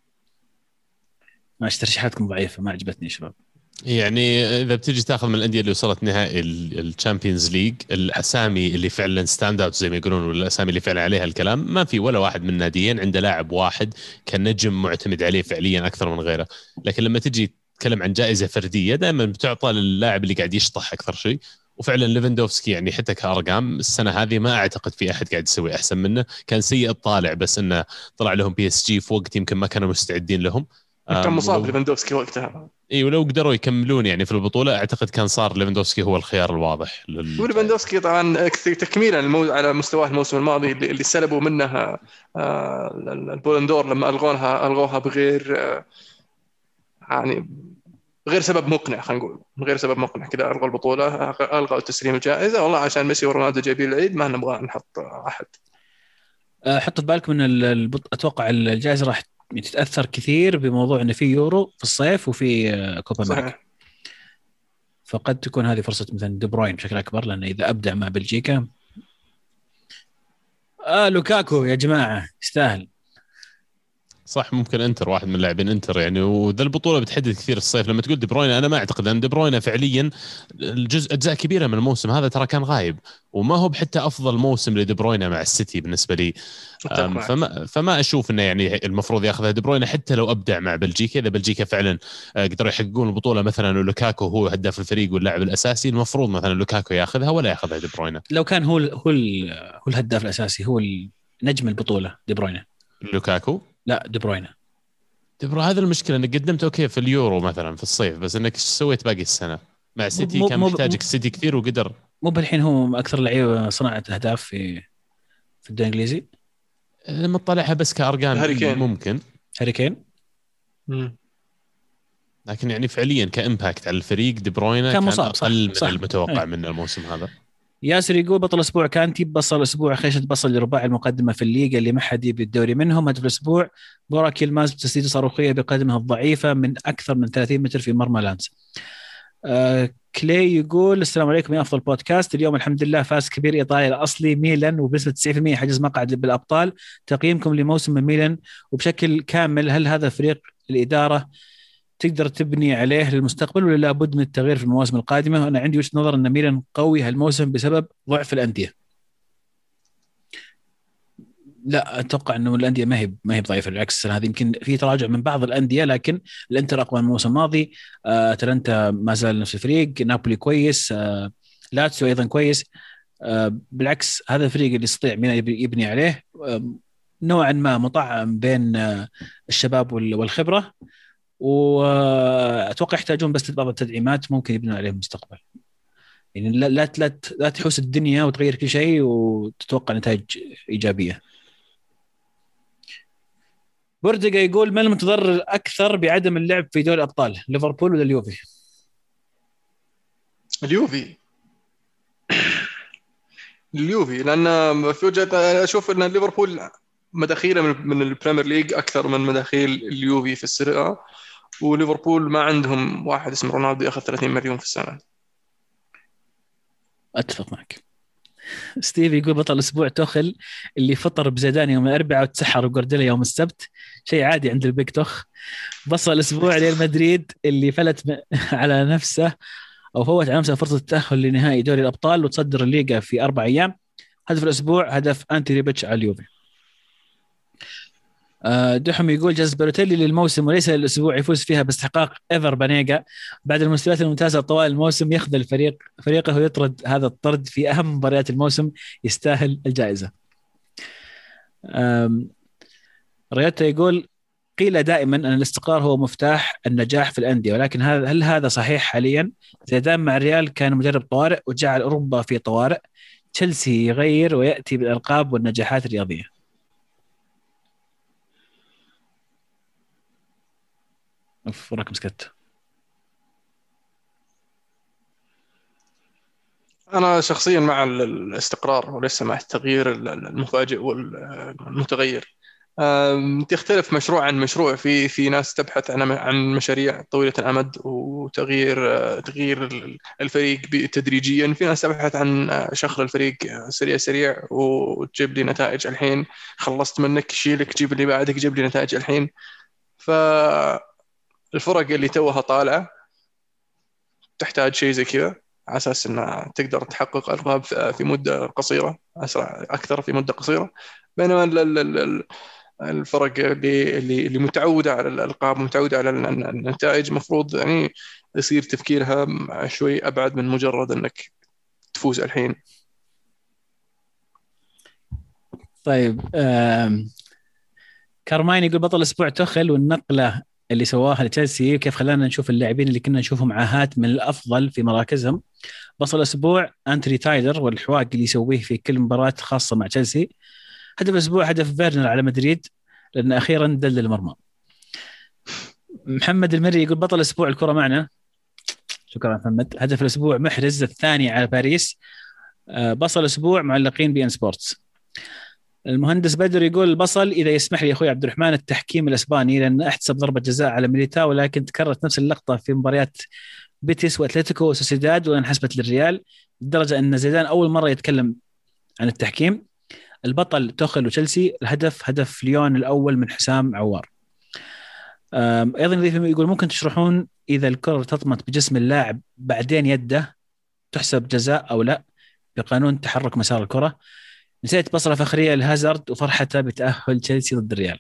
Speaker 2: ما ترشيحاتكم ضعيفه ما عجبتني يا شباب.
Speaker 3: يعني اذا بتيجي تاخذ من الانديه اللي وصلت نهائي الشامبيونز ليج الاسامي اللي فعلا ستاند اوت زي ما يقولون والاسامي اللي فعلا عليها الكلام ما في ولا واحد من الناديين عنده لاعب واحد كان نجم معتمد عليه فعليا اكثر من غيره. لكن لما تجي تتكلم عن جائزه فرديه دائما بتعطى للاعب اللي قاعد يشطح اكثر شيء وفعلا ليفاندوفسكي يعني حتى كأرقام السنة هذه ما أعتقد في أحد قاعد يسوي أحسن منه. كان سيء الطالع بس إنه طلع لهم بي اس جي في وقت يمكن ما كانوا مستعدين لهم.
Speaker 1: كان مصاب
Speaker 3: ولو...
Speaker 1: ليفاندوفسكي وقتها.
Speaker 3: اي ولو قدروا يكملون يعني في البطولة أعتقد كان صار ليفاندوفسكي هو الخيار الواضح لل...
Speaker 1: وليفاندوفسكي طبعا تكميلا المو... على مستواه الموسم الماضي اللي, اللي سلبوا منها آه البولندور لما ألغونها ألغوها بغير آه يعني غير سبب مقنع، خلينا نقول من غير سبب مقنع كذا ألغوا البطولة، ألغوا تسليم الجائزة والله عشان ميسي ورونالدو جايبين العيد ما نبغى نحط أحد.
Speaker 2: حط في بالكم ان البط... اتوقع الجائزه راح تتاثر كثير بموضوع انه في يورو في الصيف وفي كوبا أمريكا، فقد تكون هذه فرصه مثلا دي بروين بشكل اكبر، لانه اذا ابدع مع بلجيكا آه لوكاكو يا جماعه يستاهل.
Speaker 3: صح ممكن انتر واحد من لاعبين انتر يعني، وذا البطوله بتحدد كثير الصيف. لما تقول دي بروين انا ما اعتقد ان دي بروين فعليا الجزء اجزاء كبيره من الموسم هذا ترى كان غايب، وما هو بحتى افضل موسم لدي بروين مع السيتي بالنسبه لي. فما فما اشوف انه يعني المفروض ياخذها دي بروين حتى لو ابدع مع بلجيكا. اذا بلجيكا فعلا قدروا يحققون البطوله مثلا ولوكاكو هو هداف الفريق واللاعب الاساسي، المفروض مثلا لوكاكو ياخذها ولا ياخذها دي بروين.
Speaker 2: لو كان هو هو هو الهداف الاساسي هو نجم البطوله دي بروين.
Speaker 3: لوكاكو
Speaker 2: لا دي بروين.
Speaker 3: تبرو هذا المشكلة انك قدمت اوكي في اليورو مثلا في الصيف، بس انك سويت باقي السنة مع سيتي كان محتاجك سيتي كثير وقدر.
Speaker 2: مو بالحين هو اكثر لعيبة صناعة اهداف في في الدوري الانجليزي
Speaker 3: لما تطلعها بس كارقام ممكن
Speaker 2: هاري كين،
Speaker 3: لكن يعني فعليا كامباكت على الفريق دي بروين كان, كان مصاب اقل من صح. المتوقع من الموسم هذا.
Speaker 2: ياسر يقول بطل الاسبوع كانتي بصل الاسبوع خيشة بصل لرباعي المقدمه في الليغا اللي ما حد يبي الدوري منهم. هدف الاسبوع بوراك يلماس بتسديده صاروخيه بقدمها الضعيفه من اكثر من ثلاثين متر في مرمى لانس. آه كلي يقول السلام عليكم يا افضل بودكاست. اليوم الحمد لله فاز كبير ايطاليا الاصلي ميلان وبنسبه تسعين بالمئة حجز مقعد بالابطال. تقييمكم لموسم ميلان وبشكل كامل، هل هذا فريق الاداره تقدر تبني عليه للمستقبل ولا لابد من التغيير في المواسم القادمة؟ أنا عندي وجهة نظر أن ميلان قوي هالموسم بسبب ضعف الأندية. لا أتوقع أنه الأندية ما هي ما هي ضعيفة، بالعكس هذه يمكن في تراجع من بعض الأندية، لكن الإنتر أقوى من الموسم الماضي. آه، أتلانتا ما زال نفس الفريق، نابولي كويس، آه، لاتسيو أيضا كويس. آه، بالعكس هذا الفريق اللي يستطيع ميلان يبني عليه، آه، نوعا ما مطعم بين آه، الشباب والخبرة، واتوقع يحتاجون بس بعض التدعيمات ممكن يبنوا عليه المستقبل. يعني لا لا لا, لا تحوس الدنيا وتغير كل شيء وتتوقع نتائج ايجابيه. بوردقا يقول من المتضرر اكثر بعدم اللعب في دوري الابطال، ليفربول ولا اليوفي؟
Speaker 1: اليوفي اليوفي لان في وجهه اشوف ان ليفربول مداخيله من البريمير ليج اكثر من مداخيل اليوفي في السيريا، وليفربول ما عندهم واحد اسمه رونالدو ياخذ ثلاثين مليون في السنه.
Speaker 2: اتفق معك. ستيف يقول بطل الاسبوع توخل اللي فطر بزيدان يوم الاربعاء وتسحر وجوارديولا يوم السبت، شيء عادي عند البيك توخ. بصل الاسبوع ريال مدريد اللي فلت على نفسه او فوت على نفسه فرصه التاهل لنهائي دوري الابطال وتصدر الليغا في اربع ايام. هدف الاسبوع هدف انتي ريبيتش على اليوفي. دحم يقول جاز بالوتيلي للموسم وليس للأسبوع يفوز فيها باستحقاق إيفر بانيجا بعد المستويات الممتازة طوال الموسم، يخذل الفريق فريقه ويطرد هذا الطرد في أهم مباريات الموسم، يستاهل الجائزة. رياتا يقول قيل دائما أن الاستقرار هو مفتاح النجاح في الأندية، ولكن هل هذا صحيح حاليا؟ زيدان مع الريال كان مدرب طوارئ وجعل أوروبا في طوارئ، تشيلسي يغير ويأتي بالألقاب والنجاحات الرياضية. وراك مسكت.
Speaker 1: أنا شخصيا مع الاستقرار وليس مع التغيير المفاجئ والمتغير. تختلف مشروع عن مشروع، في في ناس تبحث عن عن مشاريع طويلة الأمد وتغيير تغيير الفريق تدريجيا، في ناس تبحث عن شغل الفريق سريع سريع وتجيب لي نتائج الحين، خلصت منك شيلك جيب اللي بعدك جيب لي نتائج الحين. ف الفرق اللي توها طالعة تحتاج شيء زي كذا على أساس أنها تقدر تحقق ألقاب في مدة قصيرة، أسرع أكثر في مدة قصيرة، بينما الفرق اللي اللي متعودة على الألقاب متعودة على النتائج مفروض يعني يصير تفكيرها شوي أبعد من مجرد أنك تفوز الحين.
Speaker 2: طيب آم، كارماين يقول بطل الاسبوع تخل والنقله اللي سواها لتشيلسي كيف خلانا نشوف اللاعبين اللي كنا نشوفهم عاهات من الافضل في مراكزهم. بطل الاسبوع انتوني تايلر والحواق اللي يسويه في كل مباراه خاصه مع تشيلسي. هدف الاسبوع هدف فيرنر على مدريد لان اخيرا دل المرمى. محمد المري يقول بطل الاسبوع الكره معنا. شكرا محمد. هدف الاسبوع محرز الثاني على باريس. آه، بصل الاسبوع معلقين بي ان سبورتس. المهندس بدر يقول البصل اذا يسمح لي اخوي عبد الرحمن التحكيم الاسباني لان احتسب ضربه جزاء على ميليتاو ولكن تكررت نفس اللقطه في مباريات بيتيس واتلتيكو وسوسيداد وانحسبت للريال لدرجه ان زيدان اول مره يتكلم عن التحكيم. البطل توخل وتشيلسي. الهدف هدف ليون الاول من حسام عوار. أم، ايضا يضيف يقول ممكن تشرحون اذا الكره تطمت بجسم اللاعب بعدين يده تحسب جزاء او لا بقانون تحرك مسار الكره. نسيت بصله فخريه لهازارد وفرحته بتاهل تشيلسي ضد الريال.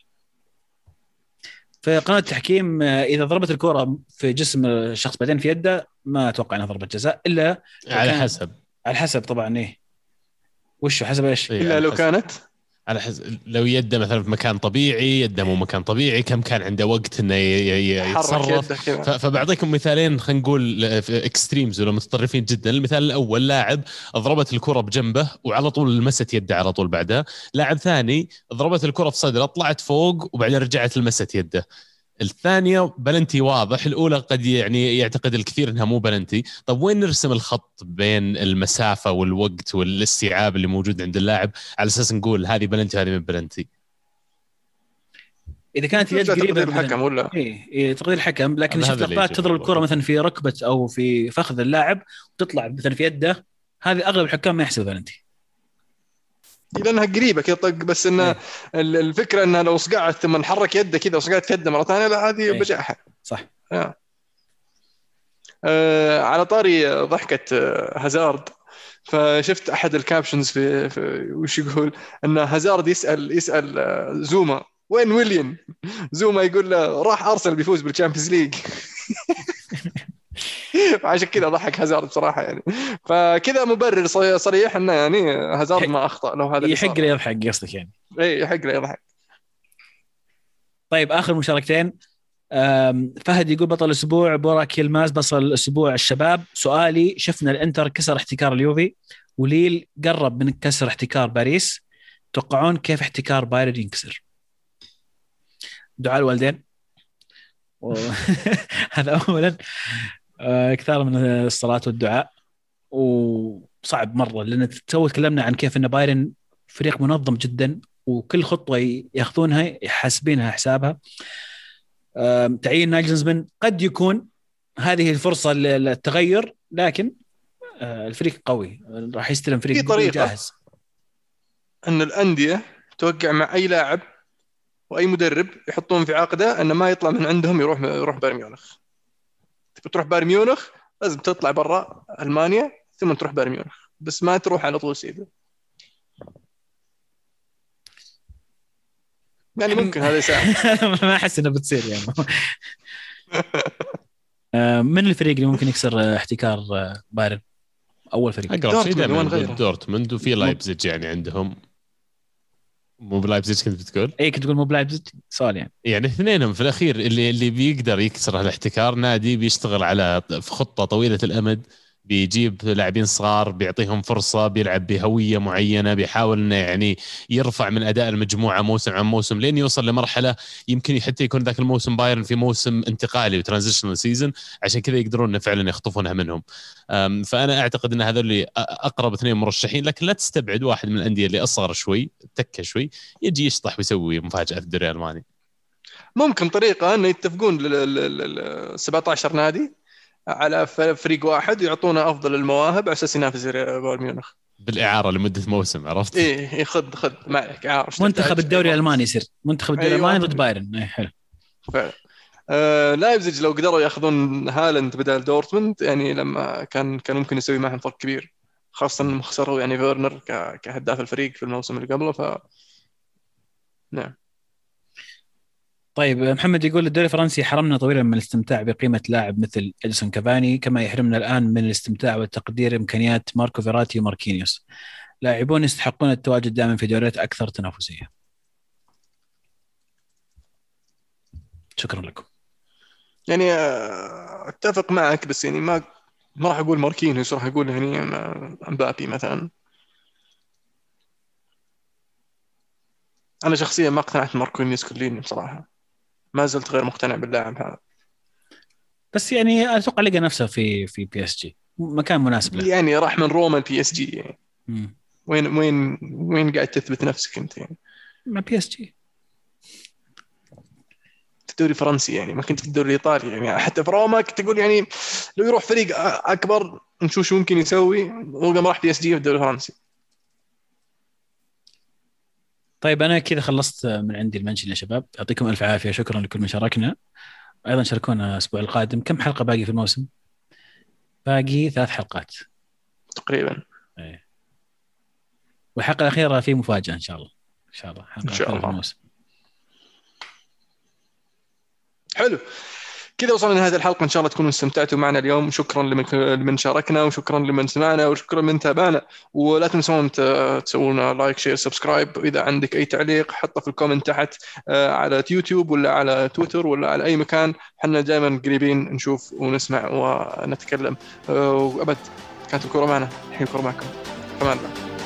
Speaker 2: في قانون التحكيم آه، اذا ضربت الكره في جسم الشخص بعدين في يده ما اتوقع انها ضربه جزاء الا
Speaker 3: على
Speaker 2: كان-
Speaker 3: حسب
Speaker 2: على حسب طبعا. ايه وش حسب ايش؟
Speaker 3: إيه،
Speaker 1: الا
Speaker 3: على
Speaker 1: لو
Speaker 3: حسب.
Speaker 1: كانت
Speaker 3: على حسب لو يده مثلا في مكان طبيعي، يده مو مكان طبيعي، كم كان عنده وقت انه ي- ي-
Speaker 1: حرك
Speaker 3: يتصرف.
Speaker 1: يده كذا.
Speaker 3: ف- فبعطيكم مثالين خلينا نقول اكستريمز ولا متطرفين جدا. المثال الاول لاعب ضربت الكره بجنبه وعلى طول لمست يده على طول بعدها. لاعب ثاني ضربت الكره في صدره طلعت فوق وبعدين رجعت لمست يده. الثانيه بلنتي واضح، الاولى قد يعني يعتقد الكثير انها مو بلنتي. طب وين نرسم الخط بين المسافه والوقت والاستيعاب اللي موجود عند اللاعب على اساس نقول هذه بلنتي وهذه من بلنتي؟
Speaker 2: اذا كانت اليد
Speaker 1: ترجع
Speaker 2: قريبه
Speaker 1: تقدير الحكم ولا
Speaker 2: ايه إيه تقدير الحكم. لكن
Speaker 3: هذا
Speaker 2: شفت
Speaker 3: اللي
Speaker 2: لقطات
Speaker 3: يجي
Speaker 2: تضرب
Speaker 3: بالضبط.
Speaker 2: الكره مثلا في ركبه او في فخذ اللاعب وتطلع مثلا في يده، هذه اغلب الحكام ما يحسبوا بلنتي
Speaker 1: لانها قريبه كذا طق. بس ان
Speaker 2: إيه.
Speaker 1: ال- الفكره انها لو صقعت ثم نحرك يده كذا وصقعت يده مره ثانيه، لا هذه
Speaker 2: إيه.
Speaker 1: بجاحه.
Speaker 2: صح.
Speaker 1: آه. آه على طاري ضحكه آه، هازارد، فشفت احد الكابشنز في, في وش يقول ان هازارد يسال يسال آه، زوما وين ويليام. زوما يقول له راح ارسنال بيفوز بالشامبيونز ليج. عشان كذا ضحك هازارد بصراحه يعني. فكذا مبرر ص- صريح انه يعني هازارد ما اخطا لو هذا اللي
Speaker 2: يحق
Speaker 1: صار.
Speaker 2: له يضحك قصدك يعني.
Speaker 1: اي يحق له يضحك.
Speaker 2: طيب اخر مشاركتين. أم، فهد يقول بطل الاسبوع بوراك يلماز. بطل الاسبوع الشباب. سؤالي شفنا الانتر كسر احتكار اليوفي وليل قرب من كسر احتكار باريس، توقعون كيف احتكار بايرن ينكسر؟ دعاء الوالدين و... هذا اولا. آه، اكثر من الصلاه والدعاء. وصعب مره لان تو تكلمنا عن كيف ان بايرن فريق منظم جدا وكل خطوه ياخذونها يحاسبينها حسابها. آم، تعيين ناجلزمن قد يكون هذه الفرصه للتغير، لكن آه، الفريق قوي راح يستلم فريق
Speaker 1: في طريقة.
Speaker 2: جاهز.
Speaker 1: ان الانديه توقع مع اي لاعب واي مدرب يحطون في عقده انه ما يطلع من عندهم يروح يروح بايرن ميونخ. تبي تروح بايرن ميونخ لازم تطلع برا المانيا ثم تروح بايرن ميونخ، بس ما تروح على طول سيده. يعني ممكن هذا يساعد.
Speaker 2: ما احس انه بتصير يعني. آه، من الفريق اللي ممكن يكسر آه، احتكار آه، بايرن؟ اول فريق
Speaker 3: اقرب شيء
Speaker 1: دورتموند
Speaker 3: دائما
Speaker 1: وين
Speaker 3: نقول
Speaker 1: غيره؟
Speaker 3: دورتموند وفي لايبزيج يعني عندهم. مو بلايبزيج كنت بتقول؟
Speaker 2: اي كنت تقول مو بلايبزيج سؤال يعني.
Speaker 3: يعني اثنينهم في الاخير اللي اللي بيقدر يكسر الاحتكار نادي بيشتغل على في خطه طويله الامد، بيجيب لاعبين صغار بيعطيهم فرصه، بيلعب بهويه معينه، بيحاول انه يعني يرفع من اداء المجموعه موسم عن موسم لين يوصل لمرحله يمكن حتى يكون ذاك الموسم بايرن في موسم انتقالي وترانزيشنال سيزون، عشان كذا يقدرون فعلا يخطفونها منهم. فانا اعتقد ان هذول اللي اقرب اثنين مرشحين، لكن لا تستبعد واحد من الانديه اللي اصغر شوي تكه شوي يجي يشطح ويسوي مفاجاه في الدوري الالماني.
Speaker 1: ممكن طريقه انه يتفقون لل سبعة عشر نادي على فريق واحد ويعطونا افضل المواهب على اساس ينافس بايرن ميونخ
Speaker 3: بالاعاره لمده موسم، عرفت؟
Speaker 1: ايه خذ خذ ما عليك اعاره.
Speaker 2: منتخب الدوري الالماني يصير منتخب الدوري
Speaker 1: أيوة.
Speaker 2: الالماني ضد بايرن. ايه حلو.
Speaker 1: فعلا. آه لايبزيج لو قدروا ياخذون هالاند بدل دورتموند يعني لما كان كان ممكن يسوي معهم فرق كبير، خاصه انهم خسروا يعني فيرنر كهداف الفريق في الموسم اللي قبله. ف نعم.
Speaker 2: طيب محمد يقول الدوري الفرنسي حرمنا طويلا من الاستمتاع بقيمة لاعب مثل إديسون كافاني، كما يحرمنا الآن من الاستمتاع والتقدير إمكانيات ماركو فيراتي وماركينيوس، لاعبون يستحقون التواجد دائما في دوريات أكثر تنافسية. شكرا لكم.
Speaker 1: يعني اتفق معك، بس يعني ما ما راح اقول ماركينيوس، راح اقول يعني امبابي مثلا. انا شخصيا ما اقتنعت ماركينيوس كليا بصراحه، ما زلت غير مقتنع باللاعب هذا.
Speaker 2: بس يعني اتوقع لقى نفسه في في بي اس جي، مكان مناسب له.
Speaker 1: يعني راح من روما البي اس جي يعني.
Speaker 2: مم.
Speaker 1: وين وين وين قاعد تثبت نفسك انت يعني؟
Speaker 2: مع بي اس جي
Speaker 1: في الدوري الفرنسي يعني، ما كنت في الدوري الايطالي يعني. حتى في روما كنت تقول يعني لو يروح فريق اكبر نشوف شو ممكن يسوي، وقام راح بي اس جي في الدوري الفرنسي.
Speaker 2: طيب انا كذا خلصت من عندي المنشن يا شباب، يعطيكم الف عافيه، شكرا لكل من شاركنا. ايضا شاركونا الاسبوع القادم. كم حلقه باقي في الموسم؟ باقي ثلاث حلقات
Speaker 1: تقريبا.
Speaker 2: ايه. والحلقه الاخيره في مفاجاه ان شاء الله، ان شاء الله حلقه
Speaker 1: ان شاء
Speaker 2: اخيره في
Speaker 1: الله.
Speaker 2: الموسم.
Speaker 1: حلو كذا وصلنا لهذه الحلقة، إن شاء الله تكونوا استمتعتوا معنا اليوم. شكرا لمن لمن شاركنا، وشكرا لمن سمعنا، وشكرا لمن تابعنا. ولا تنسون تسوون لايك شير سبسكرايب. وإذا عندك أي تعليق حطه في الكومنت تحت على يوتيوب ولا على تويتر ولا على أي مكان، حنا دائما قريبين نشوف ونسمع ونتكلم. وأبد كانت الكرة معنا، الحين الكرة معكم. كمان.